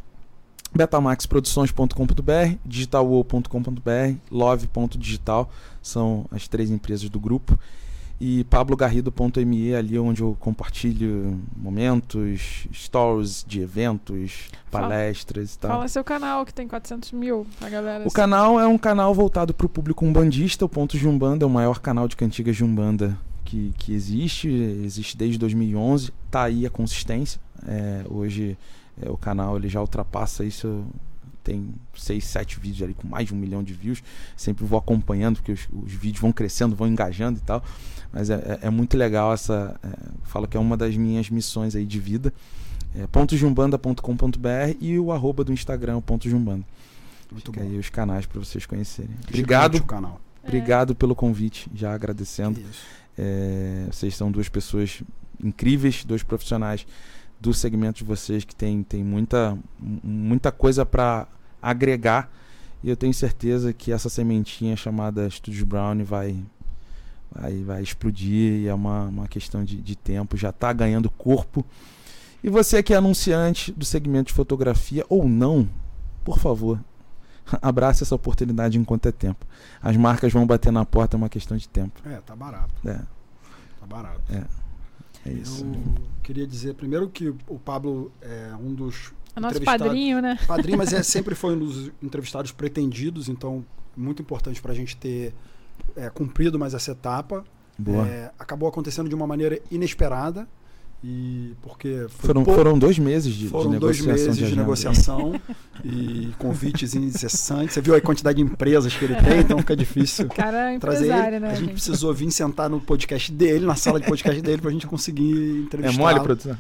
betamaxproduções.com.br, digitalwall.com.br, love.digital são as 3 empresas do grupo, e pablogarrido.me, ali onde eu compartilho momentos, stories de eventos, palestras e tal. Fala seu canal, que tem 400 mil pra galera. O canal é um canal voltado para o público umbandista. O Ponto de Umbanda é o maior canal de cantigas de Umbanda que existe desde 2011. Tá aí a consistência. Hoje o canal ele já ultrapassa isso, tem 6, 7 vídeos ali com mais de 1 milhão de views. Sempre vou acompanhando porque os vídeos vão crescendo, vão engajando e tal, mas é muito legal falo que é uma das minhas missões aí de vida. Pontojumbanda.com.br e o @ do Instagram, Pontojumbanda. Fica aí os canais para vocês conhecerem. Obrigado pelo convite, já agradecendo. Vocês são 2 pessoas incríveis, 2 profissionais do segmento de vocês que tem muita coisa para agregar, e eu tenho certeza que essa sementinha chamada Estúdios Brown vai explodir, e é uma questão de tempo, já está ganhando corpo. E você que é anunciante do segmento de fotografia ou não, por favor, abrace essa oportunidade enquanto é tempo. As marcas vão bater na porta, é uma questão de tempo. Tá barato. Tá barato. É isso. Eu queria dizer primeiro que o Pablo é um dos nosso padrinho, né? Padrinho, mas sempre foi um dos entrevistados pretendidos, então muito importante para a gente ter cumprido mais essa etapa. Boa. Acabou acontecendo de uma maneira inesperada E porque foram 2 meses de foram negociação. 2 meses de negociação e convites incessantes. Você viu a quantidade de empresas que ele tem, então fica difícil Cara, é trazer empresário, ele. né? A gente precisou vir sentar no podcast dele, na sala de podcast dele, pra gente conseguir entrevistar. É mole, produção?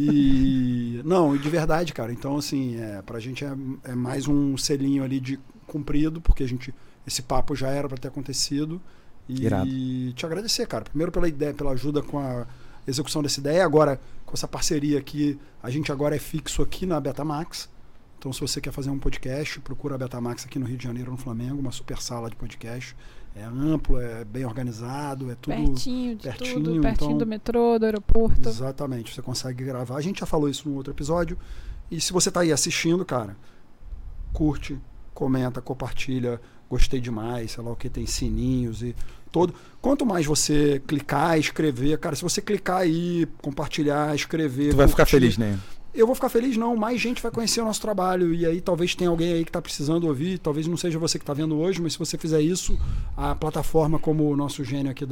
E não, de verdade, cara. Então, assim, pra gente é mais um selinho ali de cumprido, porque esse papo já era pra ter acontecido. Irado. E te agradecer, cara. Primeiro pela ideia, pela ajuda com a execução dessa ideia. Agora, com essa parceria aqui, a gente agora é fixo aqui na Betamax. Então, se você quer fazer um podcast, procura a Betamax aqui no Rio de Janeiro, no Flamengo, uma super sala de podcast. É amplo, é bem organizado, é tudo pertinho de tudo, pertinho então, do metrô, do aeroporto. Exatamente, você consegue gravar. A gente já falou isso no outro episódio. E se você tá aí assistindo, cara, curte, comenta, compartilha, gostei demais, sei lá o que, tem sininhos e todo. Quanto mais você clicar, escrever, cara, se você clicar aí, compartilhar, escrever... Tu vai ficar feliz, né? Eu vou ficar feliz, não. Mais gente vai conhecer o nosso trabalho. E aí talvez tenha alguém aí que está precisando ouvir. Talvez não seja você que está vendo hoje, mas se você fizer isso, a plataforma, como o nosso gênio aqui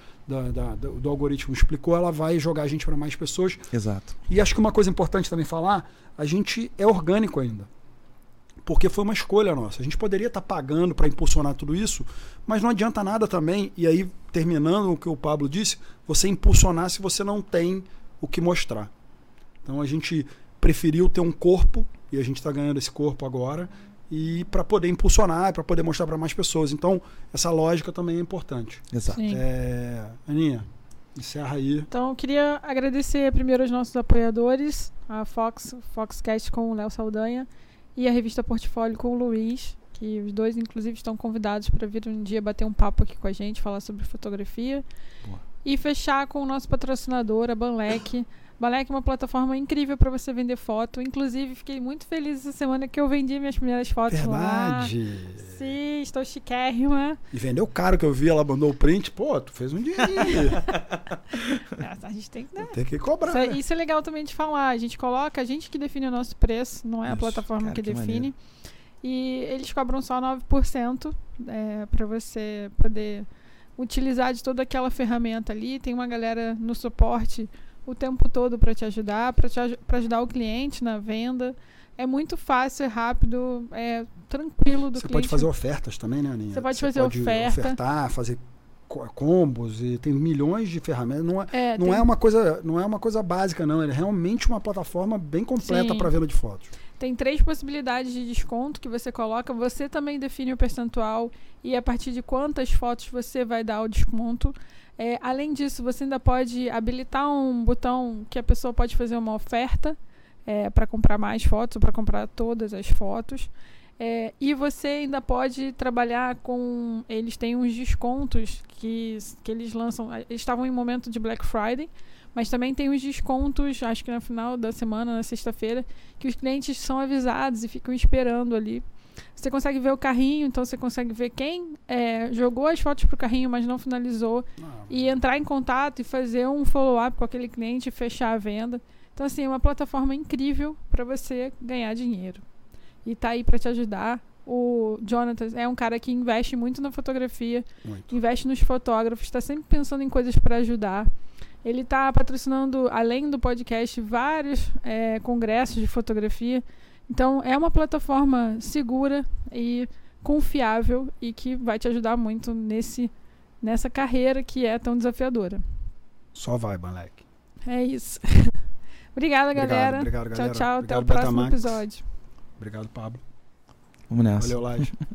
do algoritmo explicou, ela vai jogar a gente para mais pessoas. Exato. E acho que uma coisa importante também falar, a gente é orgânico ainda. Porque foi uma escolha nossa. A gente poderia estar pagando para impulsionar tudo isso, mas não adianta nada também, e aí, terminando o que o Pablo disse, você impulsionar se você não tem o que mostrar. Então a gente preferiu ter um corpo, e a gente está ganhando esse corpo agora, e para poder impulsionar, para poder mostrar para mais pessoas. Então, essa lógica também é importante. Exato. Aninha, encerra aí. Então, eu queria agradecer primeiro aos nossos apoiadores, a Foxcast com o Léo Saldanha e a revista Portfólio com o Luiz, que os dois, inclusive, estão convidados para vir um dia bater um papo aqui com a gente, falar sobre fotografia. Boa. E fechar com o nosso patrocinador, a Banlec. Banlec é uma plataforma incrível para você vender foto. Inclusive, fiquei muito feliz essa semana que eu vendi minhas primeiras fotos Verdade. lá. Sim, estou chiquérrima. E vendeu caro que eu vi, ela mandou o print. Pô, tu fez um dinheirinho. A gente tem que, né? Tem que cobrar. Isso é legal também de falar. A gente que define o nosso preço, não é a plataforma que define. Maneiro. E eles cobram só 9% para você poder utilizar de toda aquela ferramenta ali. Tem uma galera no suporte o tempo todo para te ajudar, para ajudar o cliente na venda. É muito fácil, é rápido, é tranquilo do cliente. Você pode fazer ofertas também, né, Aninha? Você pode fazer oferta. Ofertar, fazer combos, e tem milhões de ferramentas. Não é uma coisa básica, não. É realmente uma plataforma bem completa para venda de fotos. Tem 3 possibilidades de desconto que você coloca. Você também define o percentual e a partir de quantas fotos você vai dar o desconto. Além disso, você ainda pode habilitar um botão que a pessoa pode fazer uma oferta para comprar mais fotos ou para comprar todas as fotos. E você ainda pode trabalhar com... Eles têm uns descontos que eles lançam. Eles estavam em momento de Black Friday, mas também tem uns descontos, acho que no final da semana, na sexta-feira, que os clientes são avisados e ficam esperando ali. Você consegue ver o carrinho, então você consegue ver quem jogou as fotos para o carrinho, mas não finalizou, e entrar em contato e fazer um follow-up com aquele cliente e fechar a venda. Então, assim, é uma plataforma incrível para você ganhar dinheiro. E tá aí para te ajudar. O Jonathan é um cara que investe muito na fotografia, investe nos fotógrafos, está sempre pensando em coisas para ajudar. Ele está patrocinando, além do podcast, vários congressos de fotografia. Então, é uma plataforma segura e confiável e que vai te ajudar muito nessa carreira que é tão desafiadora. Só vai, Banlec. É isso. Obrigada, galera. Obrigado, galera. Tchau, tchau. Obrigado, até o próximo Betamax. episódio. Obrigado, Pablo. Vamos nessa. Valeu, Laje.